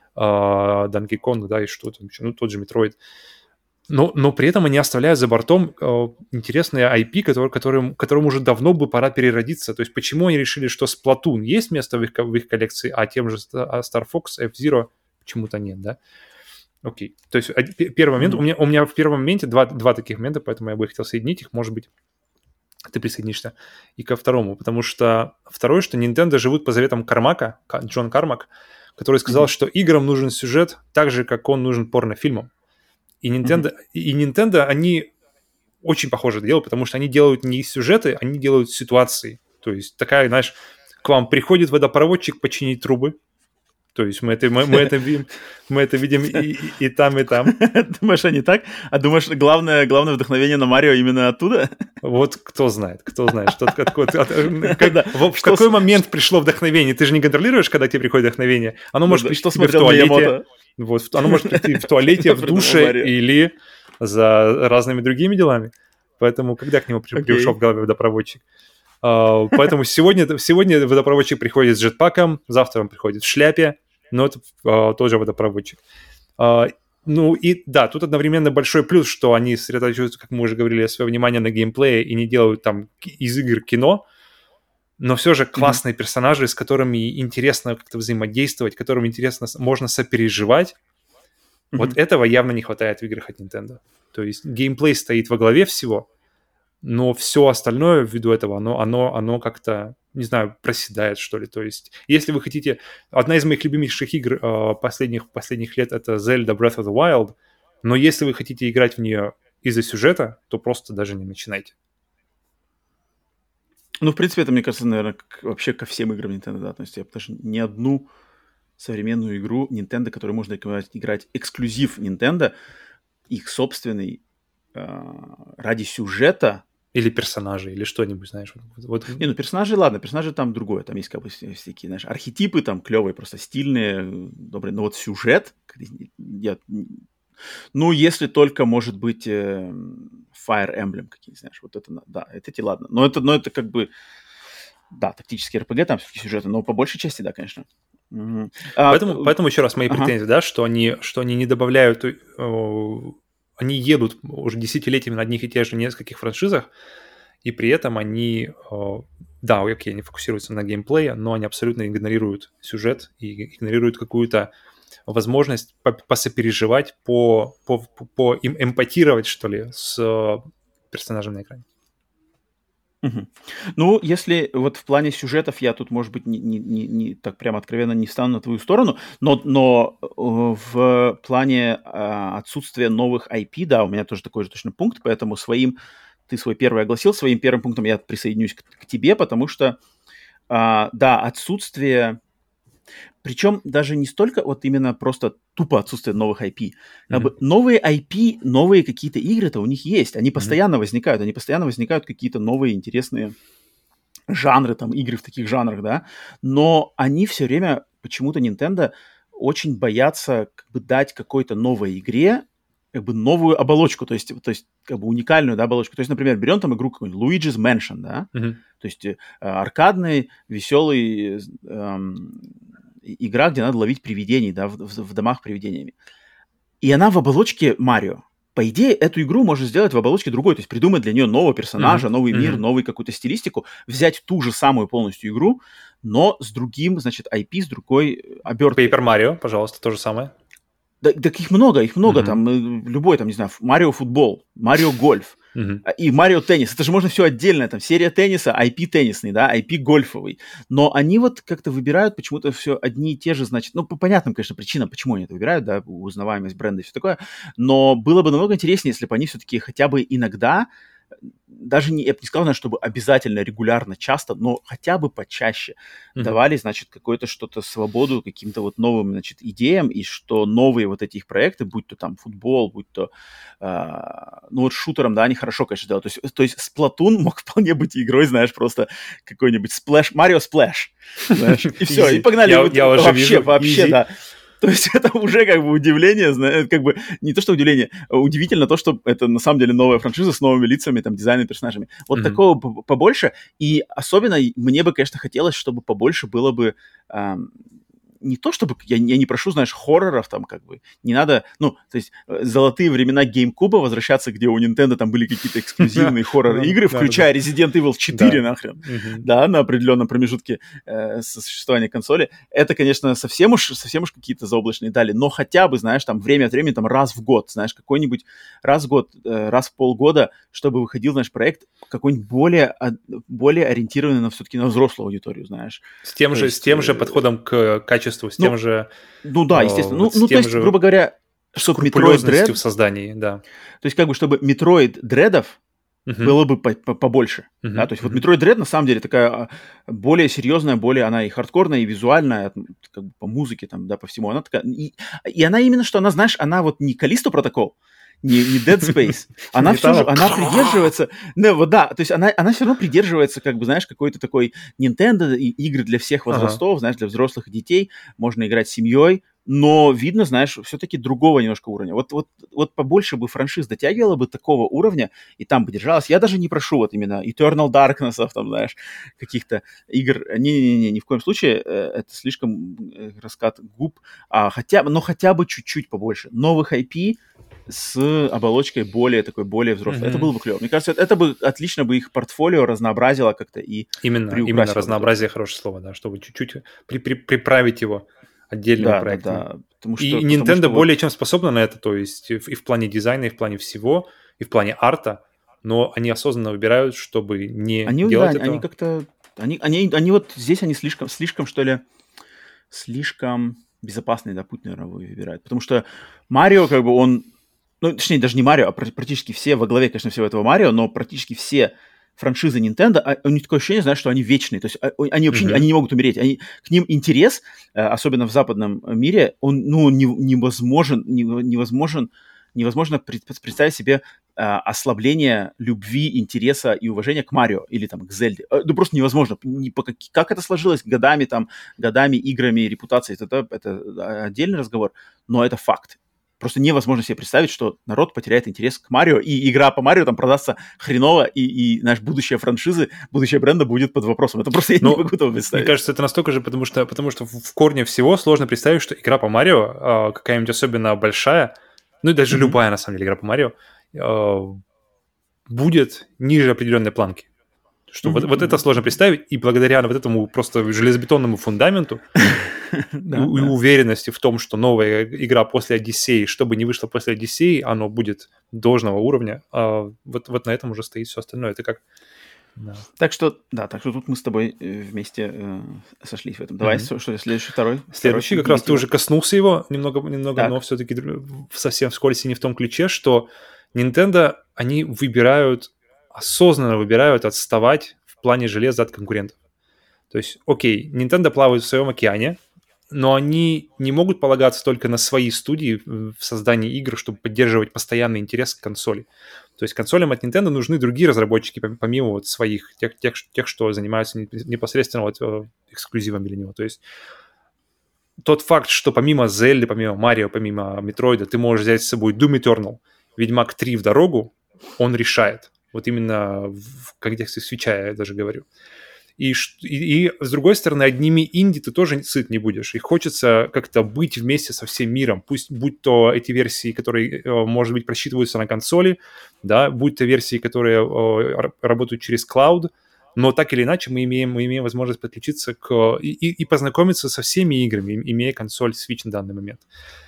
Donkey Kong, да, и что-то еще, ну, тот же Metroid. Но, но при этом они оставляют за бортом э, интересные ай пи, который, которым, которому уже давно бы пора переродиться. То есть почему они решили, что Splatoon есть место в их, в их коллекции, а тем же Star Fox, F-Zero почему-то нет, да? Окей. То есть первый момент, mm-hmm. у, меня, у меня в первом моменте два, два таких момента, поэтому я бы хотел соединить их, может быть, ты присоединишься и ко второму, потому что второе, что Nintendo живут по заветам Кармака, Джон Кармак, который сказал, mm-hmm. что играм нужен сюжет так же, как он нужен порнофильмам. И Nintendo, mm-hmm. и Nintendo, они очень похоже делают, потому что они делают не сюжеты, они делают ситуации. То есть такая, знаешь, к вам приходит водопроводчик починить трубы, То есть мы это, мы, мы это, видим, мы это видим и, и, и там, и там. Думаешь, они так? А думаешь, главное, главное вдохновение на Марио именно оттуда? Вот кто знает, кто знает. Что, от, от, от, как, в, в какой момент пришло вдохновение? Ты же не контролируешь, когда тебе приходит вдохновение. Оно может прийти в туалете. Вот, оно может прийти в туалете, в душе или за разными другими делами. Поэтому когда к нему пришел в голове водопроводчик? Uh, поэтому сегодня, сегодня водопроводчик приходит с джетпаком, завтра он приходит в шляпе, но это uh, тоже водопроводчик. Uh, ну и да, тут одновременно большой плюс, что они сосредотачиваются, как мы уже говорили, свое внимание на геймплее и не делают там из игр кино, но все же классные mm-hmm. персонажи, с которыми интересно как-то взаимодействовать, которым интересно, можно сопереживать. Mm-hmm. Вот этого явно не хватает в играх от Nintendo. То есть геймплей стоит во главе всего, но все остальное ввиду этого, оно, оно, оно как-то, не знаю, проседает, что ли. То есть, если вы хотите... Одна из моих любимейших игр э, последних, последних лет — это Zelda Breath of the Wild, но если вы хотите играть в нее из-за сюжета, то просто даже не начинайте. Ну, в принципе, это, мне кажется, наверное, к, вообще ко всем играм Nintendo, да, относится. Потому что ни одну современную игру Nintendo, которую можно играть эксклюзив Nintendo, их собственный, э, ради сюжета... Или персонажи, или что-нибудь, знаешь. Вот, вот. Не, ну персонажи, ладно, персонажи там другое. Там есть как бы всякие, знаешь, архетипы там клевые, просто стильные, добрые. Но вот сюжет, я... ну, если только, может быть, э, Fire Emblem какие-нибудь, знаешь, вот это, да, это эти, ладно. Но это, но это как бы, да, тактический эр пи джи, там все-таки сюжеты, но по большей части, да, конечно. Угу. Поэтому, а, поэтому еще раз мои ага. претензии, да, что они, что они не добавляют... О, они едут уже десятилетиями на одних и тех же нескольких франшизах, и при этом они, да, окей, они фокусируются на геймплее, но они абсолютно игнорируют сюжет и игнорируют какую-то возможность посопереживать, по, по, по им эмпатировать, что ли, с персонажем на экране. Угу. Ну, если вот в плане сюжетов я тут, может быть, не, не, не, не так прямо откровенно не встану на твою сторону, но, но в плане а, отсутствия новых ай пи, да, у меня тоже такой же точно пункт, поэтому своим, ты свой первый огласил, своим первым пунктом я присоединюсь к, к тебе, потому что, а, да, отсутствие... Причем даже не столько вот именно просто тупо отсутствие новых ай пи. Как mm-hmm. бы новые ай пи, новые какие-то игры-то у них есть. Они постоянно mm-hmm. возникают. Они постоянно возникают какие-то новые интересные жанры, там, игры в таких жанрах, да. Но они все время, почему-то Nintendo очень боятся как бы дать какой-то новой игре как бы новую оболочку, то есть, то есть как бы уникальную, да, оболочку. То есть, например, берем там игру какую-нибудь Luigi's Mansion, да. Mm-hmm. То есть э, аркадный, веселый... Э, игра, где надо ловить привидений, да, в, в, в домах привидениями. И она в оболочке Марио. По идее, эту игру можно сделать в оболочке другой, то есть придумать для нее нового персонажа, mm-hmm. новый мир, mm-hmm. новую какую-то стилистику, взять ту же самую полностью игру, но с другим, значит, ай пи, с другой оберткой. Paper Mario, пожалуйста, то же самое. Да, так их много, их много, mm-hmm. там, любой, там, не знаю, Марио Футбол, Марио Гольф, mm-hmm. и Марио Теннис, это же можно все отдельно, там, серия тенниса, ай пи теннисный, да, ай пи гольфовый, но они вот как-то выбирают почему-то все одни и те же, значит, ну, по понятным, конечно, причинам, почему они это выбирают, да, узнаваемость бренда и все такое, но было бы намного интереснее, если бы они все-таки хотя бы иногда, даже не, я бы не сказал, чтобы обязательно, регулярно, часто, но хотя бы почаще mm-hmm. давали, значит, какую-то что-то свободу каким-то вот новым, значит, идеям, и что новые вот эти их проекты, будь то там футбол, будь то, э, ну вот шутером, да, они хорошо, конечно, делают. То есть, то есть Splatoon мог вполне быть игрой, знаешь, просто какой-нибудь Splash, Mario Splash, знаешь, и все, и погнали. Вообще, вообще, да. То есть это уже как бы удивление, как бы не то, что удивление, удивительно то, что это на самом деле новая франшиза с новыми лицами, там, дизайнами, персонажами. Вот mm-hmm. такого побольше. И особенно мне бы, конечно, хотелось, чтобы побольше было бы... Эм, не то, чтобы... Я, я не прошу, знаешь, хорроров там как бы. Не надо... Ну, то есть золотые времена GameCube возвращаться, где у Nintendo там были какие-то эксклюзивные хоррор-игры, включая Resident Evil четыре нахрен. Да, на определенном промежутке существования консоли. Это, конечно, совсем уж совсем уж какие-то заоблачные дали. Но хотя бы, знаешь, там время от времени, там раз в год, знаешь, какой-нибудь раз в год, раз в полгода, чтобы выходил наш проект какой-нибудь более, более ориентированный на все-таки на взрослую аудиторию, знаешь. С тем же, с тем же подходом к качеству, с тем ну, же... Ну да, естественно. Ну, ну то есть, грубо говоря, чтобы Metroid Dread... в создании, да. То есть, как бы, чтобы Metroid Dread'ов uh-huh. было бы побольше. Uh-huh. Да? То есть uh-huh. вот Metroid Dread на самом деле такая более серьезная, более она и хардкорная, и визуальная, как бы по музыке, там, да, по всему. Она такая... И, и она именно, что она, знаешь, она вот не Callisto Protocol, не, не Dead Space, она все же, она придерживается, ну, вот да, то есть она, она все равно придерживается, как бы, знаешь, какой-то такой Nintendo, игры для всех возрастов, uh-huh. знаешь, для взрослых и детей, можно играть с семьей, но видно, знаешь, все-таки другого немножко уровня. Вот, вот, вот побольше бы франшиз дотягивало бы такого уровня, и там бы держалось. Я даже не прошу вот именно Eternal Darkness, там, знаешь, каких-то игр. Не-не-не, ни в коем случае, это слишком раскат губ, а хотя, но хотя бы чуть-чуть побольше. Новых ай пи с оболочкой более такой, более взрослой. Mm-hmm. Это было бы клево. Мне кажется, это, это бы отлично бы их портфолио разнообразило как-то и именно, именно разнообразие, хорошее слово, да, чтобы чуть-чуть при, при, приправить его отдельными да, проектами. Да, да. Потому что, и потому Nintendo что более вот... чем способна на это, то есть и в плане дизайна, и в плане всего, и в плане арта, но они осознанно выбирают, чтобы не они, делать да, этого. Они как-то... Они, они, они вот здесь они слишком, слишком, что ли, слишком безопасный, да, путь, наверное, выбирают. Потому что Марио, как бы, он... Ну, точнее, даже не Марио, а практически все, во главе, конечно, всего этого Марио, но практически все франшизы Nintendo, а, у них такое ощущение, знаешь, что они вечные, то есть а, они вообще mm-hmm. они не могут умереть, они, к ним интерес, особенно в западном мире, он, ну, не, невозможен, невозможен, невозможно представить себе а, ослабление любви, интереса и уважения к Марио или там к Зельде. Ну, просто невозможно. Не по, как это сложилось годами, там, годами, играми, репутацией, это, это отдельный разговор, но это факт. Просто невозможно себе представить, что народ потеряет интерес к Марио, и игра по Марио там продастся хреново, и, и наш будущее франшизы, будущее бренда будет под вопросом. Это просто я Но, не могу этого представить. Мне кажется, это настолько же, потому что, потому что в корне всего сложно представить, что игра по Марио, э, какая-нибудь особенно большая, ну и даже mm-hmm. любая, на самом деле, игра по Марио, э, будет ниже определенной планки. Что mm-hmm. вот, вот это сложно представить, и благодаря вот этому просто железобетонному фундаменту и уверенности в том, что новая игра после Одиссеи, что бы ни вышло после Одиссеи, оно будет должного уровня, а вот, вот на этом уже стоит все остальное. Это как... Да. Так что, да, так что тут мы с тобой вместе э, сошлись в этом. Давай, mm-hmm. что следующий, второй? Следующий, второй, как раз ты уже коснулся его немного, немного но все-таки совсем вскользь и не в том ключе, что Nintendo, они выбирают, осознанно выбирают отставать в плане железа от конкурентов. То есть, окей, Nintendo плавает в своем океане, но они не могут полагаться только на свои студии в создании игр, чтобы поддерживать постоянный интерес к консоли. То есть консолям от Nintendo нужны другие разработчики, помимо вот своих, тех, тех, тех что занимаются непосредственно вот эксклюзивами для него. То есть тот факт, что помимо Зельды, помимо Марио, помимо Метроида, ты можешь взять с собой Doom Eternal, Ведьмак три в дорогу, он решает. Вот именно в контексте свитча я даже говорю. И, и, и, с другой стороны, одними инди ты тоже сыт не будешь. И хочется как-то быть вместе со всем миром. Пусть будь то эти версии, которые, может быть, просчитываются на консоли, да, будь то версии, которые о, работают через клауд, но так или иначе мы имеем, мы имеем возможность подключиться к, и, и познакомиться со всеми играми, имея консоль Switch на данный момент.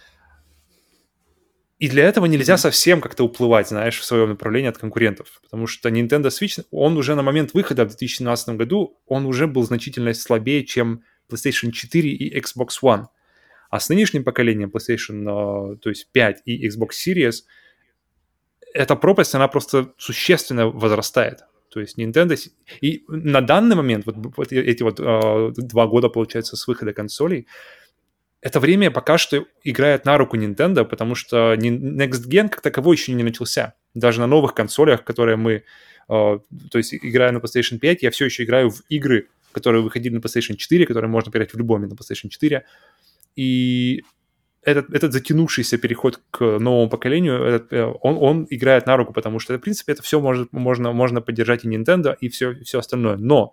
И для этого нельзя совсем как-то уплывать, знаешь, в своем направлении от конкурентов. Потому что Nintendo Switch, он уже на момент выхода в две тысячи семнадцатом году, он уже был значительно слабее, чем PlayStation четыре и Xbox One. А с нынешним поколением PlayStation, то есть пять и Xbox Series, эта пропасть, она просто существенно возрастает. То есть Nintendo... И на данный момент, вот, вот эти вот э, два года, получается, с выхода консолей, это время пока что играет на руку Nintendo, потому что Next Gen как таковой еще не начался. Даже на новых консолях, которые мы... Э, то есть, играя на PlayStation пять, я все еще играю в игры, которые выходили на PlayStation четыре, которые можно играть в любом на PlayStation четыре. И этот, этот затянувшийся переход к новому поколению, этот, он, он играет на руку, потому что, в принципе, это все может, можно, можно поддержать и Nintendo, и все, все остальное. Но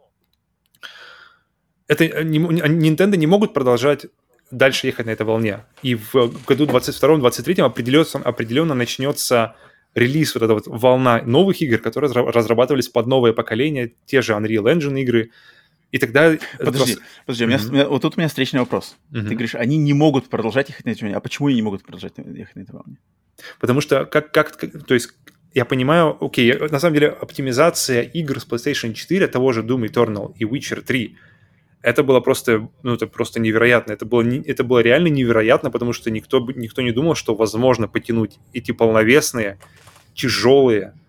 это, не, Nintendo не могут продолжать дальше ехать на этой волне. И в году двадцать втором двадцать третьем определенно, определенно начнется релиз, вот эта вот волна новых игр, которые разрабатывались под новое поколение, те же Unreal Engine игры. И тогда... Подожди, просто... подожди, mm-hmm. у меня, вот тут у меня встречный вопрос. Mm-hmm. Ты говоришь, они не могут продолжать ехать на этой волне. А почему они не могут продолжать ехать на этой волне? Потому что, как, как, то есть, я понимаю, окей, на самом деле, оптимизация игр с PlayStation четыре, того же Doom Eternal и Witcher три, это было просто, ну, это просто невероятно. Это было, это было реально невероятно, потому что никто, никто не думал, что возможно потянуть эти полновесные, тяжелые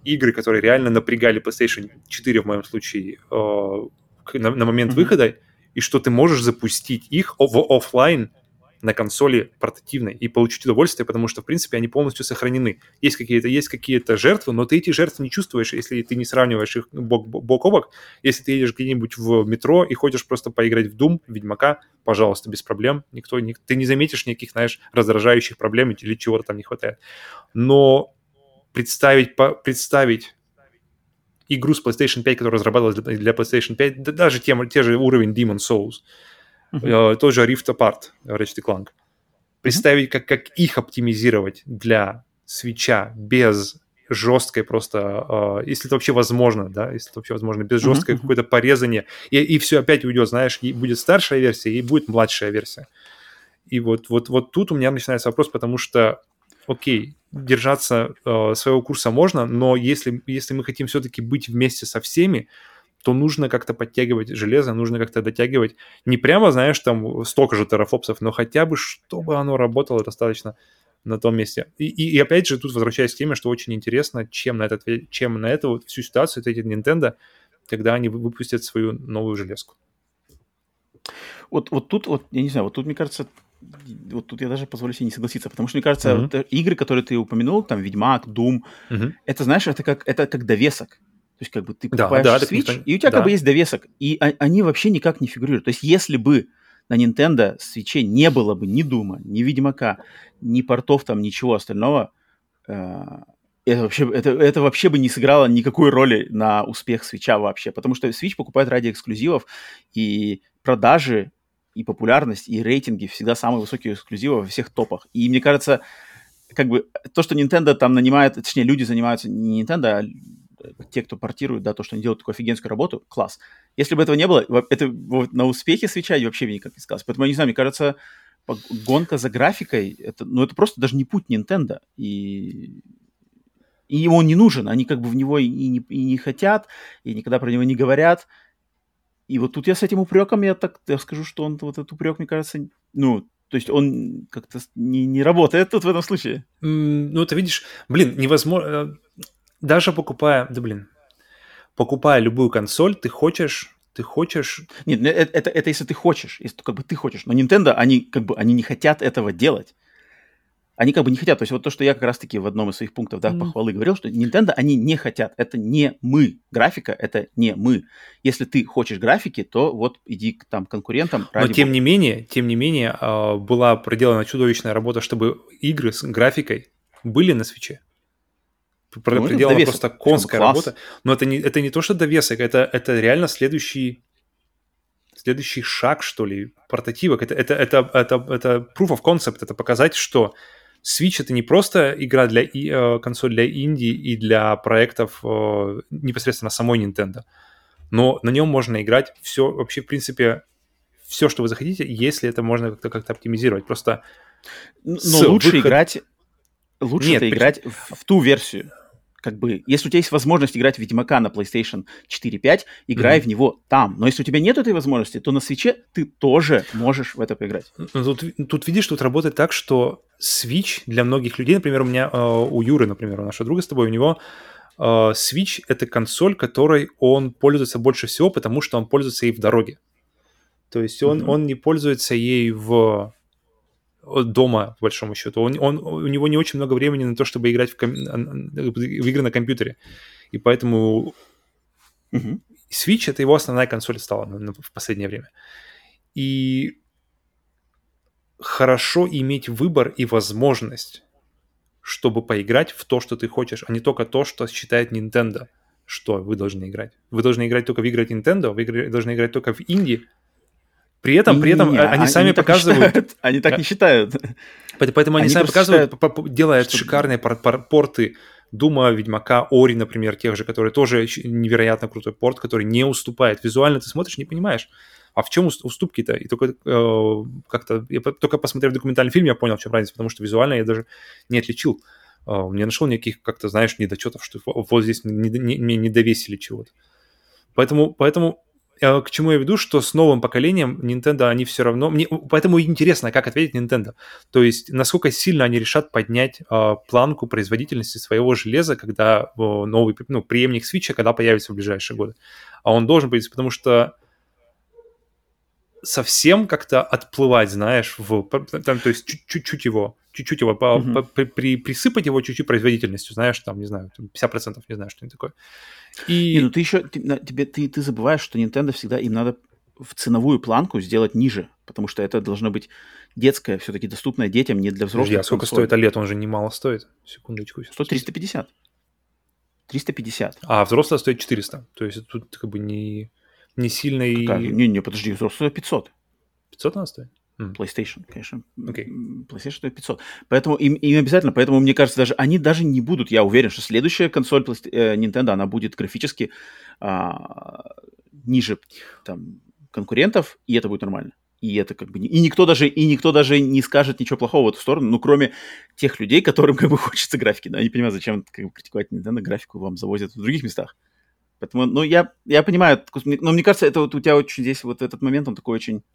игры, которые реально напрягали PlayStation четыре в моем случае э, на, на момент mm-hmm. выхода, и что ты можешь запустить их в офлайн на консоли портативной и получить удовольствие, потому что, в принципе, они полностью сохранены. Есть какие-то, есть какие-то жертвы, но ты эти жертвы не чувствуешь, если ты не сравниваешь их бок, бок о бок. Если ты едешь где-нибудь в метро и хочешь просто поиграть в Doom, в Ведьмака, пожалуйста, без проблем. Никто, не, ты не заметишь никаких, знаешь, раздражающих проблем или чего-то там не хватает. Но представить, по, представить игру с PlayStation пять, которая разрабатывалась для, для PlayStation пять, да, даже те, те же уровень Demon's Souls, Uh-huh. Тот же Rift Apart, Ratchet and Clank. Представить, uh-huh. как, как их оптимизировать для Switch'а без жесткой просто, э, если это вообще возможно, да, если это вообще возможно, без жесткой uh-huh. какое-то порезание, и, и все опять уйдет, знаешь, и будет старшая версия, и будет младшая версия. И вот, вот, вот тут у меня начинается вопрос, потому что, окей, держаться э, своего курса можно, но если, если мы хотим все-таки быть вместе со всеми, то нужно как-то подтягивать железо, нужно как-то дотягивать. Не прямо, знаешь, там столько же терафлопсов, но хотя бы, чтобы оно работало достаточно на том месте. И, и, и опять же, тут возвращаясь к теме, что очень интересно, чем на, этот, чем на эту вот всю ситуацию ответит Nintendo, когда они выпустят свою новую железку. Вот, вот тут, вот, я не знаю, вот тут, мне кажется, вот тут я даже позволю себе не согласиться, потому что, мне кажется, mm-hmm. вот, игры, которые ты упомянул, там, Ведьмак, Doom, mm-hmm. это, знаешь, это как, это как довесок. То есть, как бы, ты покупаешь да, да, Switch, никто... и у тебя, да. как бы, есть довесок, и а- они вообще никак не фигурируют. То есть, если бы на Nintendo Switch не было бы ни Doom, ни Ведьмака, ни портов там, ничего остального, э- это, вообще, это, это вообще бы не сыграло никакой роли на успех Switch'а вообще, потому что Switch покупают ради эксклюзивов, и продажи, и популярность, и рейтинги всегда самые высокие эксклюзивы во всех топах. И мне кажется, как бы, то, что Nintendo там нанимает, точнее, люди занимаются не Nintendo, а те, кто портирует, да, то, что они делают такую офигенскую работу, класс. Если бы этого не было, это вот, на успехе Switch'а вообще никак не сказалось. Поэтому, я не знаю, мне кажется, гонка за графикой, это, ну, это просто даже не путь Nintendo. И, и ему он не нужен. Они как бы в него и не, и не хотят, и никогда про него не говорят. И вот тут я с этим упреком, я так я скажу, что он, вот этот упрек, мне кажется, ну, то есть он как-то не, не работает тут в этом случае. Mm, ну, ты видишь, блин, невозможно... Даже покупая, да блин, покупая любую консоль, ты хочешь, ты хочешь... Нет, это, это, это если ты хочешь, если как бы ты хочешь. Но Nintendo, они как бы, они не хотят этого делать. Они как бы не хотят. То есть вот то, что я как раз-таки в одном из своих пунктов, да, mm. похвалы говорил, что Nintendo, они не хотят. Это не мы. Графика, это не мы. Если ты хочешь графики, то вот иди к там конкурентам. Но тем не менее, тем не менее, была проделана чудовищная работа, чтобы игры с графикой были на Switch'е. Ну, проделана просто конская работа. Но это не, это не то, что довесок, это, это реально следующий, следующий шаг, что ли, портативок. Это, это, это, это, это proof of concept, это показать, что Switch — это не просто игра для э, консоль для инди и для проектов э, непосредственно самой Nintendo, но на нем можно играть все, вообще, в принципе, все, что вы захотите, если это можно как-то, как-то оптимизировать. Просто но лучше выход... играть, лучше Нет, это при... играть в, в ту версию. Как бы, если у тебя есть возможность играть в Ведьмака на PlayStation четыре пять, играй mm-hmm. в него там. Но если у тебя нет этой возможности, то на Switch'е ты тоже можешь в это поиграть. Тут, тут видишь, тут работает так, что Switch для многих людей, например, у меня, у Юры, например, у нашего друга с тобой, у него Switch — это консоль, которой он пользуется больше всего, потому что он пользуется ей в дороге. То есть он, mm-hmm. он не пользуется ей в... дома, по большому счету. Он, он, у него не очень много времени на то, чтобы играть в, ком... в игры на компьютере. И поэтому uh-huh. Switch — это его основная консоль стала в последнее время. И хорошо иметь выбор и возможность, чтобы поиграть в то, что ты хочешь, а не только то, что считает Nintendo, что вы должны играть. Вы должны играть только в игры от Nintendo, вы должны играть только в инди. При этом, при этом не, они, они сами показывают... Они так не считают. Поэтому они, они сами показывают, считают, делают что... шикарные пор- пор- порты Дума, Ведьмака, Ори, например, тех же, которые тоже невероятно крутой порт, который не уступает. Визуально ты смотришь, не понимаешь, а в чем уступки-то? И только э, как-то... Я только посмотрев документальный фильм, я понял, в чем разница, потому что визуально я даже не отличил. Э, не нашел никаких, как-то, знаешь, недочетов, что вот здесь мне не, не, не довесили чего-то. Поэтому... поэтому к чему я веду, что с новым поколением Nintendo, они все равно... Мне, поэтому интересно, как ответить Nintendo. То есть, насколько сильно они решат поднять э, планку производительности своего железа, когда э, новый, ну, преемник Switch, когда появится в ближайшие годы. А он должен быть, потому что совсем как-то отплывать, знаешь, в, там, то есть чуть-чуть его, чуть-чуть его, mm-hmm. по, по, при, присыпать его чуть-чуть производительностью, знаешь, там, не знаю, пятьдесят процентов, не знаю, что-нибудь такое. И... Не, ну ты еще, ты, тебе, ты, ты забываешь, что Nintendo всегда, им надо в ценовую планку сделать ниже, потому что это должно быть детское, все-таки доступное детям, не для взрослых. Подожди, а сколько консоль. Стоит OLED? Он же немало стоит. Секундочку. Стоит триста пятьдесят. триста пятьдесят. А взрослая стоит четыреста. То есть тут как бы не, не сильно и... Не-не, подожди, взрослая пятьсот. пятьсот она стоит? PlayStation, конечно. Okay. PlayStation стоит пятьсот. Поэтому им, им обязательно, поэтому, мне кажется, даже они даже не будут, я уверен, что следующая консоль Nintendo, она будет графически а, ниже там, конкурентов, и это будет нормально. И это как бы... И никто даже, и никто даже не скажет ничего плохого в эту сторону, ну, кроме тех людей, которым как бы хочется графики. Да? Я не понимаю, зачем как бы, критиковать Nintendo, графику вам завозят в других местах. Поэтому, ну, я, я понимаю, но мне кажется, это вот у тебя очень здесь вот этот момент, он такой очень...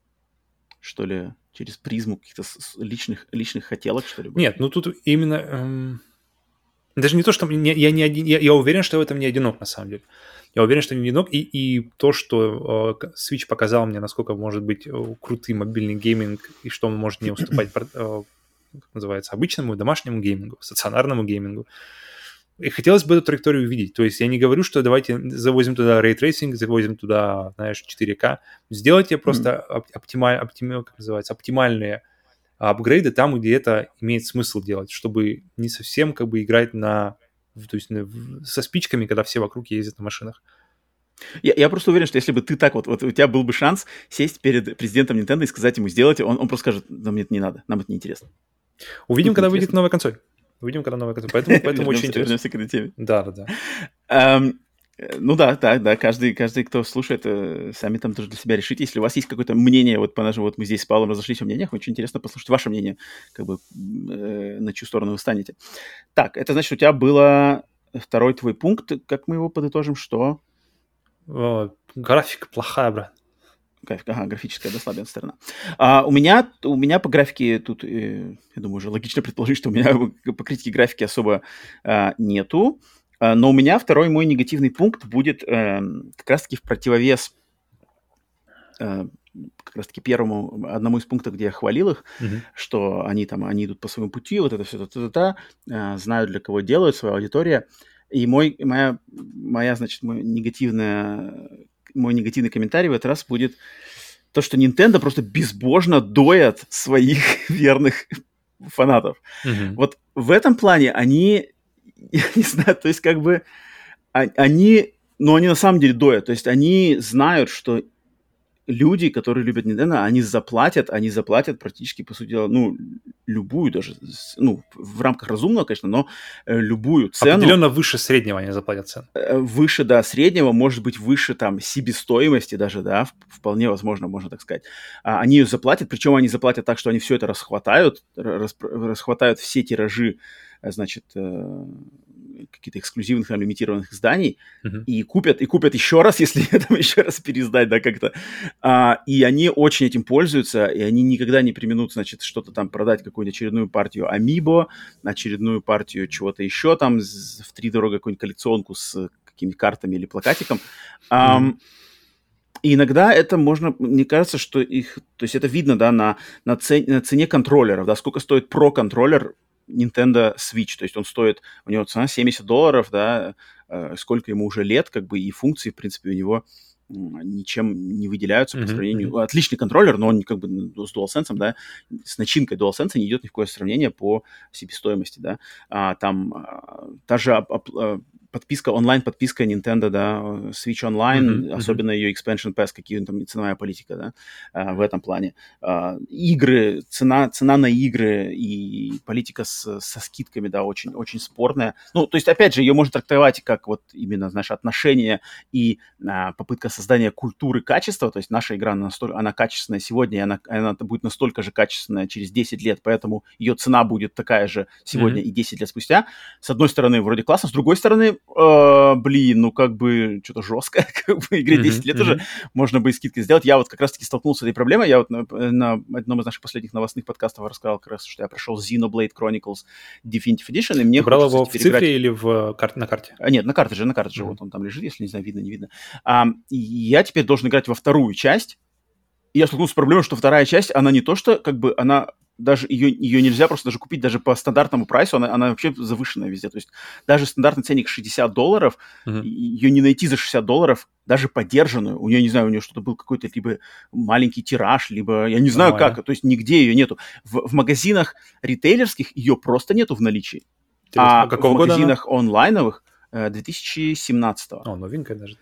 что ли, через призму каких-то личных, личных хотелок, что ли? Нет, ну тут именно... Эм... Даже не то, что... Не, я, не один, я, я уверен, что в этом не одинок, на самом деле. Я уверен, что не одинок. И, и то, что э, Switch показал мне, насколько может быть э, крутый мобильный гейминг, и что он может не уступать, э, как называется, обычному домашнему геймингу, стационарному геймингу. И хотелось бы эту траекторию увидеть. То есть я не говорю, что давайте завозим туда рейтрейсинг, завозим туда, знаешь, четыре ка. Сделайте просто mm-hmm. оптималь, оптималь, как называется, оптимальные апгрейды там, где это имеет смысл делать, чтобы не совсем как бы играть на, то есть на, со спичками, когда все вокруг ездят на машинах. Я, я просто уверен, что если бы ты так вот, вот у тебя был бы шанс сесть перед президентом Nintendo и сказать ему сделайте, он, он просто скажет, нам это не надо, нам это неинтересно. Увидим, когда выйдет новая консоль. Увидим, когда новая консоль. Поэтому, поэтому вернемся, очень интересно. Вернемся к этой теме. Да, да, да. Um, ну да, да, да, каждый, каждый, кто слушает, сами там тоже для себя решите. Если у вас есть какое-то мнение, вот по нашему, вот мы здесь с Павлом разошлись в мнениях, очень интересно послушать ваше мнение, как бы э, на чью сторону вы станете. Так, это значит, у тебя было второй твой пункт, как мы его подытожим, что? О, графика плохая, брат. Графика, ага, графическая, да, слабая сторона. А, у, меня, у меня по графике тут, э, я думаю, уже логично предположить, что у меня по критике графики особо э, нету. Uh, но у меня второй мой негативный пункт будет uh, как раз-таки в противовес uh, как раз-таки первому, одному из пунктов, где я хвалил их, mm-hmm. что они там, они идут по своему пути, вот это все, та-та-та, uh, знают, для кого делают, своя аудитория. И мой, моя, моя, значит, мой, негативная, мой негативный комментарий в этот раз будет то, что Nintendo просто безбожно доят своих верных фанатов. Mm-hmm. Вот в этом плане они... Я не знаю, то есть как бы они, ну они на самом деле доят, то есть они знают, что люди, которые любят Nintendo, они заплатят, они заплатят практически, по сути дела, ну, любую даже, ну, в рамках разумного, конечно, но э, любую цену. Определенно выше среднего они заплатят цену. Э, выше, да, среднего, может быть, выше там себестоимости даже, да, вполне возможно, можно так сказать. А, они ее заплатят, причем они заплатят так, что они все это расхватают, рас, расхватают все тиражи, значит, э, каких-то эксклюзивных, там, лимитированных изданий, uh-huh. и купят, и купят еще раз, если это еще раз переиздать, да, как-то. А, и они очень этим пользуются, и они никогда не преминут, значит, что-то там продать, какую-нибудь очередную партию Amiibo, очередную партию чего-то еще там, втридорога какую-нибудь коллекционку с какими-то картами или плакатиком. Uh-huh. А, и иногда это можно, мне кажется, что их, то есть это видно, да, на, на, цен, на цене контроллеров, да, сколько стоит Pro-контроллер Nintendo Switch, то есть он стоит, у него цена семьдесят долларов, да, э, сколько ему уже лет, как бы, и функции, в принципе, у него э, ничем не выделяются mm-hmm. по сравнению... Mm-hmm. Отличный контроллер, но он как бы с DualSense, да, с начинкой DualSense не идет ни в какое сравнение по себестоимости, да. А, там а, та же ап- ап- подписка, онлайн-подписка Nintendo, да, Switch Online, mm-hmm. особенно ее expansion pass, какие там ценовая политика, да, а, в этом плане. А, игры, цена, цена на игры и политика с, со скидками, да, очень, очень спорная. Ну, то есть, опять же, ее можно трактовать как вот именно, знаешь, отношения и а, попытка создания культуры качества, то есть наша игра, настолько, она качественная сегодня, и она, она будет настолько же качественная через десять лет, поэтому ее цена будет такая же сегодня mm-hmm. и десять лет спустя. С одной стороны, вроде классно, с другой стороны, э, блин, ну как бы что-то жестко, как бы игре десять mm-hmm. лет mm-hmm. уже можно бы и скидки сделать. Я вот как раз-таки столкнулся с этой проблемой, я вот на, на одном из наших последних новостных подкастов рассказал как раз, что я прошел Xenoblade Chronicles Definitive Edition, и мне Ты брал хочется его в цифре играть... или в, кар... на карте? А, нет, на карте же, на карте же, mm-hmm. вот он там лежит, если не знаю, видно, не видно. А, я теперь должен играть во вторую часть, и я столкнулся с проблемой, что вторая часть, она не то, что как бы она... Даже ее, ее нельзя просто даже купить даже по стандартному прайсу, она, она вообще завышенная везде. То есть даже стандартный ценник шестьдесят долларов, uh-huh. ее не найти за шестьдесят долларов, даже подержанную. У нее, не знаю, у нее что-то был какой-то либо маленький тираж, либо я не знаю oh, как, yeah. то есть нигде ее нету. В, в магазинах ритейлерских ее просто нету в наличии. Интересно, а в магазинах она? онлайновых две тысячи семнадцатого. О, новенькая даже.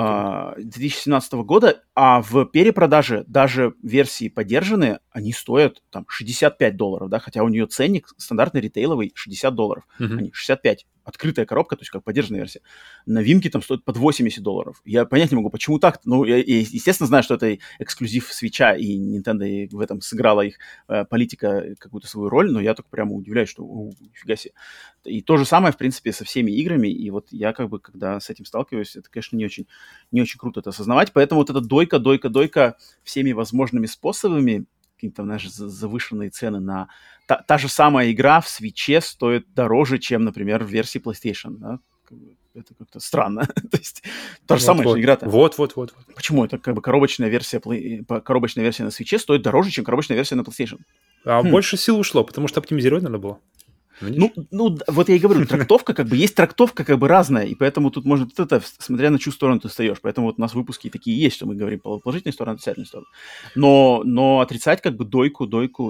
две тысячи семнадцатого года, а в перепродаже даже версии подержанные, они стоят там шестьдесят пять долларов, да, хотя у нее ценник стандартный ритейловый шестьдесят долларов, uh-huh. они шестьдесят пять. Открытая коробка, то есть как подержанная версия. Новинки там стоят под восемьдесят долларов. Я понять не могу, почему так. Ну, я, я естественно, знаю, что это эксклюзив Switch'а, и Nintendo и в этом сыграла их э, политика какую-то свою роль, но я только прямо удивляюсь, что о, нифига себе. И то же самое, в принципе, со всеми играми, и вот я как бы, когда с этим сталкиваюсь, это, конечно, не очень, не очень круто это осознавать, поэтому вот эта дойка, дойка, дойка всеми возможными способами, какие-то, знаешь, завышенные цены на... Та, та же самая игра в Switch'е стоит дороже, чем, например, в версии PlayStation, да? Это как-то странно. То есть та же вот, самая вот. игра-то. Вот, вот, вот. Почему это как бы коробочная версия, коробочная версия на Switch'е стоит дороже, чем коробочная версия на PlayStation? А хм. больше сил ушло, потому что оптимизировать надо было. Ну, ну, вот я и говорю, трактовка, как бы, есть трактовка, как бы, разная, и поэтому тут можно, вот это, смотря на чью сторону ты встаешь, поэтому вот у нас выпуски такие есть, что мы говорим по положительной стороне, отрицательной стороне. Но, но отрицать, как бы, дойку, дойку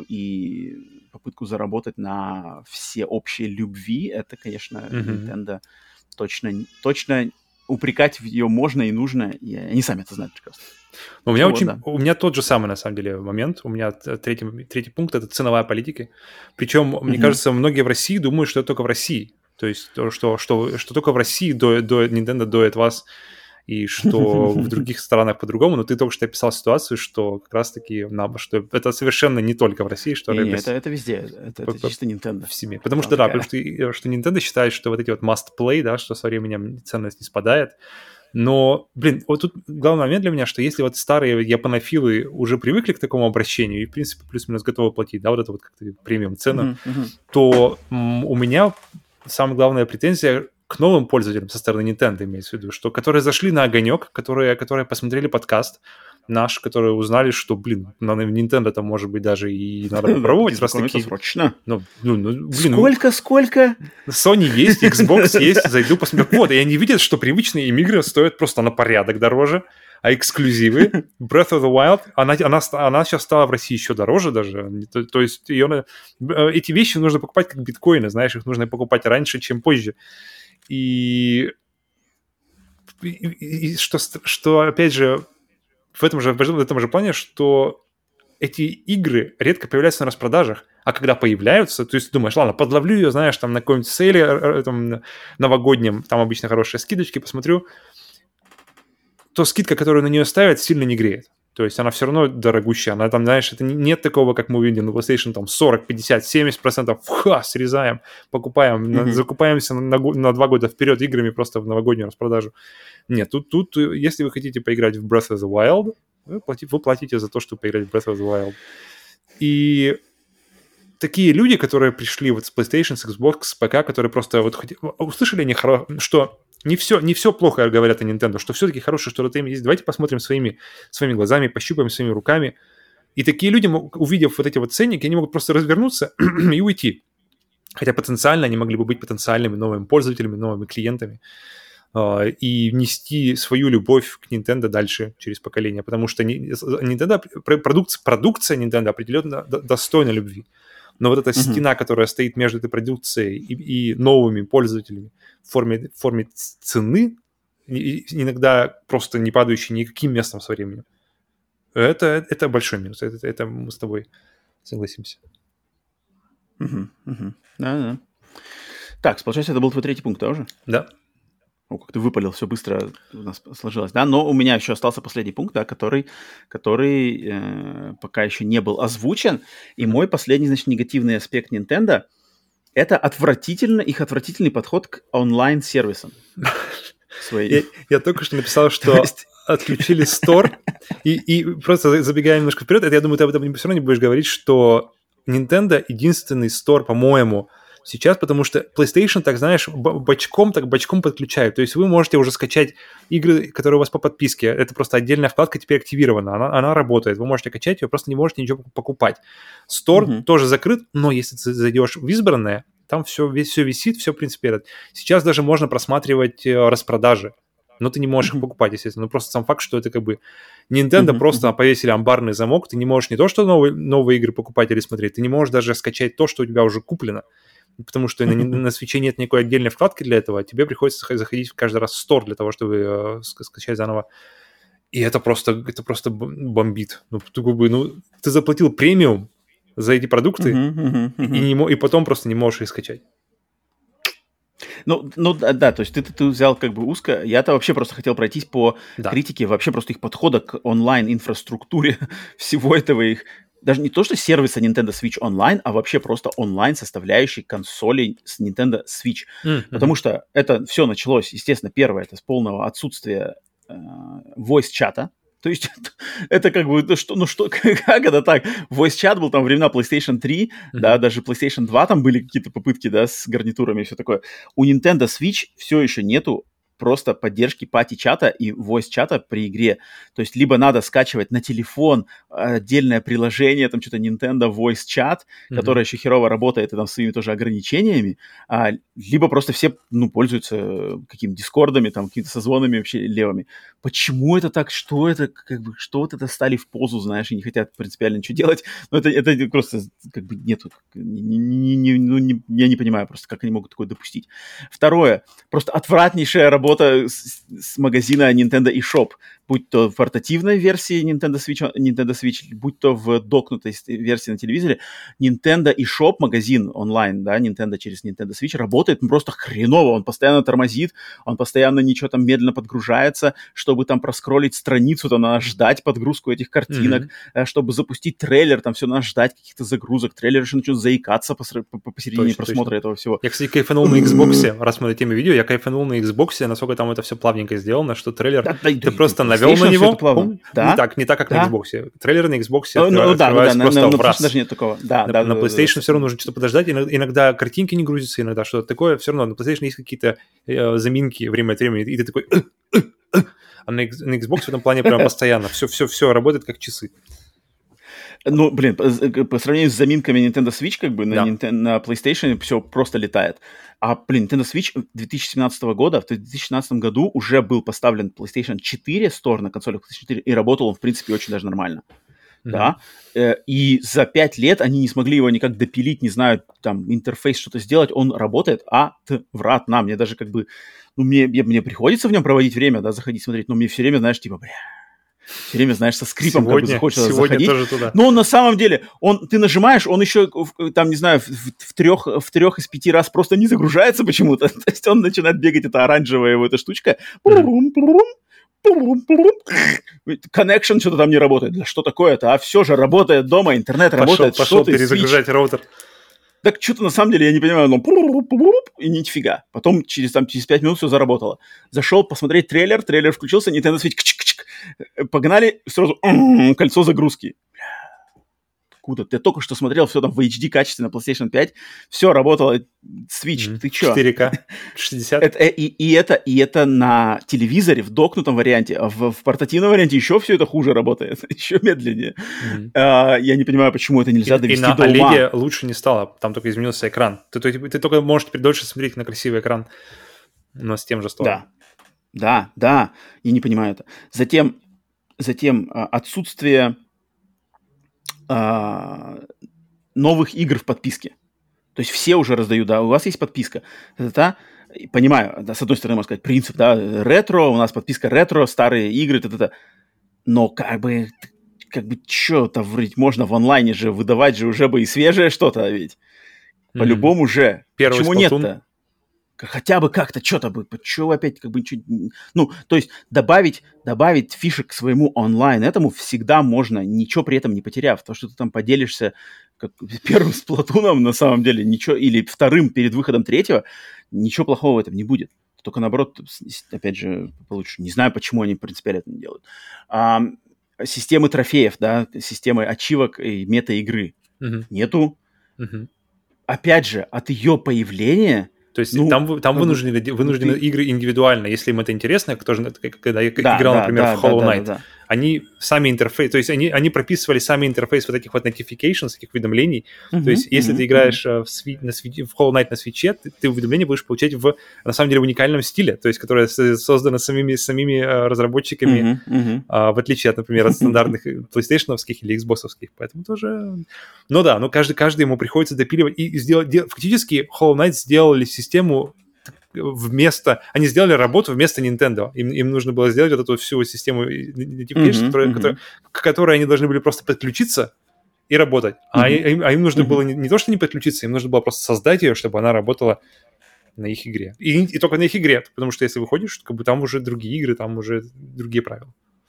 и попытку заработать на всеобщей любви, это, конечно, mm-hmm. Nintendo точно, точно упрекать в ее можно и нужно, и они сами это знают прекрасно. У меня, очень, да. у меня тот же самый, на самом деле, момент. У меня третий, третий пункт – это ценовая политика. Причем, mm-hmm. мне кажется, многие в России думают, что это только в России. То есть, то, что, что, что только в России до, до Nintendo доет вас, и что в других странах по-другому. Но ты только что описал ситуацию, что как раз-таки, что это совершенно не только в России, что не, не, это, это везде, это, это чисто Nintendo. В семье. Потому что, да, потому что, что Nintendo считает, что вот эти вот must-play, да, что со временем ценность не спадает. Но, блин, вот тут главный момент для меня, что если вот старые японофилы уже привыкли к такому обращению и, в принципе, плюс-минус готовы платить, да, вот это вот как-то премиум цену, uh-huh, uh-huh. то м- у меня самая главная претензия к новым пользователям со стороны Nintendo, имеется в виду, что которые зашли на огонек, которые, которые посмотрели подкаст наш, которые узнали, что, блин, на Nintendo там, может быть, даже и надо попробовать. Раз такие... срочно. Ну, ну, ну, блин, сколько, сколько? Sony есть, Xbox есть, зайду, посмотрю. Вот, и они видят, что привычные им игры стоят просто на порядок дороже, а эксклюзивы, Breath of the Wild, она, она, она сейчас стала в России еще дороже даже. То, то есть ее, эти вещи нужно покупать как биткоины, знаешь, их нужно покупать раньше, чем позже. И, и, и что, что, опять же, в этом же, в этом же плане, что эти игры редко появляются на распродажах, а когда появляются, то есть ты думаешь, ладно, подловлю ее, знаешь, там на каком-нибудь сейле там, новогоднем, там обычно хорошие скидочки, посмотрю, то скидка, которую на нее ставят, сильно не греет. То есть она все равно дорогущая. Она там, знаешь, это нет такого, как мы увидели на PlayStation, там сорок, пятьдесят, семьдесят процентов, ха, срезаем, покупаем, mm-hmm. закупаемся на, на два года вперед играми просто в новогоднюю распродажу. Нет, тут, тут, если вы хотите поиграть в Breath of the Wild, вы платите, вы платите за то, чтобы поиграть в Breath of the Wild. И такие люди, которые пришли вот с PlayStation, с Xbox, с ПК, которые просто вот услышали они, что не все, не все плохо говорят о Nintendo, что все-таки хорошее что-то им есть. Давайте посмотрим своими, своими глазами, пощупаем своими руками. И такие люди, увидев вот эти вот ценники, они могут просто развернуться и уйти. Хотя потенциально они могли бы быть потенциальными новыми пользователями, новыми клиентами и нести свою любовь к Nintendo дальше через поколение, потому что Nintendo, продукция, продукция Nintendo определенно достойна любви. Но вот эта mm-hmm. стена, которая стоит между этой продукцией и, и новыми пользователями в форме, в форме цены, иногда просто не падающей никаким местом со временем, это, это большой минус. Это, это мы с тобой согласимся. Mm-hmm. Mm-hmm. Да-да. Так, получается, это был твой третий пункт, да, уже? Да. О, как ты выпалил, все быстро у нас сложилось, да, но у меня еще остался последний пункт, да, который, который э, пока еще не был озвучен, и мой последний, значит, негативный аспект Nintendo — это отвратительно, их отвратительный подход к онлайн-сервисам. Я, я только что написал, что есть... отключили Store, и, и просто забегая немножко вперед, это, я думаю, ты об этом все равно не будешь говорить, что Nintendo единственный Store, по-моему, сейчас, потому что PlayStation, так знаешь, бочком, так бочком подключают. То есть вы можете уже скачать игры, которые у вас по подписке. Это просто отдельная вкладка теперь активирована. Она, она работает. Вы можете качать ее, просто не можете ничего покупать. Store mm-hmm. тоже закрыт, но если ты зайдешь в избранное, там все, весь, все висит, все, в принципе, этот. Сейчас даже можно просматривать распродажи. Но ты не можешь их покупать, естественно. Ну, просто сам факт, что это как бы Nintendo mm-hmm. просто повесили амбарный замок. Ты не можешь не то, что новые, новые игры покупать или смотреть, ты не можешь даже скачать то, что у тебя уже куплено. Потому что на, на Switch нет никакой отдельной вкладки для этого, тебе приходится заходить каждый раз в Store для того, чтобы э, скачать заново. И это просто, это просто бомбит. Ну, ты, как бы, ну, ты заплатил премиум за эти продукты, uh-huh, uh-huh, uh-huh. И, не, и потом просто не можешь их скачать. Ну, ну да, да, то есть ты, ты, ты взял как бы узко. Я-то вообще просто хотел пройтись по да. критике вообще просто их подхода к онлайн-инфраструктуре всего этого их. Даже не то, что сервиса Nintendo Switch Online, а вообще просто онлайн-составляющей консолей с Nintendo Switch. Mm-hmm. Потому что это все началось, естественно, первое, это с полного отсутствия э, voice-чата. То есть это, это как бы, ну что, ну что, как это так? Voice-чат был там во времена PlayStation три, mm-hmm. да, даже PlayStation два там были какие-то попытки, да, с гарнитурами и все такое. У Nintendo Switch все еще нету просто поддержки пати-чата и voice-чата при игре. То есть либо надо скачивать на телефон отдельное приложение, там что-то Nintendo Voice Chat, mm-hmm. которое еще херово работает и там своими тоже ограничениями, а, либо просто все, ну, пользуются какими-то дискордами, там, какими-то созвонами вообще левыми. Почему это так? Что это? Как бы, что вот это стали в позу, знаешь, и не хотят принципиально ничего делать? Ну, это, это просто как бы нету. Не, не, не, ну, не, я не понимаю просто, как они могут такое допустить. Второе. Просто отвратнейшая работа работа с, с магазина Nintendo eShop, будь то в портативной версии Nintendo Switch, Nintendo Switch, будь то в докнутой версии на телевизоре, Nintendo eShop, магазин онлайн, да, Nintendo через Nintendo Switch, работает ну, просто хреново, он постоянно тормозит, он постоянно ничего там медленно подгружается, чтобы там проскроллить страницу, там надо ждать подгрузку этих картинок, mm-hmm. чтобы запустить трейлер, там все надо ждать каких-то загрузок, трейлер еще начнет заикаться посередине точно, просмотра точно. Этого всего. Я, кстати, кайфанул на Xbox, раз мы на теме видео, я кайфанул на Xbox, насколько там это все плавненько сделано, что трейлер, да, ты да, просто да, навел на него, пум, да? не так, не так, как да? на Xbox. Трейлер на Xbox ну, ну, открывается да, просто на, в раз. Даже нет такого. Да, на, да, на да, PlayStation да, все равно нужно что-то подождать, иногда картинки не грузятся, иногда что-то такое, все равно на PlayStation есть какие-то э, заминки время от времени, и ты такой... А на, на Xbox в этом плане прям постоянно, все-все-все работает как часы. Ну, блин, по, по сравнению с заминками Nintendo Switch, как бы, на, да. Nintendo, на PlayStation все просто летает. А, блин, Nintendo Switch две тысячи семнадцатого года, в две тысячи семнадцатом году уже был поставлен PlayStation четыре Store на консолях PlayStation четыре, и работал он, в принципе, очень даже нормально. Mm-hmm. Да, и за пять лет они не смогли его никак допилить, не знаю, там, интерфейс что-то сделать, он работает отвратно. Мне даже как бы, ну, мне, мне приходится в нем проводить время, да, заходить смотреть, но мне все время, знаешь, типа, бля... Все время, знаешь, со скрипом сегодня, как бы захочется заходить. Тоже туда. Но на самом деле, он, ты нажимаешь, он еще, там, не знаю, в, в, трех, в трех из пяти раз просто не загружается почему-то. То есть он начинает бегать, эта оранжевая его эта штучка. Connection что-то там не работает. Да что такое-то? А все же работает дома, интернет пошел, работает. Пошел что перезагружать роутер. Так что-то на самом деле я не понимаю, но и нифига. Потом через, там, через пять минут все заработало. Зашел посмотреть трейлер, трейлер включился, Nintendo Switch, погнали, сразу кольцо загрузки. Откуда? Ты только что смотрел все там в эйч ди качестве на PlayStation пять, все работало, Switch, mm-hmm. ты чё? четыре ка, шестьдесят. Это, и, и, это, и это на телевизоре в докнутом варианте, а в, в портативном варианте еще все это хуже работает, еще медленнее. Mm-hmm. А, я не понимаю, почему это нельзя и, довести до ума. И на о лед лучше не стало, там только изменился экран. Ты, ты, ты только можешь теперь дольше смотреть на красивый экран, но с тем же столом. Да. Да, да, я не понимаю это. Затем, затем отсутствие а, новых игр в подписке. То есть все уже раздают, да, у вас есть подписка. Это, понимаю, да, с одной стороны, можно сказать, принцип, да, ретро, у нас подписка ретро, старые игры, т-т-т. Но как бы, как бы, что-то вроде можно в онлайне же выдавать же уже бы и свежее что-то ведь. По-любому mm-hmm. же. Первый Почему Splatoon. нет-то? хотя бы как-то что-то бы, что опять как бы ничего... Ну, то есть добавить, добавить фишек к своему онлайн, этому всегда можно, ничего при этом не потеряв. То, что ты там поделишься как первым с Платуном, на самом деле, ничего, или вторым перед выходом третьего, ничего плохого в этом не будет. Только наоборот, опять же, получше. Не знаю, почему они принципиально это не делают. А, системы трофеев, да, системы ачивок и мета-игры uh-huh. нету. Uh-huh. Опять же, от ее появления... То есть ну, там, там вынуждены, вынуждены ты... игры индивидуально, если им это интересно, кто же, когда я да, играл, да, например, да, в Hollow Knight, да, да, да. они сами интерфейс, то есть они, они прописывали сами интерфейс вот этих вот notifications, этих уведомлений. Uh-huh, то есть если uh-huh, ты играешь uh-huh. в, сви, на сви, в Hollow Knight на свитче, ты, ты уведомления будешь получать в, на самом деле, в уникальном стиле, то есть которое создано самими, самими разработчиками, uh-huh, uh-huh. А, в отличие от, например, от стандартных PlayStation-овских или Xbox-овских. Поэтому тоже... Ну да, но каждый, каждый ему приходится допиливать. И сделать, дел... фактически Hollow Knight сделали систему вместо... Они сделали работу вместо Nintendo. Им, им нужно было сделать вот эту всю систему notification, mm-hmm, которая, mm-hmm. которая, к которой они должны были просто подключиться и работать. Mm-hmm. А, им, а им нужно mm-hmm. было не, не то, что не подключиться, им нужно было просто создать ее, чтобы она работала на их игре. И, и только на их игре, потому что если выходишь, как бы там уже другие игры, там уже другие правила.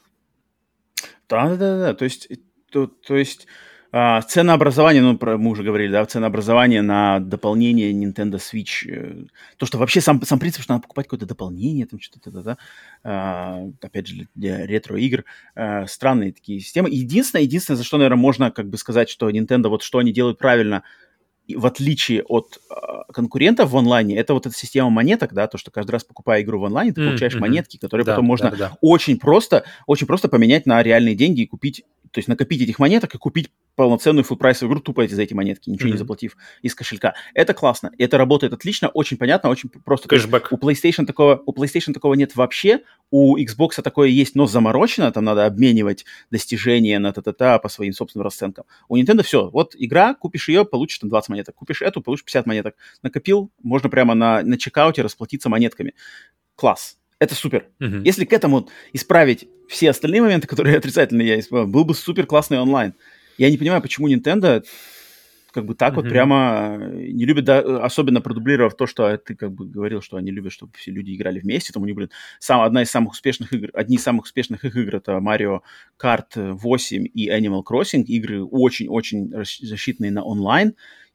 Да-да-да, то есть... То, то есть... Uh, ценообразование, ну, про, мы уже говорили, да, ценообразование на дополнение Nintendo Switch. Uh, то, что вообще сам, сам принцип, что надо покупать какое-то дополнение, там что-то, да, да, uh, опять же, для ретро-игр, uh, странные такие системы. Единственное, единственное, за что, наверное, можно как бы сказать, что Nintendo, вот что они делают правильно, в отличие от uh, конкурентов в онлайне, это вот эта система монеток, да, то, что каждый раз, покупая игру в онлайне, ты mm-hmm. получаешь монетки, которые да, потом можно да, да. очень просто, очень просто поменять на реальные деньги и купить, то есть накопить этих монеток и купить полноценную фулл-прайсовую игру тупо за эти монетки, ничего mm-hmm. не заплатив из кошелька. Это классно, это работает отлично, очень понятно, очень просто. Кэшбэк. У PlayStation такого, у PlayStation такого нет вообще, у Xbox такое есть, но заморочено, там надо обменивать достижения на та-та-та по своим собственным расценкам. У Nintendo все, вот игра, купишь ее, получишь там двадцать монеток, купишь эту, получишь пятьдесят монеток. Накопил, можно прямо на, на чекауте расплатиться монетками. Класс. Это супер. Uh-huh. Если к этому исправить все остальные моменты, которые отрицательные я исправил, был бы супер классный онлайн. Я не понимаю, почему Nintendo как бы так uh-huh. вот прямо не любит, да, особенно продублировав то, что ты как бы говорил, что они любят, чтобы все люди играли вместе. Там у них, блин, сам, одна из самых успешных игр, одни из самых успешных их игр это Mario Kart восемь и Animal Crossing. Игры очень-очень рассчитанные на онлайн.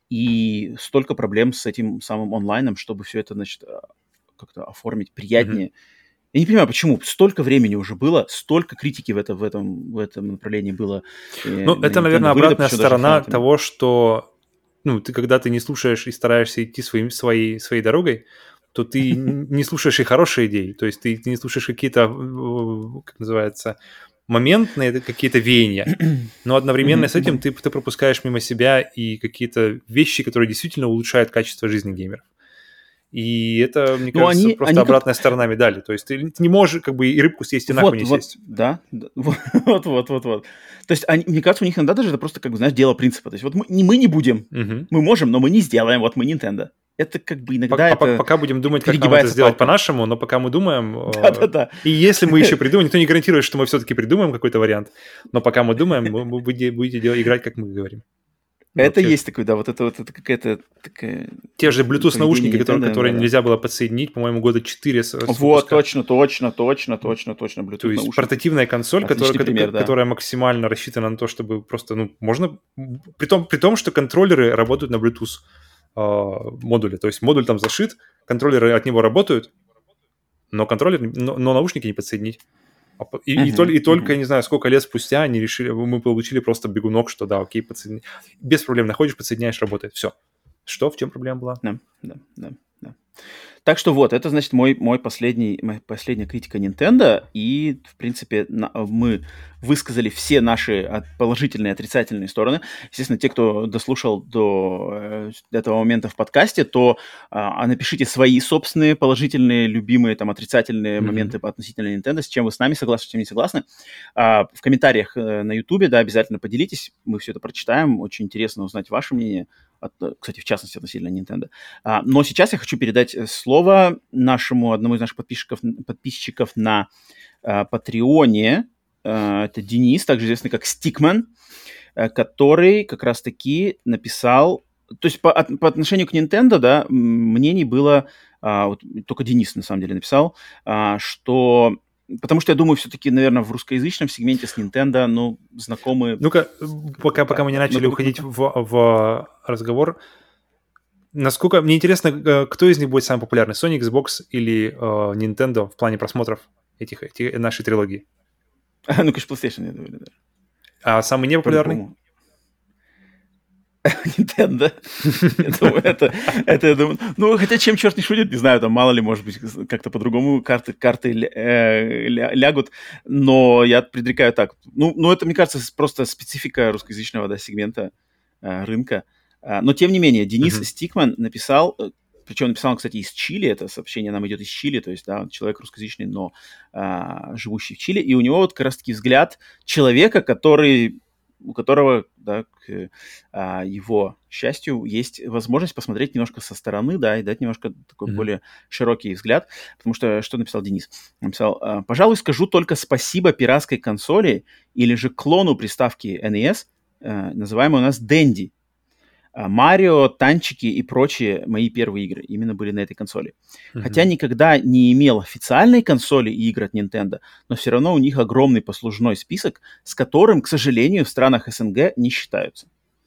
И столько проблем с этим самым онлайном, чтобы все это, значит, как-то оформить приятнее. Mm-hmm. Я не понимаю, почему. Столько времени уже было, столько критики в, это, в, этом, в этом направлении было. Ну, это, Nintendo наверное, обратная сторона того, что ну, ты, когда ты не слушаешь и стараешься идти своим, своей, своей дорогой, то ты не слушаешь и хорошие идеи. То есть ты, ты не слушаешь какие-то, как называется, моментные какие-то веяния, но одновременно с этим ты, ты пропускаешь мимо себя и какие-то вещи, которые действительно улучшают качество жизни геймеров. И это, мне ну, кажется, они, просто они обратная как... сторона медали. То есть ты, ты не можешь как бы и рыбку съесть, и нахуй вот, не вот, съесть. Да, да, вот, вот, вот, вот. То есть, они, мне кажется, у них иногда даже это просто, как бы, знаешь, дело принципа. То есть вот мы не, мы не будем, uh-huh. мы можем, но мы не сделаем, вот мы Nintendo. Это как бы иногда пока, это пока будем думать, как нам это сделать палкой. По-нашему, но пока мы думаем... Да-да-да. И если мы еще придумаем, никто не гарантирует, что мы все-таки придумаем какой-то вариант, но пока мы думаем, вы будете, будете делать, играть, как мы говорим. Это есть такой, да, вот это вот это какая-то такая... Те же Bluetooth-наушники, которые, которые да, нельзя да. было подсоединить, по-моему, года четыре. С, вот, точно, точно, точно, точно, точно, Bluetooth-наушники. То есть портативная консоль, которая, пример, которая да. максимально рассчитана на то, чтобы просто, ну, можно... При том, при том что контроллеры работают на Bluetooth э, модуле, то есть модуль там зашит, контроллеры от него работают, но контроллер, но, но наушники не подсоединить. И, uh-huh, и, только, и только, uh-huh. не знаю, сколько лет спустя они решили, мы получили просто бегунок, что да, окей, подсоедини... без проблем находишь, подсоединяешь, работает, все. Что, в чем проблема была? Да, да, да, да. Так что вот, это, значит, мой, мой последний, моя последняя критика Nintendo, и, в принципе, на, мы высказали все наши положительные и отрицательные стороны. Естественно, те, кто дослушал до, до этого момента в подкасте, то а, напишите свои собственные положительные, любимые, там, отрицательные mm-hmm. моменты относительно Nintendo, с чем вы с нами согласны, с чем не согласны. А, в комментариях на YouTube, да, обязательно поделитесь, мы все это прочитаем, очень интересно узнать ваше мнение. От, кстати, в частности, относительно Nintendo. А, но сейчас я хочу передать слово нашему, одному из наших подписчиков, подписчиков на а, Патреоне. А, это Денис, также известный как Stickman, а, который как раз-таки написал... То есть по, от, по отношению к Nintendo, да, мнений было а, вот только Денис на самом деле написал, а, что... Потому что я думаю, все-таки, наверное, в русскоязычном сегменте с Nintendo, ну, знакомые... Ну-ка, пока, пока мы не начали ну, уходить в, в разговор, насколько... Мне интересно, кто из них будет самый популярный, Sony, Xbox или э, Nintendo в плане просмотров этих, этих, нашей трилогии? А, ну, конечно, PlayStation, я думаю, да. А самый непопулярный? Nintendo. Я думаю, это, это, я думаю, ну, хотя чем черт не шутит, не знаю, там, мало ли, может быть, как-то по-другому карты, карты э, лягут, но я предрекаю так. Ну, ну, это, мне кажется, просто специфика русскоязычного, да, сегмента э, рынка. А, но, тем не менее, Денис mm-hmm. Стикман написал, причем написал он, кстати, из Чили, это сообщение нам идет из Чили, то есть, да, человек русскоязычный, но а, живущий в Чили, и у него вот как раз-таки взгляд человека, который... у которого, да, к а, его счастью, есть возможность посмотреть немножко со стороны, да, и дать немножко такой mm-hmm. более широкий взгляд, потому что, что написал Денис? Он написал, пожалуй, скажу только спасибо пиратской консоли или же клону приставки эн и эс, а, называемой у нас Dendy. Марио, танчики и прочие мои первые игры именно были на этой консоли. Mm-hmm. Хотя никогда не имел официальной консоли и игр от Nintendo, но все равно у них огромный послужной список, с которым, к сожалению, в странах СНГ не считаются.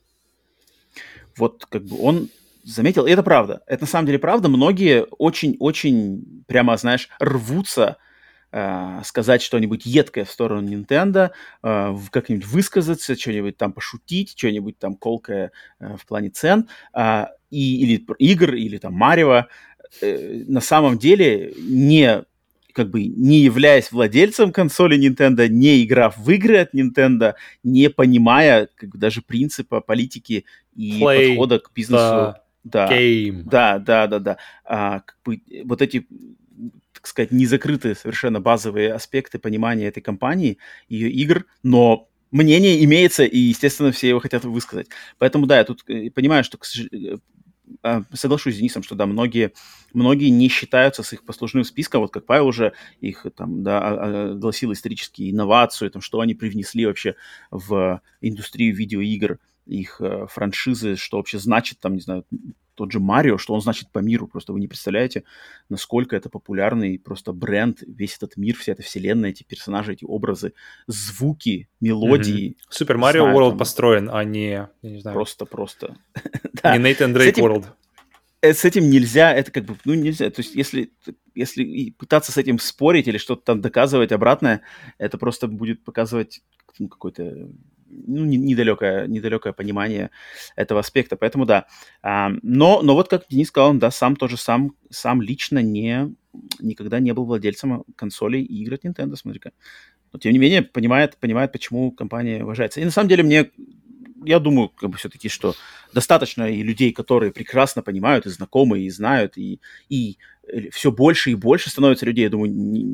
Вот как бы он заметил, и это правда. Это на самом деле правда. Многие очень-очень, прямо, знаешь, рвутся сказать что-нибудь едкое в сторону Nintendo, как-нибудь высказаться, что-нибудь там пошутить, что-нибудь там колкое в плане цен, и, или игр, или там Марио. На самом деле, не, как бы, не являясь владельцем консоли Nintendo, не играв в игры от Nintendo, не понимая как бы, даже принципа политики и Play подхода к бизнесу. Да, game. да, да, да, да. А, как бы, вот эти... так сказать, незакрытые совершенно базовые аспекты понимания этой компании, ее игр, но мнение имеется, и, естественно, все его хотят высказать. Поэтому, да, я тут понимаю, что соглашусь с Денисом, что, да, многие, многие не считаются с их послужным списком, вот как Павел уже их там, да, огласил исторические инновации, там, что они привнесли вообще в индустрию видеоигр, их франшизы, что вообще значит, там, не знаю, тот же Марио, что он значит по миру. Просто вы не представляете, насколько это популярный просто бренд, весь этот мир, вся эта вселенная, эти персонажи, эти образы, звуки, мелодии. Супер Марио World построен, а не, я не знаю. Просто-просто. Не Nathan Drake World. С этим нельзя, это как бы, ну, нельзя. То есть если, если пытаться с этим спорить или что-то там доказывать обратное, это просто будет показывать ну, какой-то... ну, недалекое, недалекое понимание этого аспекта, поэтому да. А, но, но вот как Денис сказал, он, да, сам тоже сам, сам лично не, никогда не был владельцем консолей и игр от Nintendo, смотри-ка. Но, тем не менее, понимает, понимает, почему компания уважается. И на самом деле мне, я думаю, как бы все-таки, что достаточно и людей, которые прекрасно понимают, и знакомы, и знают, и, и все больше и больше становится людей, я думаю,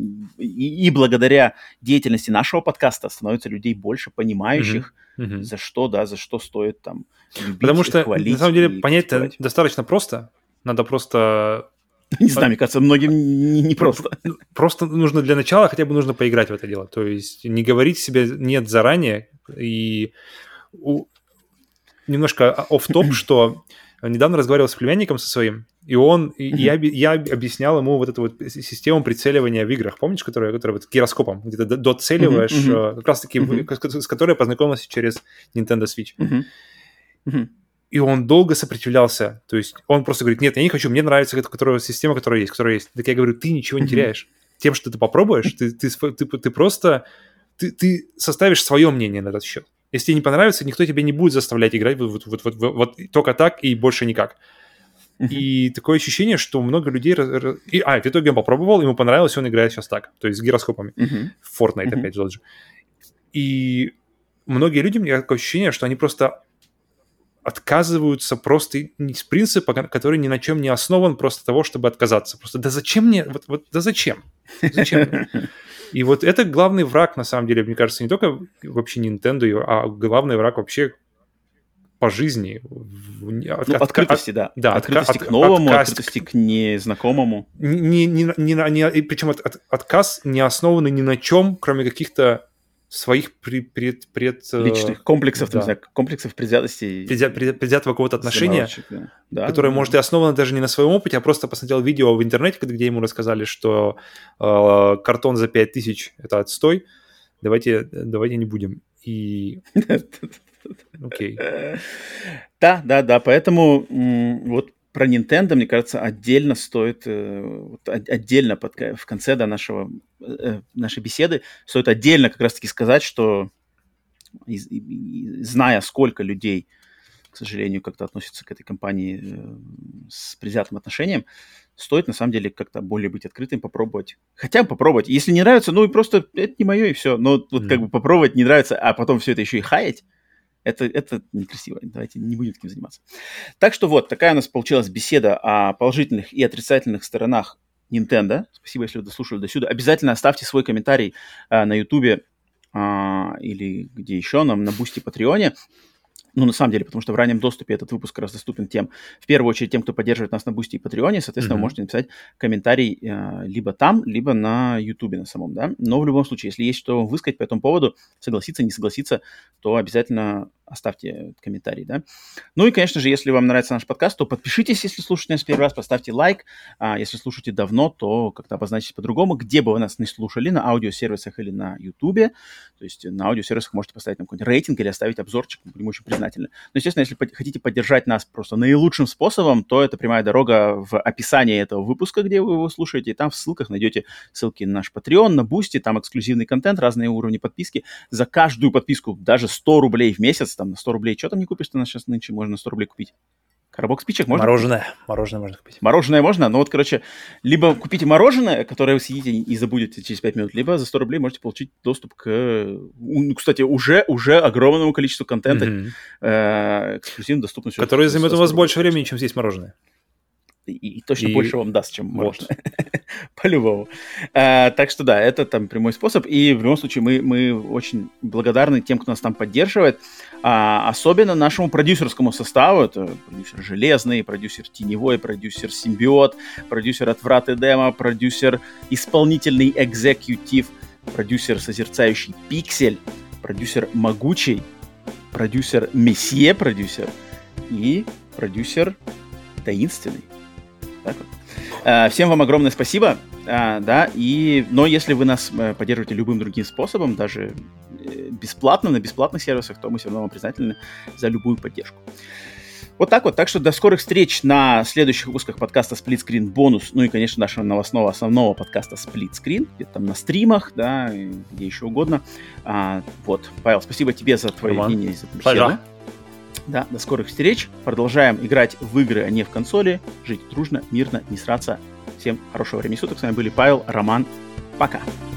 и, и благодаря деятельности нашего подкаста становится людей больше понимающих, mm-hmm. Mm-hmm. за что, да, за что стоит там любить, потому что, хвалить. На самом деле, понять-то достаточно просто. Надо просто... Не знаю, мне кажется, многим не, не просто. Просто нужно для начала хотя бы нужно поиграть в это дело. То есть не говорить себе «нет» заранее. И у... немножко офф-топ, что недавно разговаривал с племянником со своим, и он, и я, я объяснял ему вот эту вот систему прицеливания в играх, помнишь, которая, которая вот гироскопом, где ты доцеливаешь, uh-huh. как раз-таки, uh-huh. с которой я познакомился через Nintendo Switch. Uh-huh. Uh-huh. И он долго сопротивлялся, то есть он просто говорит, нет, я не хочу, мне нравится эта которая, система, которая есть, которая есть. Так я говорю, ты ничего не теряешь. Uh-huh. Тем, что ты попробуешь, ты, ты, ты, ты просто, ты, ты составишь свое мнение на этот счет. Если тебе не понравится, никто тебя не будет заставлять играть вот, вот, вот, вот, вот только так и больше никак. Uh-huh. И такое ощущение, что много людей... И, а, в итоге он попробовал, ему понравилось, он играет сейчас так. То есть с гироскопами. Uh-huh. Fortnite, uh-huh. опять же, тот же. И многие люди, у меня такое ощущение, что они просто отказываются просто из принципа, который ни на чем не основан, просто того, чтобы отказаться. Просто да зачем мне... Вот, вот, да зачем? Зачем? И вот это главный враг, на самом деле, мне кажется, не только вообще Nintendo, а главный враг вообще по жизни. От, ну, от, открытости, от, да. да. Открытости от, к новому, отказ, открытости к незнакомому. Не, не, не, не, не, причем от, от, отказ не основанный ни на чем, кроме каких-то своих пред, пред, пред личных комплексов, да. там, не знаю, комплексов предвзятости, Предвзя, предвзятого какого-то отношения, да. Да, которое да, может да. и основано даже не на своем опыте, а просто посмотрел видео в интернете, где ему рассказали, что э, картон за пять тысяч это отстой, давайте, давайте не будем. И окей. Да, да, да, поэтому вот про Nintendo, мне кажется, отдельно стоит, вот, отдельно под, в конце да, нашего, нашей беседы стоит отдельно как раз-таки сказать, что зная, сколько людей, к сожалению, как-то относятся к этой компании с предвзятым отношением, стоит, на самом деле, как-то более быть открытым, попробовать. Хотя бы попробовать. Если не нравится, ну и просто это не мое, и все. Но вот mm-hmm. как бы попробовать не нравится, а потом все это еще и хаять, это, это некрасиво. Давайте не будем таким заниматься. Так что вот, такая у нас получилась беседа о положительных и отрицательных сторонах Nintendo. Спасибо, если вы дослушали до сюда. Обязательно оставьте свой комментарий а, на YouTube а, или где еще, на, на Boosty, Патреоне. Ну, на самом деле, потому что в раннем доступе этот выпуск как раз доступен тем, в первую очередь, тем, кто поддерживает нас на Boosty и Патреоне. Соответственно, mm-hmm. вы можете написать комментарий э, либо там, либо на YouTube на самом, да. Но в любом случае, если есть что высказать по этому поводу, согласиться, не согласиться, то обязательно оставьте комментарий, да. Ну и, конечно же, если вам нравится наш подкаст, то подпишитесь, если слушаете нас первый раз, поставьте лайк. А если слушаете давно, то как-то обозначьтесь по-другому. Где бы вы нас не слушали, на аудиосервисах или на YouTube. То есть на аудиосервисах можете поставить нам какой-нибудь рейтинг или оставить обзорчик, мы будем очень признательны. Но, естественно, если хотите поддержать нас просто наилучшим способом, то это прямая дорога в описании этого выпуска, где вы его слушаете, и там в ссылках найдете ссылки на наш Patreon, на Boosty, там эксклюзивный контент, разные уровни подписки. За каждую подписку даже сто рублей в месяц, там на сто рублей, что там не купишь, ты нас сейчас нынче можно на сто рублей купить? Коробок спичек можно? Мороженое. Купить? Мороженое можно купить. Мороженое можно? Ну вот, короче, либо купите мороженое, которое вы съедите и забудете через пять минут, либо за сто рублей можете получить доступ к, ну, кстати, уже, уже огромному количеству контента, mm-hmm. э, эксклюзивно доступно. Который займет у вас больше времени, чем съесть мороженое. И, и точно и... больше вам даст, чем мороженое. По-любому. А, так что да, это там прямой способ. И в любом случае мы, мы очень благодарны тем, кто нас там поддерживает. А, особенно нашему продюсерскому составу. Это продюсер Железный, продюсер Теневой, продюсер Симбиот, продюсер Отврат Эдема, продюсер Исполнительный Экзекьютив, продюсер Созерцающий Пиксель, продюсер Могучий, продюсер Месье продюсер и продюсер Таинственный. Так вот. А, всем вам огромное спасибо, а, да, и, но если вы нас а, поддерживаете любым другим способом, даже бесплатно, на бесплатных сервисах, то мы все равно вам признательны за любую поддержку. Вот так вот, так что до скорых встреч на следующих выпусках подкаста Split Screen Bonus, ну и, конечно, нашего новостного основного подкаста Split Screen, где-то там на стримах, да, где еще угодно. А, вот, Павел, спасибо тебе за твое мнение, за беседу. Да, до скорых встреч. Продолжаем играть в игры, а не в консоли. Жить дружно, мирно, не сраться. Всем хорошего времени суток. С вами были Павел, Роман. Пока.